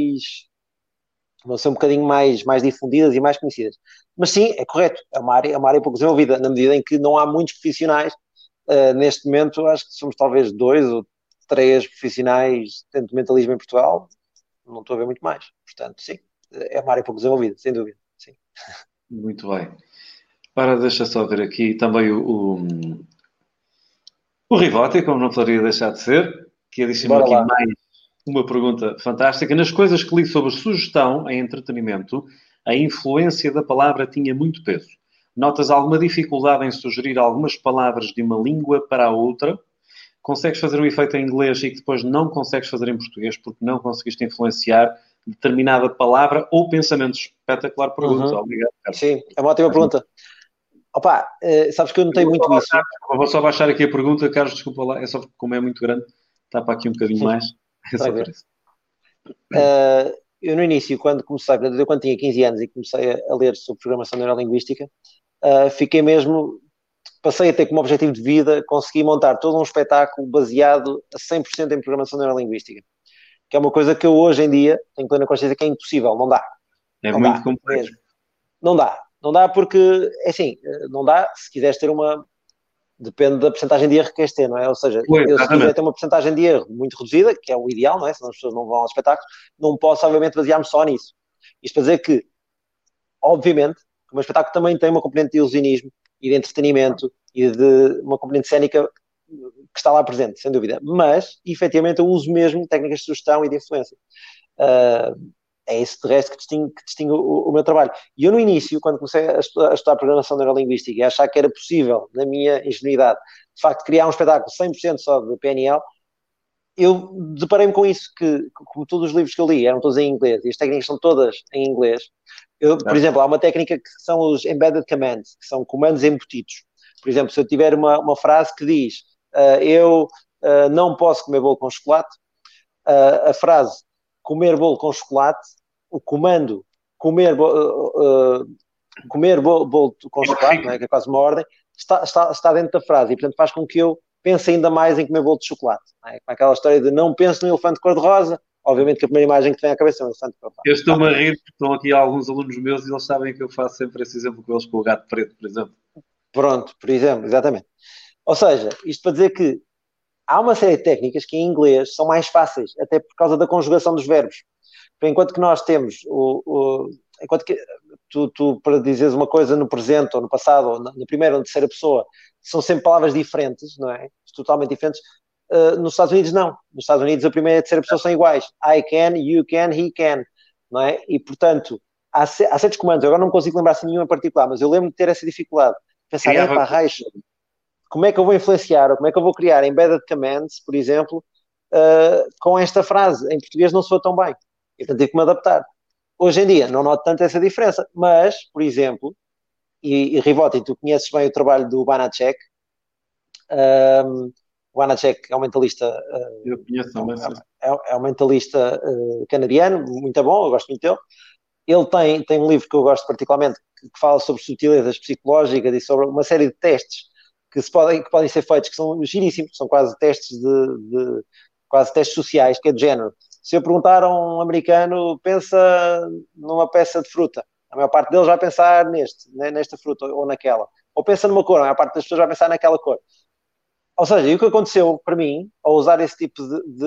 vão ser um bocadinho mais difundidas e mais conhecidas. Mas sim, é correto, é uma área pouco desenvolvida, na medida em que não há muitos profissionais. Neste momento, acho que somos talvez 2 ou 3 profissionais de mentalismo em Portugal, não estou a ver muito mais. Portanto, sim, é uma área pouco desenvolvida, sem dúvida. Sim. Muito bem. Para, deixa só ver aqui também o Rivotti, como não poderia deixar de ser, que adicionou aqui mais uma pergunta fantástica. Nas coisas que li sobre sugestão em entretenimento, a influência da palavra tinha muito peso. Notas alguma dificuldade em sugerir algumas palavras de uma língua para a outra? Consegues fazer um efeito em inglês e que depois não consegues fazer em português porque não conseguiste influenciar determinada palavra ou pensamentos? Espetacular pergunta. Obrigado, Carlos. Sim, é uma ótima pergunta. Opa, sabes que eu notei muito isso. Vou só baixar aqui a pergunta, Carlos, desculpa lá, é só porque como é muito grande, está para aqui um bocadinho mais. É só por isso. Eu no início, quando tinha 15 anos e comecei a ler sobre programação neurolinguística, passei a ter como objetivo de vida conseguir montar todo um espetáculo baseado a 100% em programação neurolinguística, que é uma coisa que eu hoje em dia tenho plena consciência que é impossível, não dá. É muito complexo. Não dá porque, é assim, não dá se quiseres ter depende da porcentagem de erro que queres ter, não é? Ou seja, se quiser ter uma porcentagem de erro muito reduzida, que é o ideal, não é? Senão as pessoas não vão aos espetáculos, não posso, obviamente, basear-me só nisso. Isto para dizer que, obviamente, que o meu espetáculo também tem uma componente de ilusionismo e de entretenimento e de uma componente cénica que está lá presente, sem dúvida. Mas, efetivamente, eu uso mesmo técnicas de sugestão e de influência. É isso, de resto, que distingue o meu trabalho. E eu, no início, quando comecei a estudar programação neurolinguística e a achar que era possível, na minha ingenuidade, de facto, criar um espetáculo 100% só de PNL, eu deparei-me com isso, que como todos os livros que eu li eram todos em inglês e as técnicas são todas em inglês. Por exemplo, há uma técnica que são os embedded commands, que são comandos embutidos. Por exemplo, se eu tiver uma frase que diz eu não posso comer bolo com chocolate, a frase comer bolo com chocolate, o comando comer bolo com chocolate, não é? Que é quase uma ordem, está dentro da frase e, portanto, faz com que eu pense ainda mais em comer bolo de chocolate. Não é? Com aquela história de não penso no elefante cor-de-rosa, obviamente que a primeira imagem que vem à cabeça é um elefante cor-de-rosa. Eu estou-me a rir porque estão aqui alguns alunos meus e eles sabem que eu faço sempre esse exemplo com eles, com o gato preto, por exemplo. Pronto, por exemplo, exatamente. Ou seja, isto para dizer que há uma série de técnicas que em inglês são mais fáceis, até por causa da conjugação dos verbos. Enquanto que nós temos enquanto que tu para dizeres uma coisa no presente ou no passado ou na primeira ou na terceira pessoa são sempre palavras diferentes, não é? Totalmente diferentes. Nos Estados Unidos não. Nos Estados Unidos a primeira e a terceira pessoa são iguais. I can, you can, he can, não é? E portanto há certos comandos, agora não consigo lembrar-se nenhum em particular, mas eu lembro de ter essa dificuldade. Pensar, epá, raios, como é que eu vou influenciar ou como é que eu vou criar embedded commands, por exemplo, com esta frase? Em português não soa tão bem. E portanto tive que me adaptar. Hoje em dia não noto tanto essa diferença, mas, por exemplo, e Rivotti, tu conheces bem o trabalho do Banachek. O Banachek é um mentalista. Eu conheço também, é um mentalista canadiano, muito bom, eu gosto muito dele. Ele tem um livro que eu gosto particularmente, que fala sobre sutilezas psicológicas e sobre uma série de testes que podem ser feitos, que são giríssimos, são quase testes quase testes sociais, que é de género. Se eu perguntar a um americano, pensa numa peça de fruta, a maior parte deles vai pensar nesta fruta ou naquela. Ou pensa numa cor, a maior parte das pessoas vai pensar naquela cor. Ou seja, e o que aconteceu para mim, ao usar esse tipo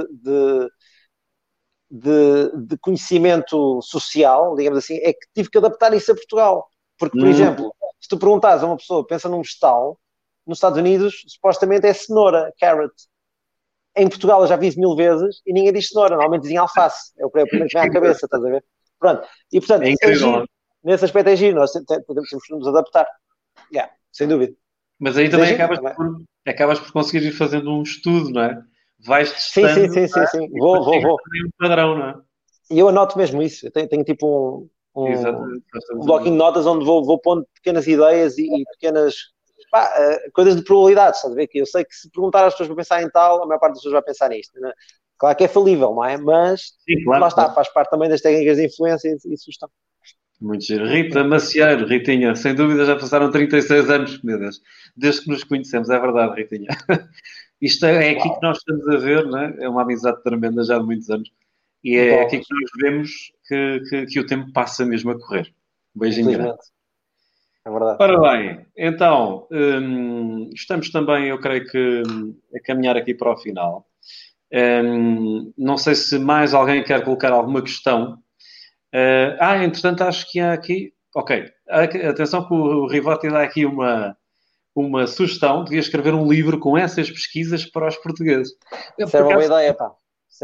de conhecimento social, digamos assim, é que tive que adaptar isso a Portugal. Porque, por exemplo, se tu perguntares a uma pessoa, pensa num vegetal, nos Estados Unidos, supostamente é cenoura, carrot. Em Portugal eu já vi isso 1000 vezes e ninguém diz cenoura, normalmente dizem alface. É o primeiro que vem à cabeça, estás a ver? Pronto. E portanto, é giro. Nesse aspecto é giro, nós temos que nos adaptar. Sem dúvida. Mas aí também acabas por conseguir ir fazendo um estudo, não é? Vais testando. Sim. Vou. Um padrão, não é? E eu anoto mesmo isso. Eu tenho tipo um bloquinho de notas onde vou pondo pequenas ideias e pequenas coisas de probabilidades, estás a ver? Que eu sei que se perguntar às pessoas para pensar em tal, a maior parte das pessoas vai pensar nisto. Não é? Claro que é falível, não é? Mas sim, claro, lá está, faz parte também das técnicas de influência e sugestão. Muito giro. Rita Macieiro, Ritinha, sem dúvida já passaram 36 anos, meu Deus, desde que nos conhecemos, é verdade, Ritinha. Isto é aqui que nós estamos a ver, não é? É uma amizade tremenda já de muitos anos. E é aqui que nós vemos que o tempo passa mesmo a correr. Um beijinho grande. É verdade. Ora bem, então, estamos também, eu creio que, a caminhar aqui para o final. Não sei se mais alguém quer colocar alguma questão. Entretanto, acho que há aqui... Ok, atenção que o Rivotti dá aqui uma sugestão. Devia escrever um livro com essas pesquisas para os portugueses. Isso é uma boa ideia, pá.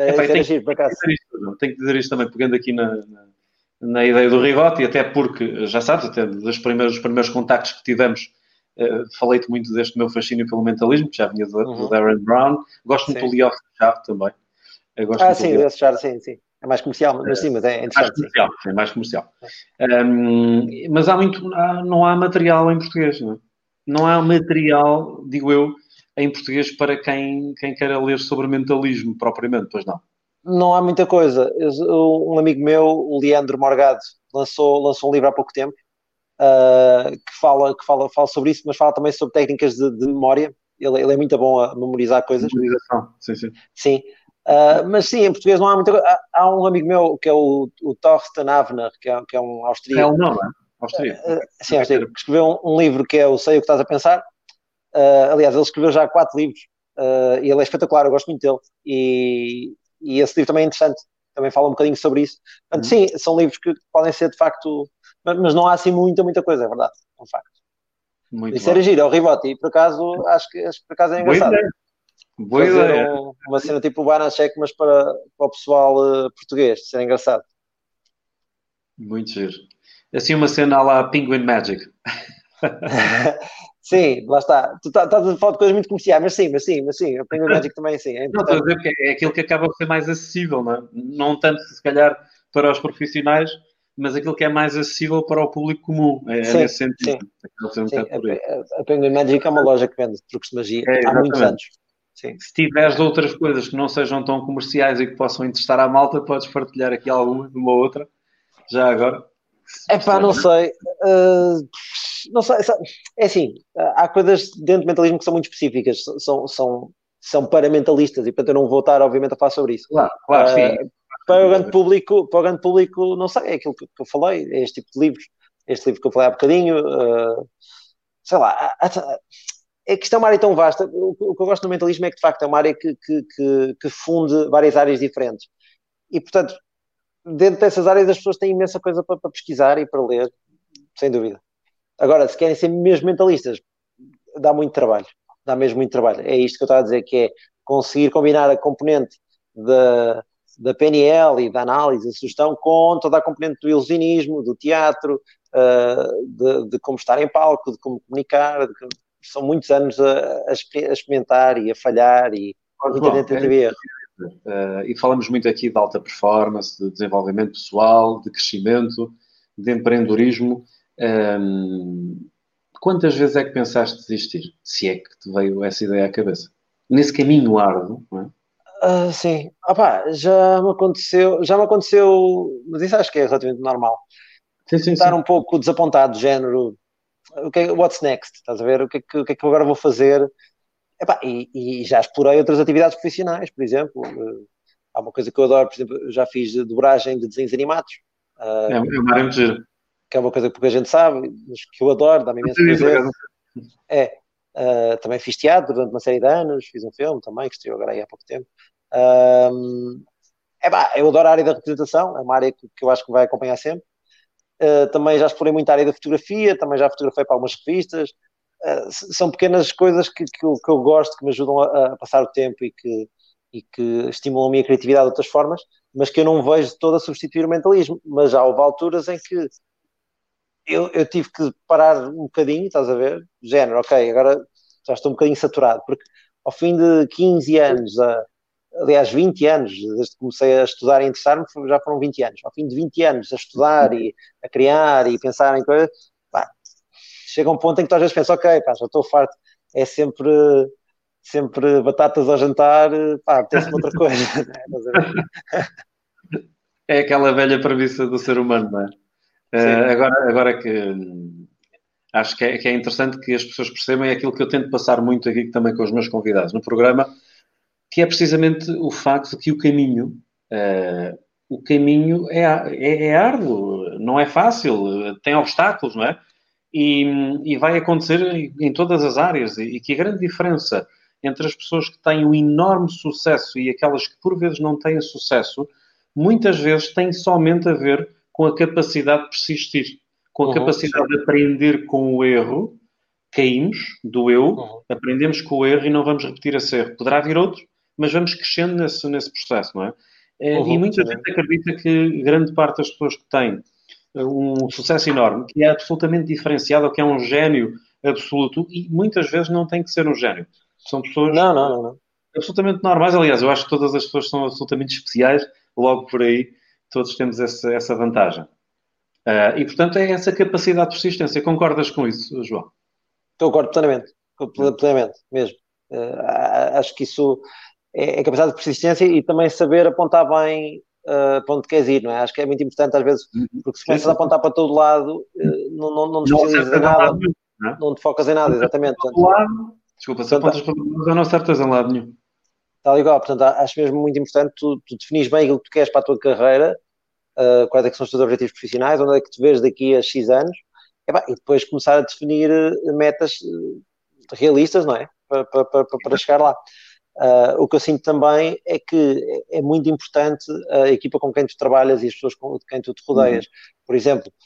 Tenho que dizer isto também, pegando aqui na ideia do Rivotti, até porque, já sabes, até dos primeiros contactos que tivemos, falei-te muito deste meu fascínio pelo mentalismo, que já vinha do Darren Brown. Gosto muito do Lee of Chave também. Sim. É mais comercial, mas sim, mas é interessante. É mais comercial. Mas não há material em português, não é? Não há material, digo eu, em português para quem queira ler sobre mentalismo propriamente, pois não? Não há muita coisa. Um amigo meu, o Leandro Morgado, lançou um livro há pouco tempo que fala sobre isso, mas fala também sobre técnicas de memória. Ele é muito bom a memorizar coisas. Memorização, sim. Mas sim, em português não há muita coisa. Há um amigo meu que é o Thorsten Avner, que é um austríaco. É não é? Austríaco. Sim, austríaco. Que escreveu um livro que é o Sei o que estás a pensar. Aliás, ele escreveu já 4 livros e ele é espetacular, eu gosto muito dele. E esse livro também é interessante, também fala um bocadinho sobre isso. Portanto, sim, são livros que podem ser de facto mas não há assim muita coisa, é verdade, é um facto. Muito Isso era bem. giro, é o Rivotti, e por acaso, acho que por acaso é Boa engraçado. ideia. Boa Fazer ideia. uma cena tipo o Banachek, mas para o pessoal português, isso é engraçado. Muito giro. Assim uma cena à la Penguin Magic. Sim, lá está. Tu estás a falar de coisas muito comerciais, mas sim, eu tenho o Magic também, sim, é Não, estou a importante. dizer porque é aquilo que acaba por ser mais acessível, não é? Não tanto, se calhar, para os profissionais, mas aquilo que é mais acessível para o público comum. É Sim, nesse sentido. sim, Acaba por ser um sim. bocado por aí. A Penguin Magic é uma loja que vende truques de magia É, há muitos exatamente. anos. Sim. Se tiveres outras coisas que não sejam tão comerciais e que possam interessar à malta, podes partilhar aqui alguma, uma ou outra, já agora. Epá, não sei. Não sei. É assim, há coisas dentro do mentalismo que são muito específicas, são paramentalistas, e portanto eu não vou estar, obviamente, a falar sobre isso. Claro, claro, sim. Para o grande público, não sei, é aquilo que eu falei, é este tipo de livros, este livro que eu falei há bocadinho, sei lá, é que isto é uma área tão vasta. O que eu gosto do mentalismo é que, de facto, é uma área que funde várias áreas diferentes. E, portanto, dentro dessas áreas as pessoas têm imensa coisa para pesquisar e para ler, sem dúvida. Agora, se querem ser mesmo mentalistas, dá muito trabalho. Dá mesmo muito trabalho. É isto que eu estava a dizer, que é conseguir combinar a componente da PNL e da análise, da sugestão, com toda a componente do ilusionismo, do teatro, de como estar em palco, de como comunicar. São muitos anos a experimentar e a falhar e muita João, tentativa e erro. e falamos muito aqui de alta performance, de desenvolvimento pessoal, de crescimento, de empreendedorismo. Quantas vezes é que pensaste desistir? Se é que te veio essa ideia à cabeça? Nesse caminho árduo, não é? Sim, já me aconteceu, mas isso acho que é relativamente normal. Sim, sim, Estar sim. um pouco desapontado, de género, what's next? Estás a ver? O que é que eu agora vou fazer? Epá, e já explorei outras atividades profissionais, por exemplo. Há uma coisa que eu adoro, por exemplo, eu já fiz dobragem de desenhos animados, É uma área muito gira. que é uma coisa que pouca gente sabe, mas que eu adoro, dá-me Não imenso sabia, por prazer. acaso. É, também fiz teatro durante uma série de anos, fiz um filme também, que estreou agora aí há pouco tempo. Um, eu adoro a área da representação, é uma área que eu acho que vai acompanhar sempre. Também já explorei muito a área da fotografia, também já fotografei para algumas revistas. São pequenas coisas que eu gosto, que me ajudam a passar o tempo e que estimulam a minha criatividade de outras formas, mas que eu não vejo de todo a substituir o mentalismo. Mas já houve alturas em que eu tive que parar um bocadinho, estás a ver? Género, ok, agora já estou um bocadinho saturado, porque ao fim de 15 anos, aliás, 20 anos, desde que comecei a estudar e a interessar-me, já foram 20 anos. Ao fim de 20 anos a estudar e a criar e pensar em coisas, pá, chega um ponto em que tu às vezes pensas, ok, pá, já estou farto, é sempre batatas ao jantar, pá, apetece-me outra coisa. É aquela velha premissa do ser humano, não é? Sim. Agora que acho que é interessante que as pessoas percebam é aquilo que eu tento passar muito aqui também com os meus convidados no programa, que é precisamente o facto de que o caminho é árduo, não é fácil, tem obstáculos, não é? E vai acontecer em todas as áreas, e que a grande diferença entre as pessoas que têm um enorme sucesso e aquelas que por vezes não têm sucesso, muitas vezes tem somente a ver com a capacidade de persistir, com a capacidade de aprender com o erro. Caímos, doeu, aprendemos com o erro e não vamos repetir esse erro. Poderá vir outro, mas vamos crescendo nesse processo, não é? E muita gente acredita que grande parte das pessoas que têm um sucesso enorme, que é absolutamente diferenciado, ou que é um gênio absoluto, e muitas vezes não tem que ser um gênio. São pessoas Não. absolutamente normais. Aliás, eu acho que todas as pessoas são absolutamente especiais, logo por aí todos temos essa vantagem. E, portanto, é essa capacidade de persistência. Concordas com isso, João? Concordo plenamente mesmo. Acho que isso é capacidade de persistência e também saber apontar bem para onde queres ir, não é? Acho que é muito importante às vezes, porque se começas a apontar para todo lado, não te especializas em nada, não te focas em nada, exatamente. Desculpa, se apontas para todo lado, não acertas em lado nenhum. Tal igual, portanto, acho mesmo muito importante tu definires bem aquilo que tu queres para a tua carreira, quais é que são os teus objetivos profissionais, onde é que te vês daqui a X anos, e depois começar a definir metas realistas, não é? Para chegar lá. O que eu sinto também é que é muito importante a equipa com quem tu trabalhas e as pessoas com quem tu te rodeias. Por exemplo,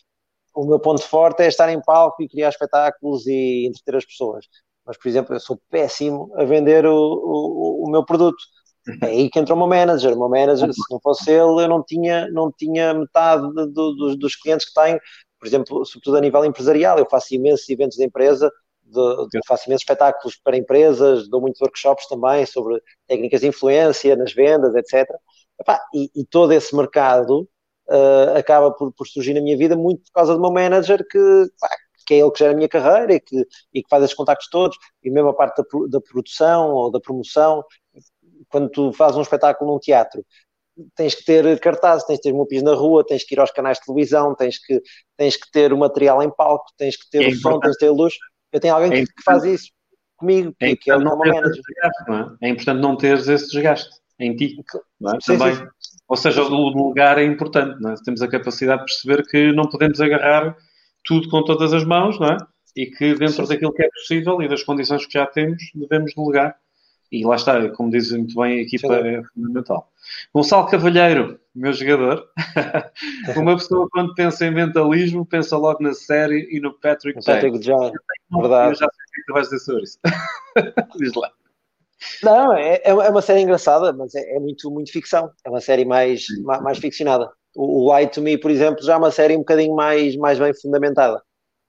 o meu ponto forte é estar em palco e criar espetáculos e entreter as pessoas. Mas, por exemplo, eu sou péssimo a vender o meu produto. É aí que entra o meu manager. O meu manager, se não fosse ele, eu não tinha metade dos clientes que tenho. Por exemplo, sobretudo a nível empresarial, eu faço imensos eventos de empresa, faço imensos espetáculos para empresas, dou muitos workshops também sobre técnicas de influência nas vendas, etc. E todo esse mercado acaba por surgir na minha vida muito por causa do meu manager que é ele que gera a minha carreira e que faz esses contactos todos, e mesmo a parte da produção ou da promoção. Quando tu fazes um espetáculo num teatro, tens que ter cartazes, tens que ter mopis na rua, tens que ir aos canais de televisão, tens que ter o material em palco, tens que ter o som, tens que ter a luz. Eu tenho alguém que faz isso comigo, que é o meu manager. É importante não teres esse desgaste em ti, não é? Também. Sim. Ou seja, o lugar é importante, não é? Temos a capacidade de perceber que não podemos agarrar tudo com todas as mãos, não é? E que dentro daquilo que é possível e das condições que já temos, devemos delegar. E lá está, como dizem muito bem, a equipa é fundamental. Gonçalo Cavalheiro, meu jogador. Uma pessoa, quando pensa em mentalismo, pensa logo na série e no Patrick John. Verdade. Eu já sei o que tu vais dizer sobre isso. Diz lá. Não, é uma série engraçada, mas é muito, muito ficção. É uma série mais ficcionada. O Lie to Me, por exemplo, já é uma série um bocadinho mais bem fundamentada.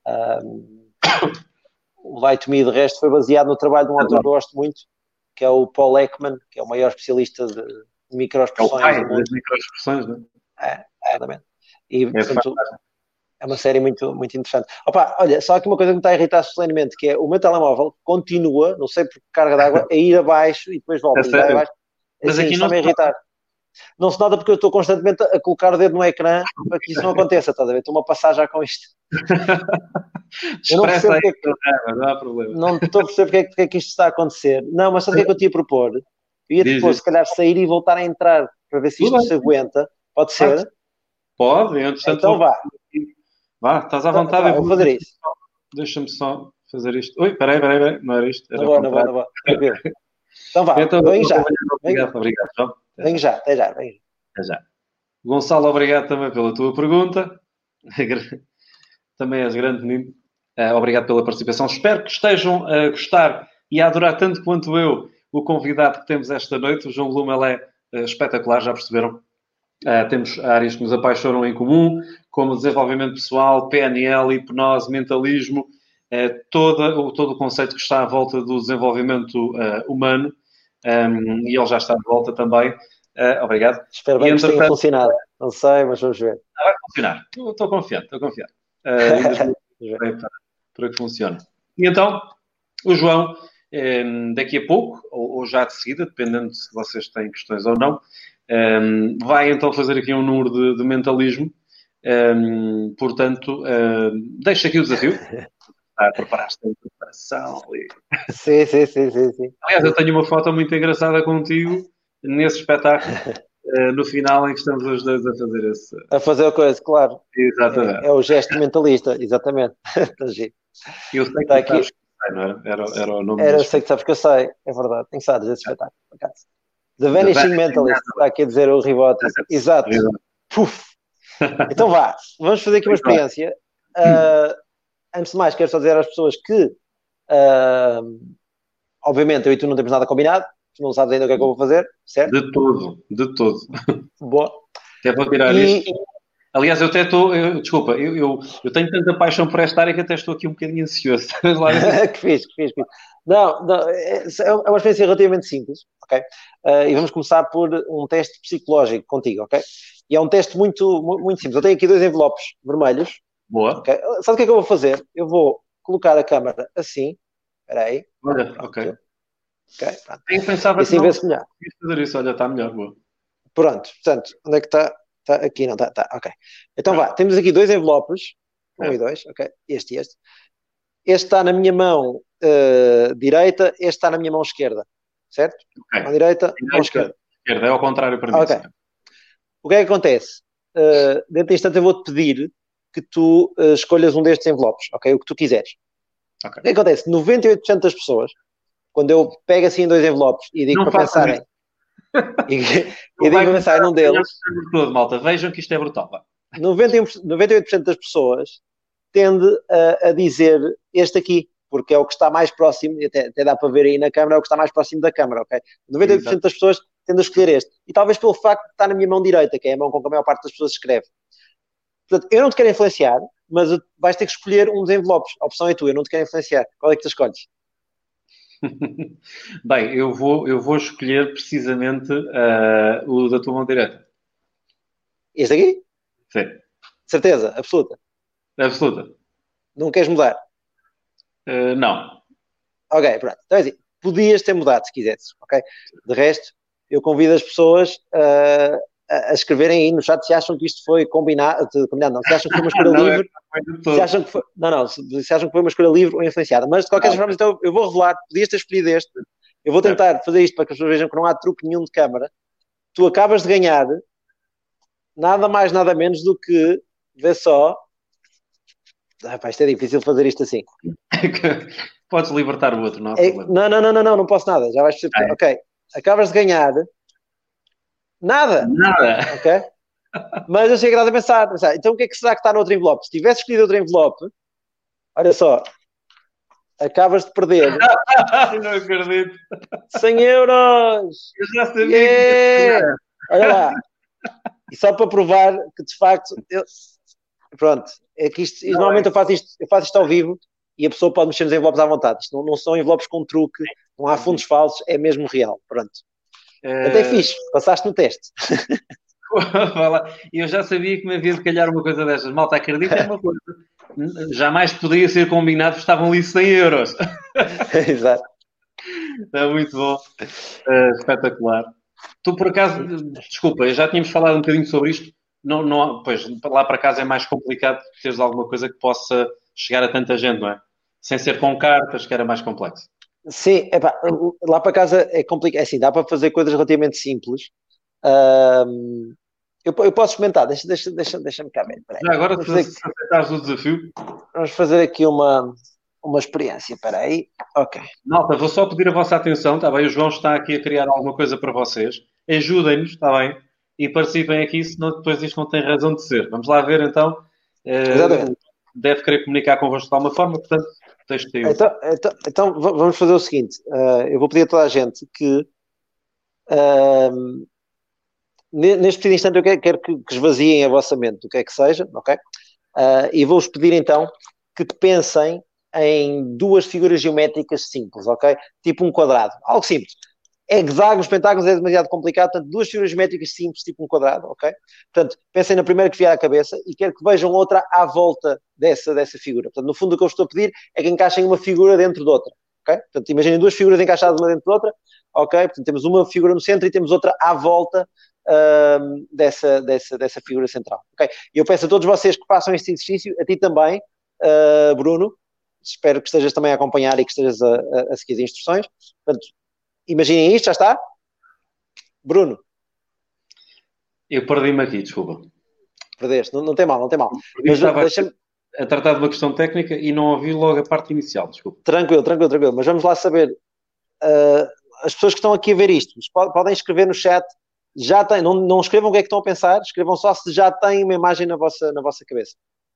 O Lie to Me, de resto, foi baseado no trabalho de um autor que eu gosto muito, que é o Paul Ekman, que é o maior especialista de microexpressões. É o pai das microexpressões, não é? Exatamente. E, portanto, é uma série muito, muito interessante. Opa, olha, só aqui uma coisa que me está a irritar solenemente, que é o meu telemóvel continua, não sei por carga d'água, a ir abaixo e depois volta. Abaixo. Mas aqui não está-me a irritar. Não se nota porque eu estou constantemente a colocar o dedo no ecrã para que isso não aconteça, estás a ver? Estou-me a passar já com isto. Eu não percebo não há problema. Não estou a perceber porque é que isto está a acontecer. Não, mas sabe o que é que eu te ia propor? Eu ia te propor, se calhar, sair e voltar a entrar para ver se isto se aguenta. Pode ser? Pode, então vá. Vá, estás à vontade. Eu vou fazer isso. Deixa-me só fazer isto. Ui, peraí, não era isto. Era não vou. Tranquilo. Então vá, vem já. Obrigado, João. Vem já, até já. Até já. Gonçalo, obrigado também pela tua pergunta. Também és grande menino. Obrigado pela participação. Espero que estejam a gostar e a adorar tanto quanto eu o convidado que temos esta noite. O João Blume, ele é espetacular, já perceberam? Temos áreas que nos apaixonam em comum, como desenvolvimento pessoal, PNL, hipnose, mentalismo, todo o conceito que está à volta do desenvolvimento humano, e ele já está de volta também. Obrigado. Espero bem que tenha funcionado. Não sei, mas vamos ver. Vai funcionar. Estou confiante. Para que funcione. E então, o João, daqui a pouco, ou já de seguida, dependendo se vocês têm questões ou não, vai então fazer aqui um número de mentalismo. Portanto, deixo aqui o desafio. Preparaste a preparação. Sim. Aliás, eu tenho uma foto muito engraçada contigo nesse espetáculo, no final, em que estamos os dois a fazer esse... A fazer a coisa, claro. Exatamente. É o gesto mentalista, exatamente. Está giro. Eu sei que está aqui. Não era o nome. Eu sei que sabes que eu sei, é verdade. Tenho que desse espetáculo, por acaso. The Vanishing Mentalist, está aqui a dizer o Ribote. Exato. Puf. Então vá, vamos fazer aqui uma experiência. Antes de mais, quero só dizer às pessoas que, obviamente, eu e tu não temos nada combinado. Tu não sabes ainda o que é que eu vou fazer, certo? De todo. Boa. Até vou tirar isto. Aliás, eu até estou... Desculpa, eu tenho tanta paixão por esta área que até estou aqui um bocadinho ansioso. que fiz. Não, é uma experiência relativamente simples, ok? E vamos começar por um teste psicológico contigo, ok? E é um teste muito, muito simples. Eu tenho aqui 2 envelopes vermelhos. Boa. Okay? Sabe o que é que eu vou fazer? Eu vou colocar a câmera assim. Espera aí. Olha, ok. Pronto. Eu pensava que não melhor. Fazer isso. Olha, está melhor. Boa. Pronto. Portanto, onde é que está? Está aqui, não está. Ok. Então vá. Temos aqui 2 envelopes. 1 e 2. Ok. Este e este. Este está na minha mão direita. Este está na minha mão esquerda. Certo? Okay. Mão direita, mão esquerda. É ao contrário para mim. Ok. O que é que acontece? Dentro de instante eu vou-te pedir que tu escolhas um destes envelopes. Ok? O que tu quiseres. Okay. O que acontece? 98% das pessoas, quando eu pego assim 2 envelopes e digo para pensarem e digo para pensarem num deles, todo, malta. Vejam que isto é brutal. 98% das pessoas tende a dizer este aqui, porque é o que está mais próximo, e até dá para ver aí na câmara, é o que está mais próximo da câmara, ok? 90% das pessoas tendem a escolher este. E talvez pelo facto de estar na minha mão direita, que é a mão com que a maior parte das pessoas escreve. Portanto, eu não te quero influenciar, mas vais ter que escolher um dos envelopes. A opção é tua, eu não te quero influenciar. Qual é que tu escolhes? Bem, eu vou escolher precisamente o da tua mão direita. Este aqui? Sim. Certeza, absoluta. Absoluta. Não queres mudar? Não. Ok, pronto. Então é assim, podias ter mudado se quisesses, ok? De resto, eu convido as pessoas a escreverem aí no chat se acham que isto foi combinado, não, se acham que foi uma escolha livre, se acham que foi, se acham que foi uma escolha livre ou influenciada. Mas de qualquer forma, então eu vou revelar, podias ter escolhido este, eu vou tentar fazer isto para que as pessoas vejam que não há truque nenhum de câmara. Tu acabas de ganhar nada mais, nada menos do que, vê só, isto é difícil fazer isto assim. Podes libertar o outro, não há problema. Não posso nada, já vais perceber. Ok, acabas de ganhar nada. Ok? Mas eu chego a pensar, então o que é que será que está no outro envelope? Se tivesse escolhido outro envelope, olha só, acabas de perder. Não acredito. 100 euros! Eu já sabia que... Olha lá. E só para provar que de facto pronto, é que isto, normalmente eu faço isto ao vivo e a pessoa pode mexer nos envelopes à vontade. Isto não são envelopes com truque, não há fundos falsos, é mesmo real. Pronto. Até fixe, passaste no teste. Eu já sabia que me havia de calhar uma coisa destas. Malta, acredita é uma coisa. Jamais poderia ser combinado, estavam ali 100 euros. Exato. É muito bom. Espetacular. Tu, por acaso, desculpa, já tínhamos falado um bocadinho sobre isto. Pois, lá para casa é mais complicado teres alguma coisa que possa chegar a tanta gente, não é? Sem ser com cartas, que era mais complexo. Sim, lá para casa é complicado. É assim, dá para fazer coisas relativamente simples. Eu posso experimentar, deixa-me cá ver. Já agora, se aceitares o desafio. Vamos fazer aqui uma experiência. Espera aí. Ok. Malta, vou só pedir a vossa atenção, está bem? O João está aqui a criar alguma coisa para vocês. Ajudem-nos, está bem? E participem aqui, senão depois isto não tem razão de ser. Vamos lá ver, então. Exatamente. Deve querer comunicar convosco de alguma forma, portanto, texto aí. Então, vamos fazer o seguinte. Eu vou pedir a toda a gente que neste preciso instante eu quero que esvaziem a vossa mente do que é que seja, ok? E vou-vos pedir então que pensem em duas figuras geométricas simples, ok? Tipo um quadrado, algo simples. Hexágonos, pentágonos é demasiado complicado, portanto, duas figuras geométricas simples, tipo um quadrado, ok? Portanto, pensem na primeira que vier à cabeça e quero que vejam outra à volta dessa figura. Portanto, no fundo, o que eu estou a pedir é que encaixem uma figura dentro de outra, ok? Portanto, imaginem duas figuras encaixadas uma dentro de outra, ok? Portanto, temos uma figura no centro e temos outra à volta dessa figura central, ok? E eu peço a todos vocês que façam este exercício, a ti também, Bruno, espero que estejas também a acompanhar e que estejas a seguir as instruções. Portanto, imaginem isto, já está? Bruno. Eu perdi-me aqui, desculpa. Perdeste, não tem mal. Mas deixa-me a tratar de uma questão técnica e não ouvi logo a parte inicial, desculpa. Tranquilo. Mas vamos lá saber. As pessoas que estão aqui a ver isto, podem escrever no chat. Já têm, não escrevam o que é que estão a pensar, escrevam só se já têm uma imagem na vossa cabeça.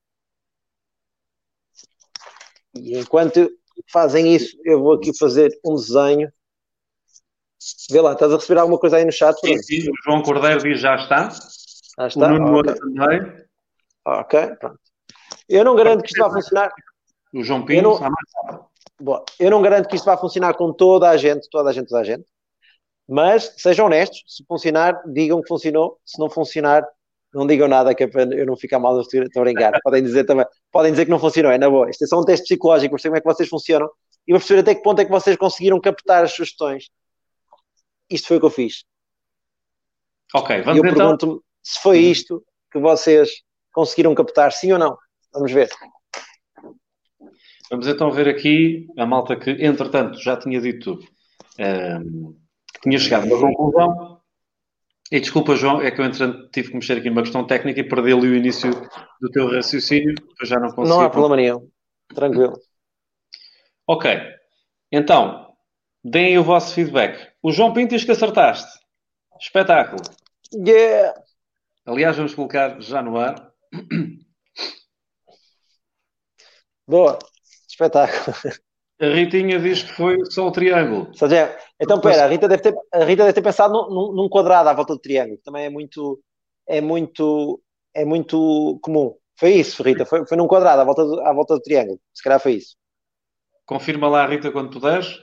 E enquanto fazem isso, eu vou aqui fazer um desenho. Vê lá, estás a receber alguma coisa aí no chat? Sim, o João Cordeiro diz já está. Já está. O Nuno também. Ok, pronto. Eu não garanto que isto vá funcionar. O João Pinto está mais. Bom, eu não garanto que isto vá funcionar com toda a gente. Mas sejam honestos, se funcionar, digam que funcionou. Se não funcionar, não digam nada, que é para eu não ficar mal no futuro. Estou a brincar. Podem dizer que não funcionou, é na boa. Isto é só um teste psicológico, para perceber como é que vocês funcionam e para perceber até que ponto é que vocês conseguiram captar as sugestões. Isto foi o que eu fiz. Ok, vamos então. E eu pergunto-me se foi isto que vocês conseguiram captar, sim ou não. Vamos ver. Vamos então ver aqui a malta que, entretanto, já tinha dito tinha chegado a uma conclusão. E desculpa, João, é que eu, entretanto, tive que mexer aqui numa questão técnica e perdi ali o início do teu raciocínio, depois já não consegui. Não há problema nenhum. Tranquilo. Ok. Então, deem o vosso feedback. O João Pinto diz que acertaste. Espetáculo. Yeah! Aliás, vamos colocar já no ar. Boa. Espetáculo. A Ritinha diz que foi só o triângulo. Então, pera, a Rita deve ter pensado num quadrado à volta do triângulo, que também é muito, é muito comum. Foi isso, Rita, foi num quadrado à volta do triângulo. Se calhar foi isso. Confirma lá, Rita, quando puderes.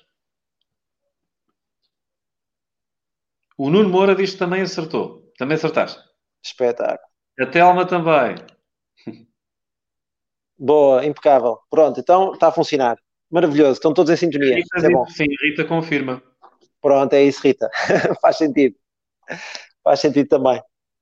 O Nuno Moura diz que também acertou. Também acertaste. Espetáculo. A Telma também. Boa, impecável. Pronto, então está a funcionar. Maravilhoso, estão todos em sintonia. Rita Isso é bom. sim, Rita confirma. Pronto, é isso, Rita. Faz sentido. Faz sentido também.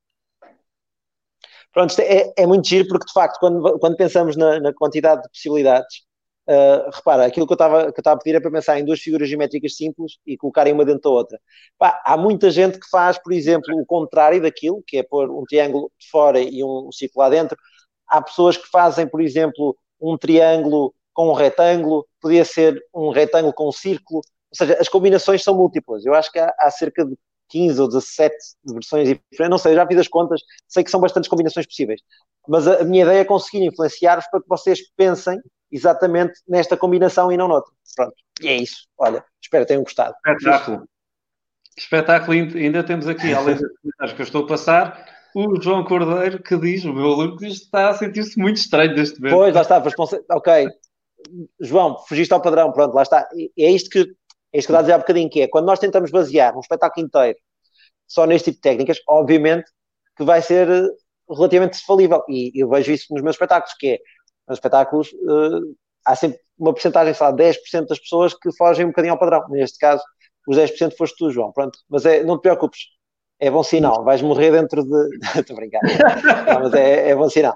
Pronto, isto é muito giro porque, de facto, quando pensamos na quantidade de possibilidades, repara, aquilo que eu estava a pedir é para pensar em duas figuras geométricas simples e colocarem uma dentro da outra. Pá, há muita gente que faz, por exemplo, o contrário daquilo, que é pôr um triângulo de fora e um círculo lá dentro. Há pessoas que fazem, por exemplo, um triângulo com um retângulo, podia ser um retângulo com um círculo. Ou seja, as combinações são múltiplas. Eu acho que há cerca de 15 ou 17 versões diferentes. Não sei, já fiz as contas, sei que são bastantes combinações possíveis. Mas a minha ideia é conseguir influenciar-vos para que vocês pensem exatamente nesta combinação e não noutra. Pronto, e é isso. Olha, espero que tenham gostado. Espetáculo. Espetáculo. Ainda temos aqui, além dos comentários que eu estou a passar, o João Cordeiro que diz, o meu aluno, que diz que está a sentir-se muito estranho neste momento. Pois, lá está. Ok. João, fugiste ao padrão. Pronto, lá está. É isto que eu estava a dizer há bocadinho, que é quando nós tentamos basear um espetáculo inteiro só neste tipo de técnicas, obviamente que vai ser relativamente falível. E eu vejo isso nos meus espetáculos, que é, nos espetáculos há sempre uma porcentagem, sei lá, 10% das pessoas que fogem um bocadinho ao padrão. Neste caso, os 10% foste tu, João. Pronto, mas não te preocupes. É bom sinal. Vais morrer dentro de... Estou a brincar. Não, mas é bom sinal.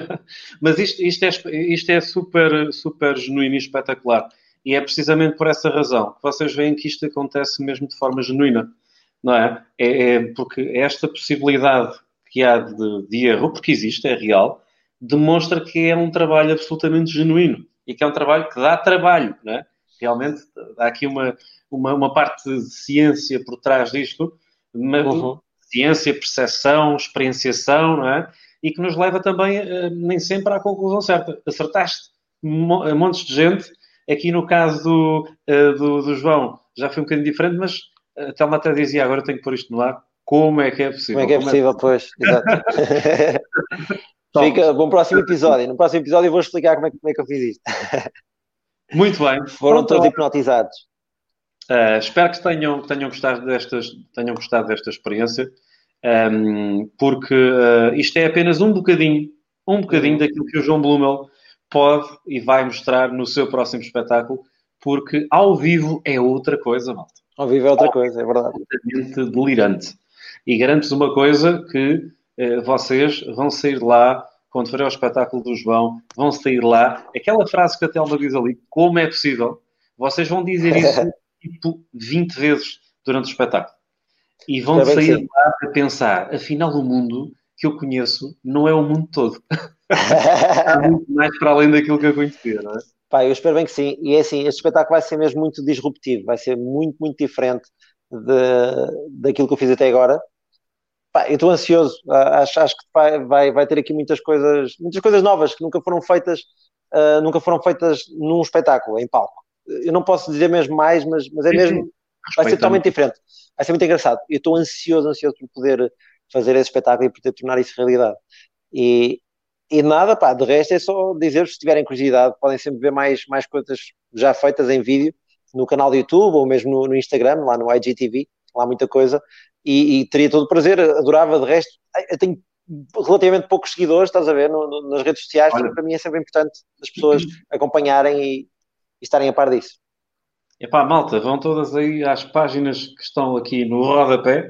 Mas isto é super, super genuíno e espetacular. E é precisamente por essa razão que vocês veem que isto acontece mesmo de forma genuína. Não é? É porque esta possibilidade que há de erro, porque existe, é real, demonstra que é um trabalho absolutamente genuíno e que é um trabalho que dá trabalho. Não é? Realmente há aqui uma parte de ciência por trás disto, ciência, percepção, experienciação, não é? E que nos leva também nem sempre à conclusão certa. Acertaste montes de gente. Aqui no caso do João já foi um bocadinho diferente, mas a Telma até dizia, agora tenho que pôr isto no ar. Como é que é possível? Como é que é possível, pois, exato. Fica bom próximo episódio. No próximo episódio eu vou explicar como é que eu fiz isto. Muito bem. Foram todos hipnotizados. Espero que tenham gostado desta experiência, porque isto é apenas um bocadinho daquilo que o João Blumel pode e vai mostrar no seu próximo espetáculo, porque ao vivo é outra coisa, malta. Ao vivo é outra coisa, é verdade. Absolutamente delirante. E garanto-vos uma coisa, que vocês vão sair de lá, quando forem ao espetáculo do João, vão sair lá, aquela frase que a Telma diz ali, como é possível, vocês vão dizer isso tipo 20 vezes durante o espetáculo. E vão sair de lá a pensar, afinal o mundo que eu conheço não é o mundo todo. É muito mais para além daquilo que eu conhecia, não é? Pá, eu espero bem que sim. E é assim, este espetáculo vai ser mesmo muito disruptivo, vai ser muito, muito diferente daquilo que eu fiz até agora. Pá, eu estou ansioso, acho que vai ter aqui muitas coisas novas que nunca foram feitas num espetáculo, em palco. Eu não posso dizer mesmo mais, mas é mesmo, vai ser totalmente diferente. Vai ser muito engraçado. Eu estou ansioso por poder fazer esse espetáculo e poder tornar isso realidade. E nada, pá, de resto é só dizer-vos, se tiverem curiosidade, podem sempre ver mais coisas já feitas em vídeo no canal do YouTube ou mesmo no Instagram, lá no IGTV, lá muita coisa, e teria todo o prazer, adorava. De resto, eu tenho relativamente poucos seguidores, estás a ver, nas redes sociais, portanto, para mim é sempre importante as pessoas acompanharem e estarem a par disso. Epá, malta, vão todas aí às páginas que estão aqui no rodapé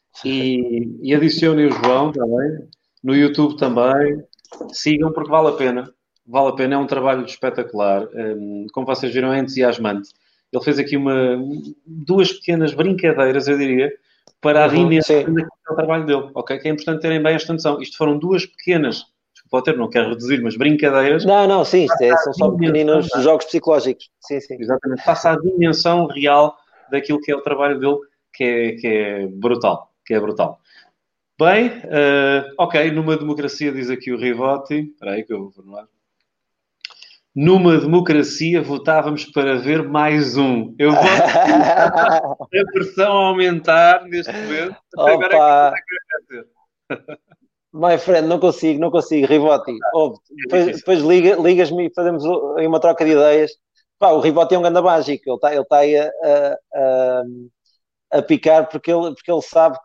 e adicionem o João também, no YouTube também. Sigam porque vale a pena. Vale a pena, é um trabalho espetacular. Como vocês viram, é entusiasmante. Ele fez aqui duas pequenas brincadeiras, eu diria, para a dimensão daquele trabalho dele. Ok? Que é importante terem bem esta noção. Isto foram duas pequenas, desculpa ter, não quero reduzir, mas brincadeiras. Não, sim, são só pequeninos jogos psicológicos. Sim. Exatamente. Passa a dimensão real daquilo que é o trabalho dele, que é brutal. Bem, ok, numa democracia, diz aqui o Rivotti. Espera aí que eu vou formular. numa democracia votávamos para ver mais um. Eu voto a pressão a aumentar neste momento. Agora é que eu My friend, não consigo, Rivotti. Depois ligas-me e fazemos aí uma troca de ideias. Pá, o Rivotti é um ganda mágico, ele está aí a picar porque ele sabe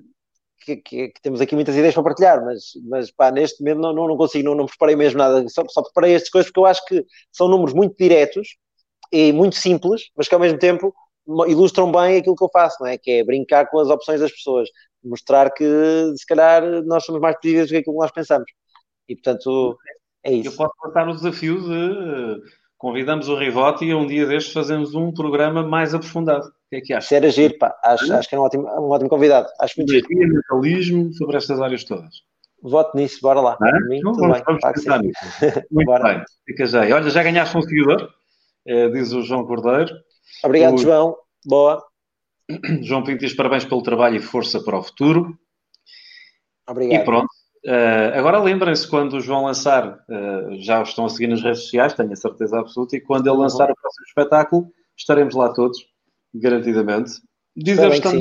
que temos aqui muitas ideias para partilhar, mas pá, neste momento não consigo, não preparei mesmo nada, só preparei estas coisas porque eu acho que são números muito diretos e muito simples, mas que ao mesmo tempo ilustram bem aquilo que eu faço, não é? Que é brincar com as opções das pessoas, mostrar que se calhar nós somos mais positivos do que aquilo que nós pensamos. E portanto, é isso. Eu posso lançar o desafio de convidamos o Rivotti e um dia destes fazemos um programa mais aprofundado. O que é que achas? Se era giro, pá, acho que é um ótimo convidado. Acho muito giro. Mentalismo, sobre estas áreas todas. Voto nisso, bora lá. É? Por mim, Então, tudo bem. vamos pensar nisso. Muito bem, fica já aí. Olha, já ganhaste um seguidor, diz o João Cordeiro. Obrigado, João. Boa. João Pinto diz parabéns pelo trabalho e força para o futuro. Obrigado. E pronto. Agora lembrem-se, quando o João lançar, já o estão a seguir nas redes sociais, tenho a certeza absoluta, e quando ele lançar o próximo espetáculo, estaremos lá todos, garantidamente. Diz-nos também.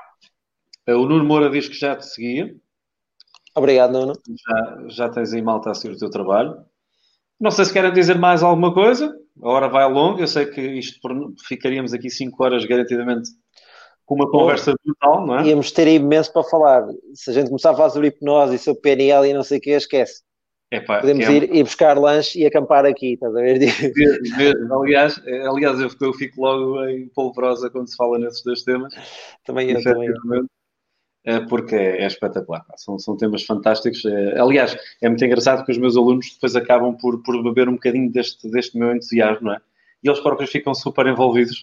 O Nuno Moura diz que já te seguia. Obrigado, Nuno. Já tens aí malta a seguir o teu trabalho. Não sei se querem dizer mais alguma coisa. A hora vai longa. Eu sei que isto ficaríamos aqui 5 horas garantidamente com uma conversa brutal, não é? Íamos ter imenso para falar. Se a gente começar a falar sobre hipnose e sobre PNL e não sei o que, esquece. Podemos ir buscar lanche e acampar aqui, estás a ver? Aliás, eu fico logo em polvorosa quando se fala nesses dois temas. Também eu. Porque é espetacular. São temas fantásticos. Aliás, é muito engraçado que os meus alunos depois acabam por beber um bocadinho deste meu entusiasmo, não é? E eles próprios ficam super envolvidos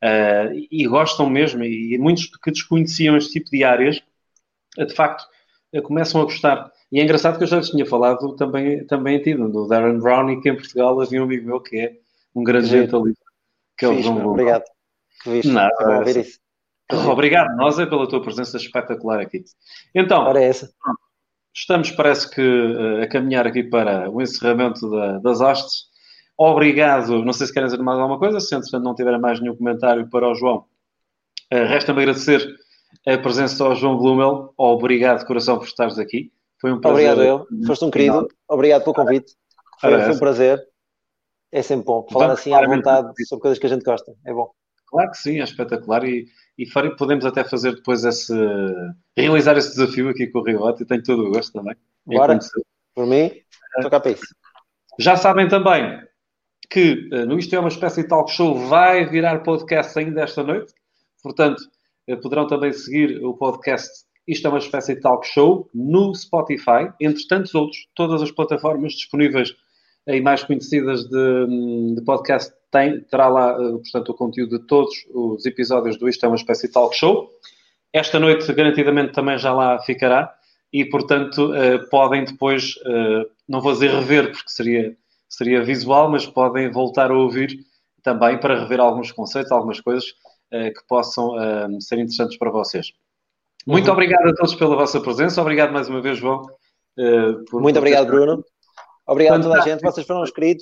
e gostam mesmo. E muitos que desconheciam este tipo de áreas, de facto, começam a gostar. E é engraçado que eu já lhes tinha falado também em ti, do Darren Brown, e que em Portugal havia um amigo meu que é um grande mentalista. Que é o João Gomes. Obrigado. Que visto. Nada, ver isso. Obrigado, nós pela tua presença espetacular aqui. Então, estamos, parece que, a caminhar aqui para o encerramento das hostes. Obrigado, não sei se querem dizer mais alguma coisa, se entretanto não tiver mais nenhum comentário para o João. Resta-me agradecer a presença ao João Blumel. Obrigado de coração por estares aqui. Foi um prazer. Obrigado eu, foste um querido. Obrigado pelo convite. Foi um prazer. É sempre bom falar assim à vontade sobre coisas que a gente gosta. É bom. Claro que sim, é espetacular e podemos até fazer depois realizar esse desafio aqui com o Rivotti e tenho todo o gosto também. Bora, por mim, estou cá para isso. Já sabem também que no Isto é uma espécie de talk show vai virar podcast ainda esta noite, portanto poderão também seguir o podcast Isto é uma espécie de talk show no Spotify, entre tantos outros, todas as plataformas disponíveis e mais conhecidas de podcast terá lá, portanto, o conteúdo de todos os episódios do Isto é uma espécie de talk show. Esta noite, garantidamente, também já lá ficará e, portanto, podem depois, não vou dizer rever, porque seria visual, mas podem voltar a ouvir também para rever alguns conceitos, algumas coisas que possam ser interessantes para vocês. Muito obrigado a todos pela vossa presença. Obrigado mais uma vez, João. Muito obrigado, Bruno. Obrigado a toda a gente, vocês foram os queridos.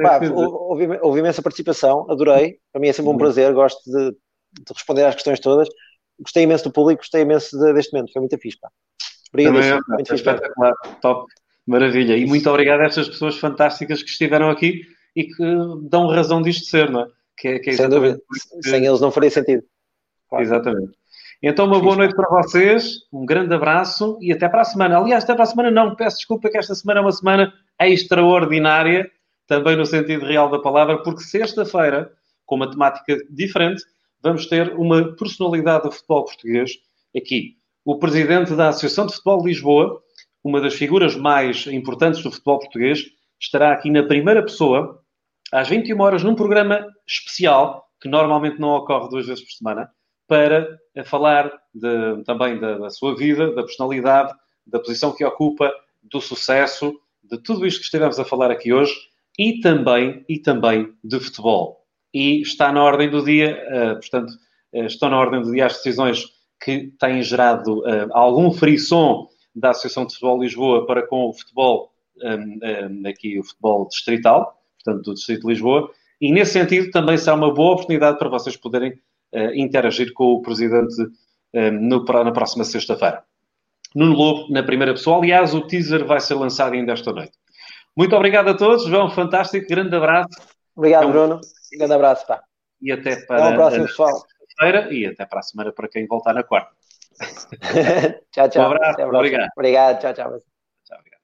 Houve imensa participação, adorei. Para mim é sempre um prazer, gosto de responder às questões todas. Gostei imenso do público, gostei imenso deste momento, foi muito fixe. Obrigado. Muito fixe. Espetacular, top, maravilha. E muito obrigado a estas pessoas fantásticas que estiveram aqui e que dão razão disto ser, não é? Que é sem dúvida, sem eles não faria sentido. Claro. Exatamente. Então, uma boa noite para vocês, um grande abraço e até para a semana. Aliás, até para a semana não, peço desculpa que esta semana é uma semana extraordinária, também no sentido real da palavra, porque sexta-feira, com uma temática diferente, vamos ter uma personalidade do futebol português aqui. O presidente da Associação de Futebol de Lisboa, uma das figuras mais importantes do futebol português, estará aqui na primeira pessoa, às 21 horas, num programa especial, que normalmente não ocorre 2 vezes por semana, para falar também da sua vida, da personalidade, da posição que ocupa, do sucesso, de tudo isto que estivemos a falar aqui hoje e também de futebol. E está na ordem do dia, portanto, estão na ordem do dia as decisões que têm gerado algum frisson da Associação de Futebol de Lisboa para com o futebol, aqui o futebol distrital. portanto, do Distrito de Lisboa, e nesse sentido também será uma boa oportunidade para vocês poderem interagir com o Presidente na próxima sexta-feira. Nuno Lobo, na primeira pessoa. Aliás, o teaser vai ser lançado ainda esta noite. Muito obrigado a todos. João, fantástico. Grande abraço. Obrigado, Bruno. Grande abraço, pá. E até para a próxima, pessoal. E até para a semana para quem voltar na quarta. Tchau, tchau. Um abraço. Obrigado. Obrigado. Tchau, tchau. Tchau, obrigado.